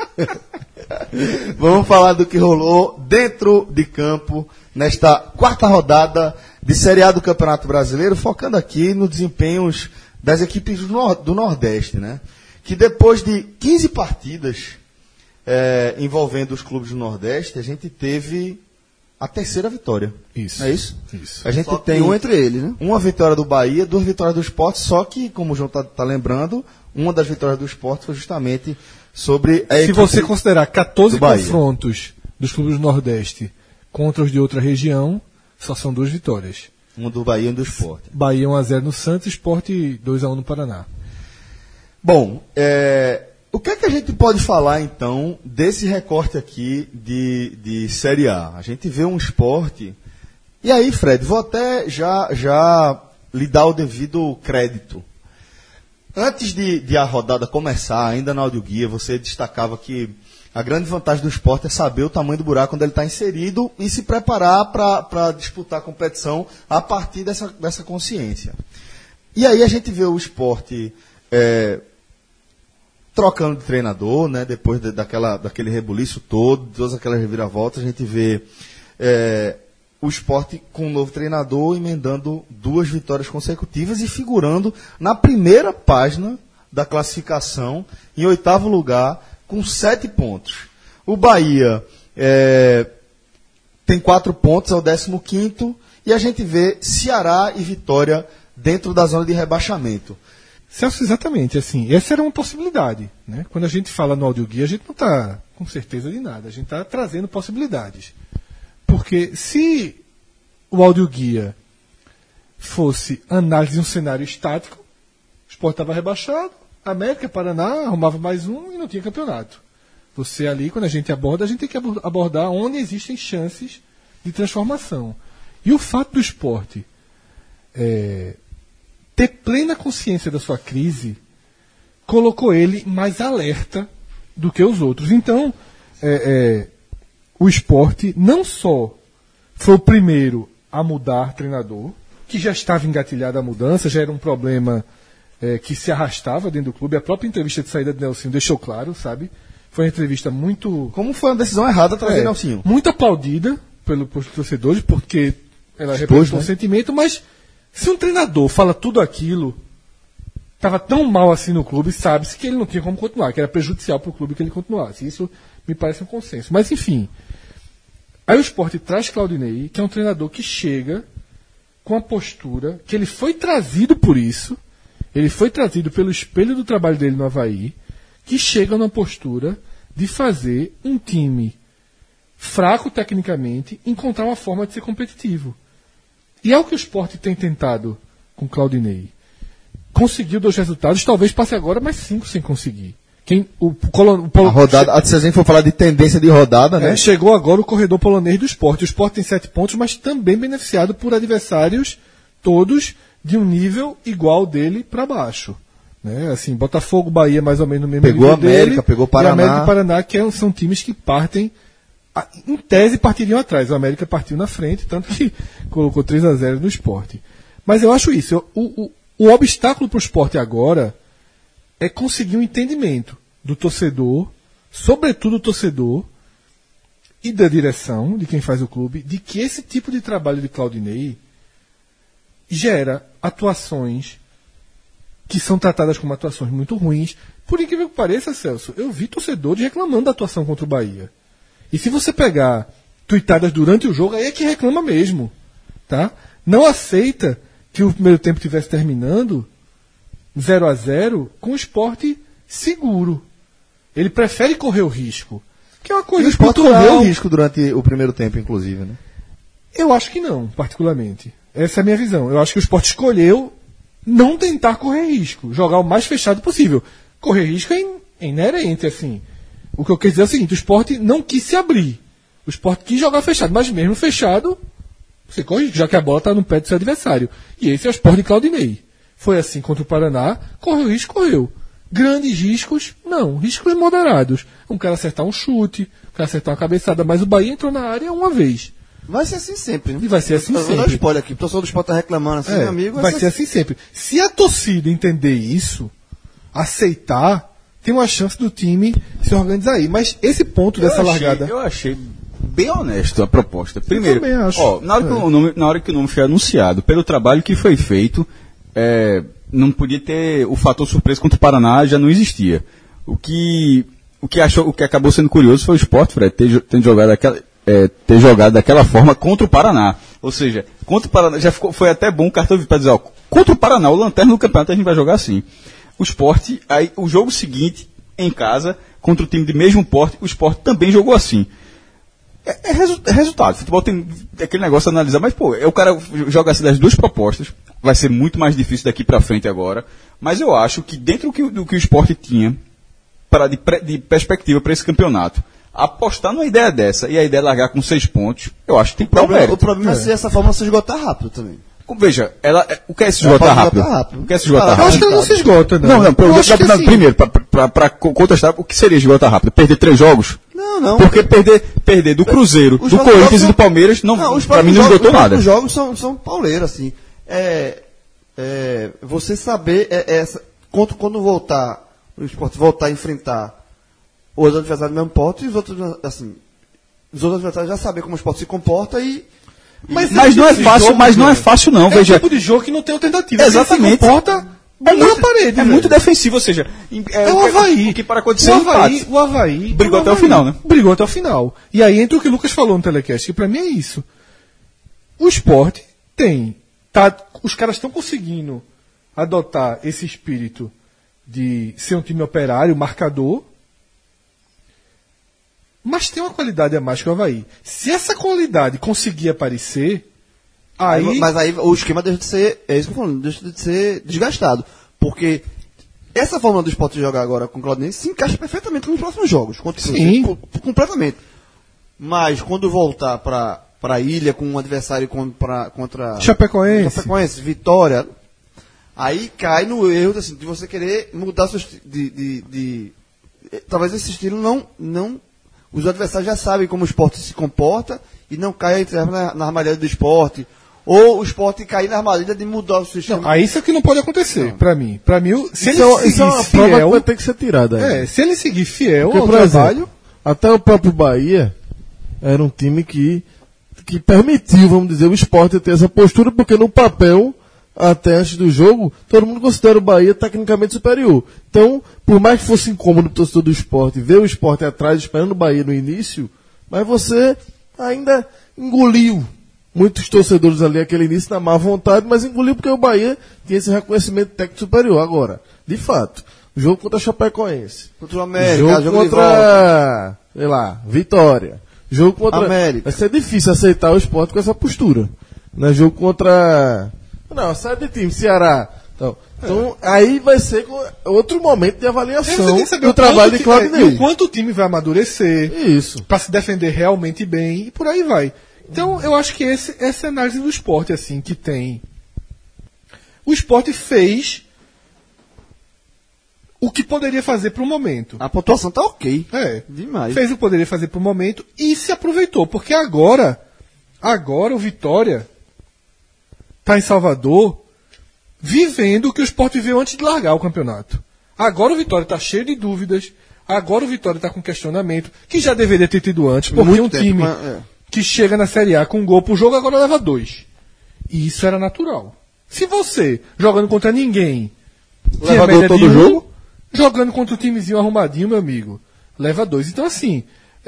Vamos falar do que rolou dentro de campo nesta quarta rodada de Série A do Campeonato Brasileiro, focando aqui nos desempenhos das equipes do Nordeste, né? Que depois de 15 partidas envolvendo os clubes do Nordeste, a gente teve a terceira vitória. Isso. É isso? Isso. A gente Só tem um entre eles, né? Uma vitória do Bahia, 2 vitórias do Sport, só que, como o João tá lembrando, uma das vitórias do Sport foi justamente sobre a Se você considerar 14 do Bahia. confrontos dos clubes do Nordeste contra os de outra região, só são 2 vitórias. Um do Bahia e um do Sport. Bahia 1-0 no Santos, Sport 2-1 no Paraná. Bom, O que é que a gente pode falar, então, desse recorte aqui de Série A? A gente vê um Sport... E aí, Fred, vou até já lhe dar o devido crédito. Antes de a rodada começar, ainda na audioguia, você destacava que a grande vantagem do Sport é saber o tamanho do buraco onde ele está inserido e se preparar para disputar a competição a partir dessa consciência. E aí a gente vê o Sport... trocando de treinador, né, depois daquele rebuliço todo, todas aquelas reviravoltas, a gente vê o Sport com um novo treinador emendando 2 vitórias consecutivas e figurando na primeira página da classificação, em 8º lugar, com 7 pontos. O Bahia tem 4 pontos, é o 15º, e a gente vê Ceará e Vitória dentro da zona de rebaixamento. Celso, exatamente, assim, essa era uma possibilidade, né? Quando a gente fala no audioguia, a gente não está com certeza de nada, a gente está trazendo possibilidades. Porque se o audioguia fosse análise de um cenário estático, o Sport estava rebaixado, América, Paraná, arrumava mais um e não tinha campeonato. Você ali, quando a gente tem que abordar onde existem chances de transformação. E o fato do Sport ter plena consciência da sua crise colocou ele mais alerta do que os outros. Então, o Sport não só foi o primeiro a mudar treinador, que já estava engatilhado a mudança, já era um problema que se arrastava dentro do clube. A própria entrevista de saída de Nelsinho deixou claro, sabe? Foi uma entrevista muito... Como foi uma decisão errada trazer Nelsinho? Muito aplaudida pelos torcedores, porque ela representou um sentimento, mas... Se um treinador fala tudo aquilo, estava tão mal assim no clube, sabe-se que ele não tinha como continuar, que era prejudicial para o clube que ele continuasse. Isso me parece um consenso. Mas, enfim, aí o Sport traz Claudinei, que é um treinador que chega com a postura, que ele foi trazido por isso, ele foi trazido pelo espelho do trabalho dele no Avaí, que chega numa postura de fazer um time fraco tecnicamente encontrar uma forma de ser competitivo. E é o que o Sport tem tentado com Claudinei. Conseguiu 2 resultados, talvez passe agora mais 5 sem conseguir. A rodada, se a gente for falar de tendência de rodada, né? Chegou agora o corredor polonês do Sport. O Sport tem 7 pontos, mas também beneficiado por adversários todos de um nível igual dele para baixo. Né? Assim, Botafogo, Bahia mais ou menos no mesmo nível dele. Pegou América, pegou Paraná. E América e Paraná, que são times que partem... Em tese partiriam atrás, o América partiu na frente, tanto que colocou 3-0 no Sport. Mas eu acho isso, o obstáculo para o Sport agora é conseguir um entendimento do torcedor, sobretudo do torcedor e da direção, de quem faz o clube, de que esse tipo de trabalho de Claudinei gera atuações que são tratadas como atuações muito ruins. Por incrível que pareça, Celso, eu vi torcedores reclamando da atuação contra o Bahia. E se você pegar tuitadas durante o jogo, aí é que reclama mesmo. Tá? Não aceita que o primeiro tempo estivesse terminando 0-0 com o Sport seguro. Ele prefere correr o risco. Que é uma coisa o Sport correu o risco durante o primeiro tempo, inclusive, né? Eu acho que não, particularmente. Essa é a minha visão. Eu acho que o Sport escolheu não tentar correr risco. Jogar o mais fechado possível. Correr risco é inerente, assim. O que eu quero dizer é o seguinte, o Sport não quis se abrir. O Sport quis jogar fechado, mas mesmo fechado, você corre, já que a bola está no pé do seu adversário. E esse é o Sport de Claudinei. Foi assim contra o Paraná, correu risco, correu. Grandes riscos, não. Riscos moderados. Um cara acertar um chute, um cara acertar uma cabeçada, mas o Bahia entrou na área uma vez. Vai ser assim sempre, né? E vai ser assim sempre. Eu vou dar spoiler aqui, o torcedor do Sport tá reclamando assim, meu amigo. Vai ser assim sempre. Se a torcida entender isso, aceitar, tem uma chance do time se organizar aí. Mas esse ponto dessa largada... Eu achei bem honesto a proposta. Primeiro, também acho. Ó, na hora que o nome foi anunciado, pelo trabalho que foi feito, não podia ter... O fator surpresa contra o Paraná já não existia. O que acabou sendo curioso foi o Sport, Fred, ter jogado daquela forma contra o Paraná. Ou seja, contra o Paraná, foi até bom o cartão para dizer, ó, contra o Paraná, o lanterna do campeonato, a gente vai jogar assim. O Sport, aí o jogo seguinte, em casa, contra o time de mesmo porte, o Sport também jogou assim. É resultado. Futebol tem aquele negócio de analisar, mas pô, o cara joga assim das duas propostas, vai ser muito mais difícil daqui pra frente agora, mas eu acho que dentro do que o Sport tinha de perspectiva para esse campeonato. Apostar numa ideia dessa e a ideia de largar com 6 pontos, eu acho que tem O problema é se essa forma se esgotar rápido também. Veja, o que é se esgotar rápido? O que é se esgotar Eu rápido? acho que ela não se esgota, não. Não, Eu acho que assim, primeiro, para contestar, o que seria esgotar rápido? Perder 3 jogos? Não. Porque perder do Cruzeiro, do Corinthians e do Palmeiras, pra mim não esgotou nada. Os jogos são pauleiros, assim. Você saber, quando voltar, o Sport voltar a enfrentar os adversários do mesmo pote, e os outros adversários já sabem como o Sport se comporta Mas não é fácil, não. É um Veja, tipo de jogo que não tem alternativa. Exatamente. Quem se comporta na parede. é muito defensivo, ou seja, É o Avaí. O que para acontecer é empate. O Avaí Brigou até o final, né? Brigou até o final. E aí entra o que o Lucas falou no telecast, que pra mim é isso. O Sport os caras estão conseguindo adotar esse espírito de ser um time operário, marcador, mas tem uma qualidade a mais que o Avaí. Se essa qualidade conseguir aparecer, aí... Mas aí o esquema deixa de ser, é isso que eu tô falando, deixa de ser desgastado. Porque essa forma do Sport jogar agora com o Claudinense se encaixa perfeitamente nos próximos jogos. Sim. Completamente. Mas quando voltar para a ilha com um adversário contra Chapecoense, Vitória, aí cai no erro assim, de você querer mudar seu talvez esse estilo não os adversários já sabem como o Sport se comporta e não cai na armadilha do Sport. Ou o Sport cair na armadilha de mudar o sistema. Não, aí isso é que não pode acontecer, pra mim. Pra mim, se ele Isso é seguir uma prova que fiel... vai ter que ser tirada. Aí. Se ele seguir fiel Porque, ao por trabalho... exemplo, até o próprio Bahia era um time que permitiu, vamos dizer, o Sport ter essa postura, porque no papel, até antes do jogo, todo mundo considera o Bahia tecnicamente superior. Então, por mais que fosse incômodo pro torcedor do Sport ver o Sport atrás esperando o Bahia no início, mas você ainda engoliu muitos torcedores ali aquele início na má vontade, mas engoliu porque o Bahia tinha esse reconhecimento técnico superior. Agora, de fato, o jogo contra a Chapecoense, Contra o América, jogo contra, sei lá, Vitória, jogo contra... América. Vai ser difícil aceitar o Sport com essa postura. Né? Jogo contra... Não, sai de time, Ceará. Então, aí vai ser outro momento de avaliação do trabalho de Claudinei. O quanto o time vai amadurecer. Isso. Para se defender realmente bem e por aí vai. Então, eu acho que essa é a análise do Sport, assim, que tem. O Sport fez o que poderia fazer para o momento. A pontuação tá ok. Demais. Fez o que poderia fazer para o momento e se aproveitou. Porque agora o Vitória está em Salvador vivendo o que o Sport viveu antes de largar o campeonato. Agora o Vitória está cheio de dúvidas. Agora o Vitória está com questionamento, que já deveria ter tido antes, porque Muito um tempo, time que chega na Série A com um gol por jogo, agora leva 2. E isso era natural. Se você, jogando contra ninguém, leva gol todo jogo, jogando contra o timezinho arrumadinho, meu amigo, leva 2. Então, assim...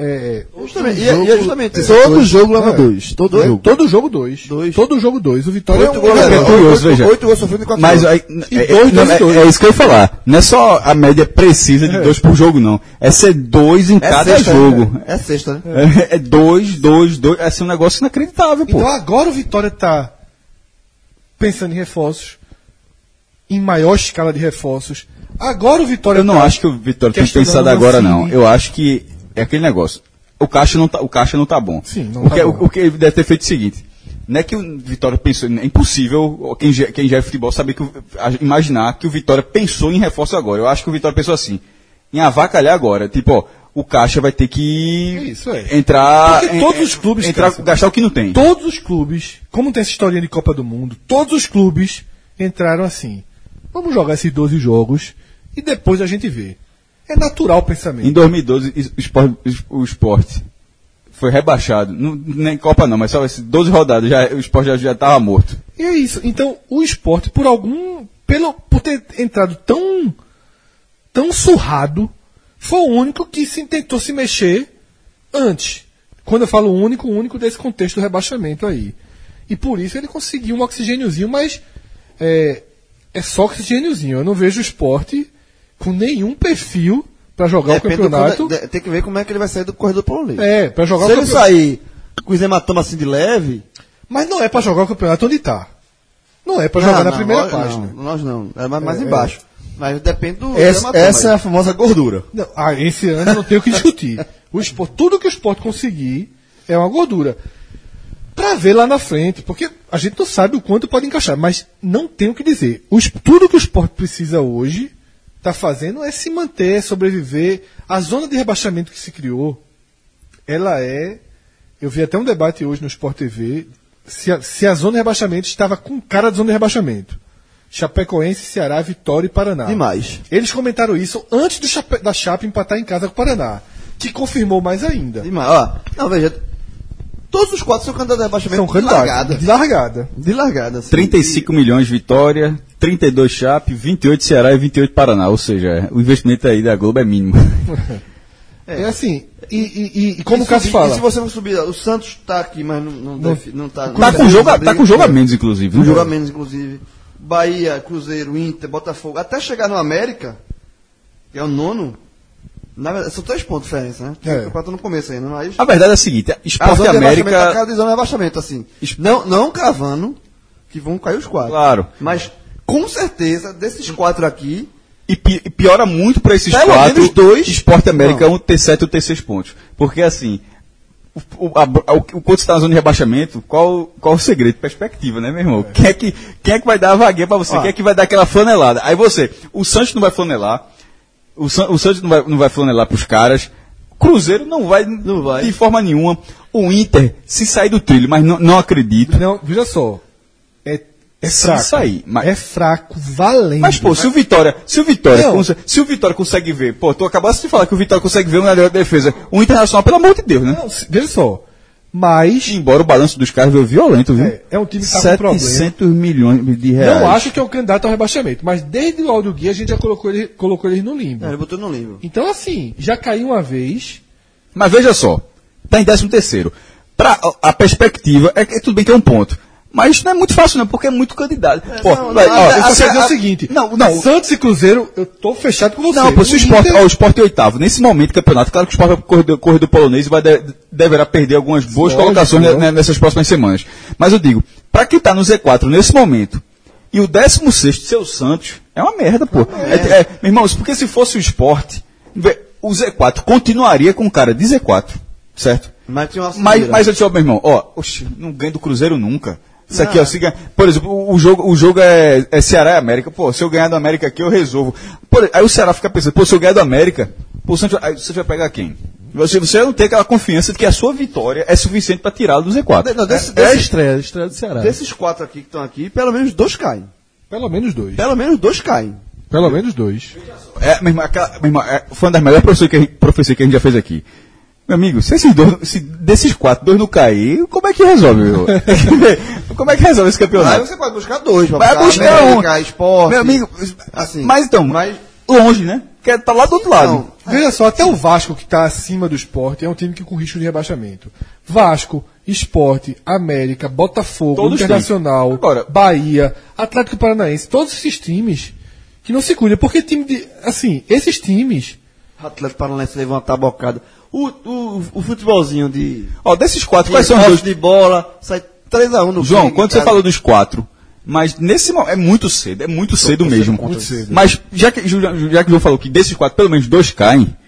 justamente todo jogo leva 2. Todo jogo 2. Todo jogo 2. O Vitória... 8 gols, 8 gols sofrendo e 4 Mas gols. é isso que eu ia falar. Não é só a média precisa de 2 por jogo, não. É ser 2 em cada jogo. É sexta, né? É 2. É ser um negócio inacreditável, pô. Então agora o Vitória tá pensando em reforços, em maior escala de reforços. Agora o Vitória... Eu não acho que o Vitória tem pensado agora, não. Eu acho que é aquele negócio. O caixa não tá bom. Sim, não tá bom. O que ele deve ter feito é o seguinte. Não é que o Vitória pensou... É impossível quem já é futebol saber imaginar que o Vitória pensou em reforço agora. Eu acho que o Vitória pensou assim. Em avacalhar agora. Tipo, ó, o caixa vai ter que entrar... Porque todos os clubes... gastar o que não tem. Todos os clubes, como tem essa historinha de Copa do Mundo, todos os clubes entraram assim. Vamos jogar esses 12 jogos e depois a gente vê. É natural o pensamento. Em 2012, o Sport foi rebaixado. Nem Copa não, mas só 12 rodadas, o Sport já estava morto. E é isso. Então, o Sport, por ter entrado tão surrado, foi o único que tentou se mexer antes. Quando eu falo o único desse contexto do rebaixamento aí. E por isso ele conseguiu um oxigêniozinho, mas é só oxigêniozinho. Eu não vejo o Sport com nenhum perfil para jogar o campeonato. Tem que ver como é que ele vai sair do corredor polonês. Para jogar Se ele sair com os hematomas assim de leve... Mas não é para jogar o campeonato onde tá. Não é para jogar na primeira página. Nós não. É mais embaixo. Mas depende do. Essa é a famosa gordura. Não, esse ano não tem o que discutir. O esporte, tudo que o esporte conseguir é uma gordura. Pra ver lá na frente, porque a gente não sabe o quanto pode encaixar, mas não tem o que dizer. Tudo que o esporte precisa hoje, tá fazendo é se manter, sobreviver. A zona de rebaixamento que se criou, ela é... Eu vi até um debate hoje no Sport TV, se a zona de rebaixamento estava com cara de zona de rebaixamento. Chapecoense, Ceará, Vitória e Paraná. Demais. Eles comentaram isso antes da Chape empatar em casa com o Paraná, que confirmou mais ainda. Demais. Ó, não, veja, todos os 4 são candidatos a rebaixamento São candidatos. De largada. De largada. Assim. 35 milhões Vitória, 32 Chape, 28 Ceará e 28 Paraná. Ou seja, o investimento aí da Globo é mínimo. É assim, e como o Cássio fala... E se você não subir, o Santos tá aqui, mas não tá... Tá com jogo a menos, inclusive. Com jogo a menos, inclusive. Bahia, Cruzeiro, Inter, Botafogo, até chegar no América, que é o 9º, na verdade, são 3 pontos de diferença, né? O campeonato no começo ainda, mas... A verdade é a seguinte, Sport e América... Tá cada zona de rebaixamento, assim. Não cravando que vão cair os 4. Claro. Mas, com certeza, desses 4 aqui... E piora muito para esses Pelo 4, menos 2. Sport América é um ter 7 ou ter 6 pontos. Porque assim, quando você está na zona de rebaixamento, qual o segredo? Perspectiva, né, meu irmão? Quem é que vai dar a vaguinha para você? Quem é que vai dar aquela flanelada? Aí o Santos não vai flanelar, o Santos não vai flanelar para os caras, o Cruzeiro não vai de forma nenhuma, o Inter, se sair do trilho, mas não acredito. Não, veja só, é fraco. Isso aí, mas... É fraco, valendo. Mas, pô, se o Vitória consegue ver, pô, tu acabaste de falar que o Vitória consegue ver uma defesa, o Internacional, pelo amor de Deus, né? Não, veja só, mas... Embora o balanço dos caras veio violento, viu? É um time que tá com problema. 700 milhões de reais. Não acho que é um candidato ao rebaixamento, mas desde o áudio guia a gente já colocou eles no limbo. Ele botou no limbo. Então, assim, já caiu uma vez... Mas veja só, tá em 13º. A perspectiva, tudo bem que é um ponto. Mas não é muito fácil, não, porque é muito candidato. Eu só quero dizer o seguinte: Santos e Cruzeiro, eu tô fechado com você. Não, se o Sport é 8º, nesse momento do campeonato, claro que o Sport vai correr do polonês e deverá perder algumas boas colocações nessas próximas semanas. Mas eu digo, pra quem tá no Z4 nesse momento, e o 16º ser o Santos, é uma merda, pô. Meu irmão, porque se fosse o Sport, o Z4 continuaria com o cara de Z4, certo? Mas eu te digo, meu irmão, não ganha do Cruzeiro nunca. Isso aqui, por exemplo, o jogo é Ceará e América. Pô, se eu ganhar do América aqui, eu resolvo. Aí o Ceará fica pensando, se eu ganhar do América, o Santos, aí você vai pegar quem? Você não tem aquela confiança de que a sua vitória é suficiente para tirá-lo do Z4. É a estreia do Ceará. Desses 4 aqui que estão aqui, pelo menos 2 caem. Pelo menos 2. Pelo menos 2 caem. Pelo menos 2. Meu irmão, foi uma das melhores profecias que a gente já fez aqui. Meu amigo, se desses 4, 2 não cair, como é que resolve? Como é que resolve esse campeonato? Aí você pode buscar 2. Vai buscar América, Sport. Meu amigo, assim, mas longe, né? Porque tá lá do outro lado. Não, veja só, até o Vasco, que está acima do Sport, é um time que com risco de rebaixamento. Vasco, Sport, América, Botafogo, todos Internacional, agora, Bahia, Atlético Paranaense, todos esses times que não se cuidam. Porque esses times... Atlético Paranaense levou uma tabocada. O futebolzinho de... desses 4, quais são os dois? De bola, sai 3-1 no João, quando você falou dos 4, mas nesse momento, é muito cedo mesmo. Muito cedo. Mas já que o João falou que desses 4, pelo menos 2 caem,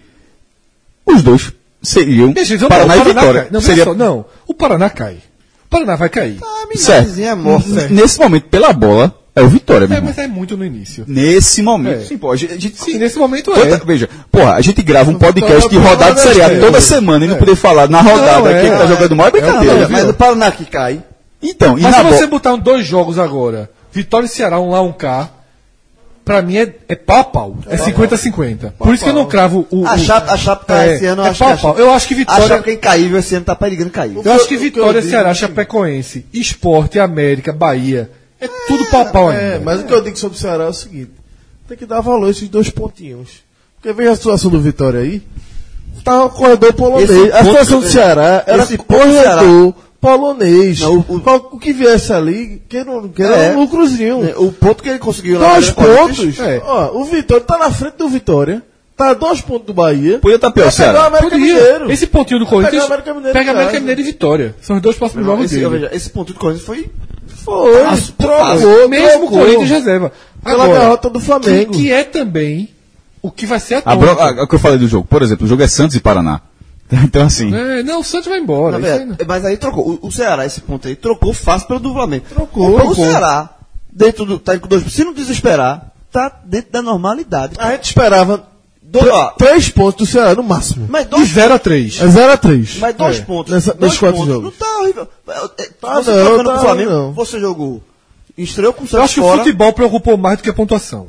os 2 seriam Paraná e Vitória. Não, o Paraná cai. O Paraná vai cair. Certo. Nesse momento, pela bola, é o Vitória mesmo. Mas é muito no início. Nesse momento. Sim, pô, nesse momento Veja, a gente grava um podcast de rodada de Série A toda semana e não poder falar na rodada quem tá jogando mal é brincadeira. Mas o Paraná que cai. Então, mas se você botar 2 jogos agora, Vitória e Ceará, um lá, um cá, pra mim é pau a pau. É 50-50. Por isso que eu não cravo a Chape tá esse ano, eu acho que Vitória... A Chape é incaível, esse ano tá perigando cair. Eu acho que Vitória, Ceará, Chapecoense, Sport, América, Bahia... É tudo pau ainda. Mas o que eu digo sobre o Ceará é o seguinte: tem que dar valor a esses 2 pontinhos. Porque veja a situação do Vitória aí. Tá um corredor polonês. A situação do Ceará era corredor polonês. Não, o que viesse ali, que era um lucrozinho. O ponto que ele conseguiu lá. 2 pontos. O Vitória tá na frente do Vitória. Tá 2 pontos do Bahia. Podia estar pior, Ceará. Esse pontinho do Corinthians pega América Mineiro e Vitória. São os 2 próximos jogos dele. Esse pontinho do Corinthians foi Foi, trocou, Mesmo o Corinthians reserva. Pela Agora, derrota do Flamengo. que é também o que vai ser a O que eu falei do jogo, por exemplo, o jogo é Santos e Paraná. Então, assim, Não, o Santos vai embora. Na isso aí verdade, não. mas aí trocou. O Ceará, esse ponto aí, trocou fácil pelo do Flamengo. Trocou. O Ceará, dentro do. Tá com 2. Se não desesperar, tá dentro da normalidade. A gente esperava Ó, 3 pontos do Ceará, no máximo. mas De 2 0-3. É 0-3. Mas 2 pontos. Nesses 2 4 pontos. jogos. Não tá horrível. Tá Você não, jogando tá pro Flamengo, não. você jogou. Estreou com o Eu Santos acho que o fora. futebol preocupou mais do que a pontuação.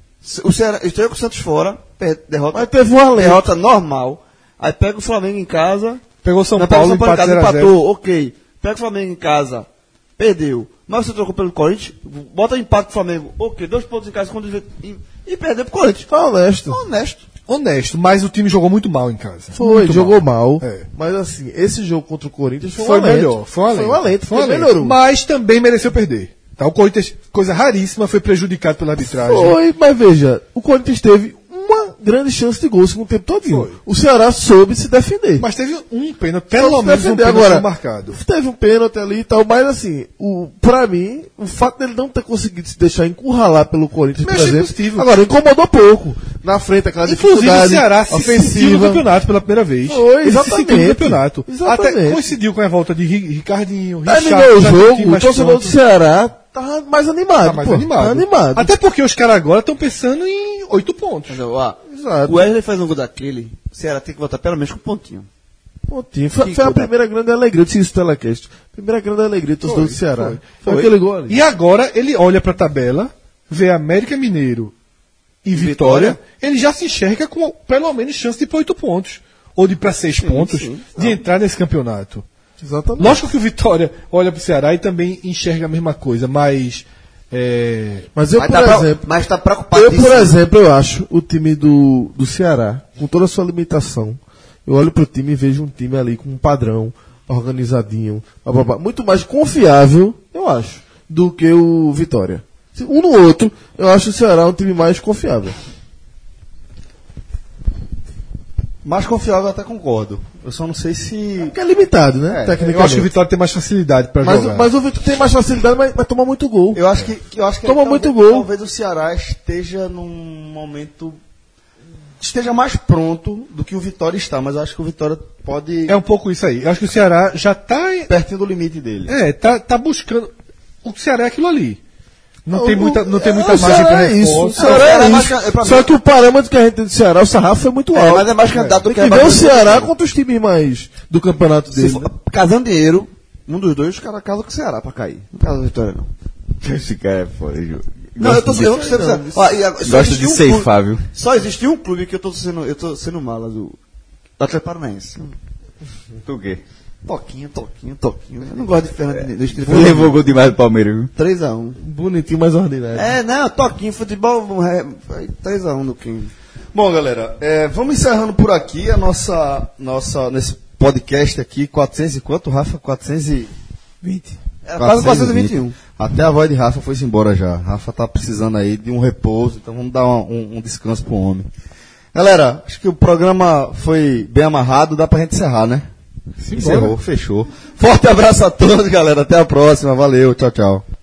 O Ceará estreou com o Santos fora, derrota. Mas teve um alento. Derrota normal. Aí pega o Flamengo em casa. Pegou São Não, pega o Paulo, São Paulo em empate casa, 0-0. empatou, ok. Pega o Flamengo em casa, perdeu. Mas você trocou pelo Corinthians, bota empate pro Flamengo, ok. 2 pontos em casa e perdeu pro Corinthians. Tá honesto. Honesto, mas o time jogou muito mal em casa. Foi, Muito jogou mal. É. Mas assim, esse jogo contra o Corinthians foi, Foi um alento. melhor, foi um alento. Foi melhorou. Mas também mereceu perder. Tá? O Corinthians, coisa raríssima, foi prejudicado pela arbitragem. Foi, mas veja, o Corinthians teve uma grande chance de gol no segundo tempo todinho. Foi. O Ceará soube se defender. Mas teve um pênalti, Soube pelo se menos um defender. pênalti Agora, marcado. Teve um pênalti ali e tal, mas assim, pra mim, o fato dele não ter conseguido se deixar encurralar pelo Corinthians, por Mas achei exemplo, positivo. agora incomodou pouco. Na frente, aquela Inclusive o dificuldade Ceará se sentiu no ofensiva. campeonato pela primeira vez. Foi, Ele se sentiu no exatamente. campeonato. Exatamente. Até coincidiu com a volta de Ricardinho, Terminou Richard, o já tinha jogo, o mais torcedor pronto. do Ceará tá mais animado. Tá mais pô, animado. Tá animado. Até porque os caras agora estão pensando em 8 pontos. Mas, ó, Exato. o Wesley faz um gol daquele, o Ceará tem que voltar pelo menos com um pontinho. Pontinho. Foi, Que foi a gol primeira grande alegria, eu disse isso no Telecast. Primeira grande alegria do torcedor do Ceará. Foi aquele gol ali. E agora ele olha pra tabela, vê América Mineiro e Vitória, ele já se enxerga com pelo menos chance de ir pra 8 pontos. Ou de ir pra 6 pontos, de entrar nesse campeonato. Exatamente. Lógico que o Vitória olha pro Ceará e também enxerga a mesma coisa, mas. Mas eu, Mas por tá, exemplo, mas tá preocupadíssimo. por exemplo, eu acho o time do Ceará, com toda a sua limitação, eu olho pro time e vejo um time ali com um padrão, organizadinho, muito mais confiável, eu acho, do que o Vitória. Um no outro, eu acho o Ceará um time mais confiável. Mais confiável, eu até concordo. Eu só não sei se. Porque é limitado, né? É, Tecnicamente. eu acho que o Vitória tem mais facilidade pra jogar. Mas o Vitória tem mais facilidade, mas toma muito gol. Eu acho que Toma talvez, muito gol. Talvez o Ceará esteja num momento. Esteja mais pronto do que o Vitória está, mas eu acho que o Vitória pode. É um pouco isso aí. Eu acho que o Ceará já tá. Pertinho do limite dele. Tá buscando. O Ceará é aquilo ali. Não tem muita O margem Ceará pra é isso. O resposta. Ceará Ceará é é isso. mais- pra Só mim- que o parâmetro que a gente tem do Ceará, o sarrafo foi muito alto. Mas é mais candidato do Tem que que ver o mais- Ceará contra os times mais do campeonato Se dele. for casando dinheiro, um dos dois, os caras casam com o Ceará pra cair. Não casa a Vitória, não. esse cara é foda, Ju. Não, eu não sei se você. Ó, e agora, só Gosta existe de um ceifar, clube- viu? Só existe um clube que eu tô sendo mala do Atlético Paranaense. Tu quê? Toquinho. Eu não gosto de Fernando do estilo. Levou gol demais do Palmeiras, viu? 3x1. Bonitinho, mais ordinário. Não, toquinho, futebol, 3x1 do King. Bom, galera, vamos encerrando por aqui a nossa nesse podcast aqui, 400 e quanto, Rafa? 420. Quase 421. Até a voz de Rafa foi-se embora já. Rafa tá precisando aí de um repouso, então vamos dar um descanso pro homem. Galera, acho que o programa foi bem amarrado, dá pra gente encerrar, né? Encerrou, fechou. Forte abraço a todos, galera. Até a próxima. Valeu, tchau, tchau.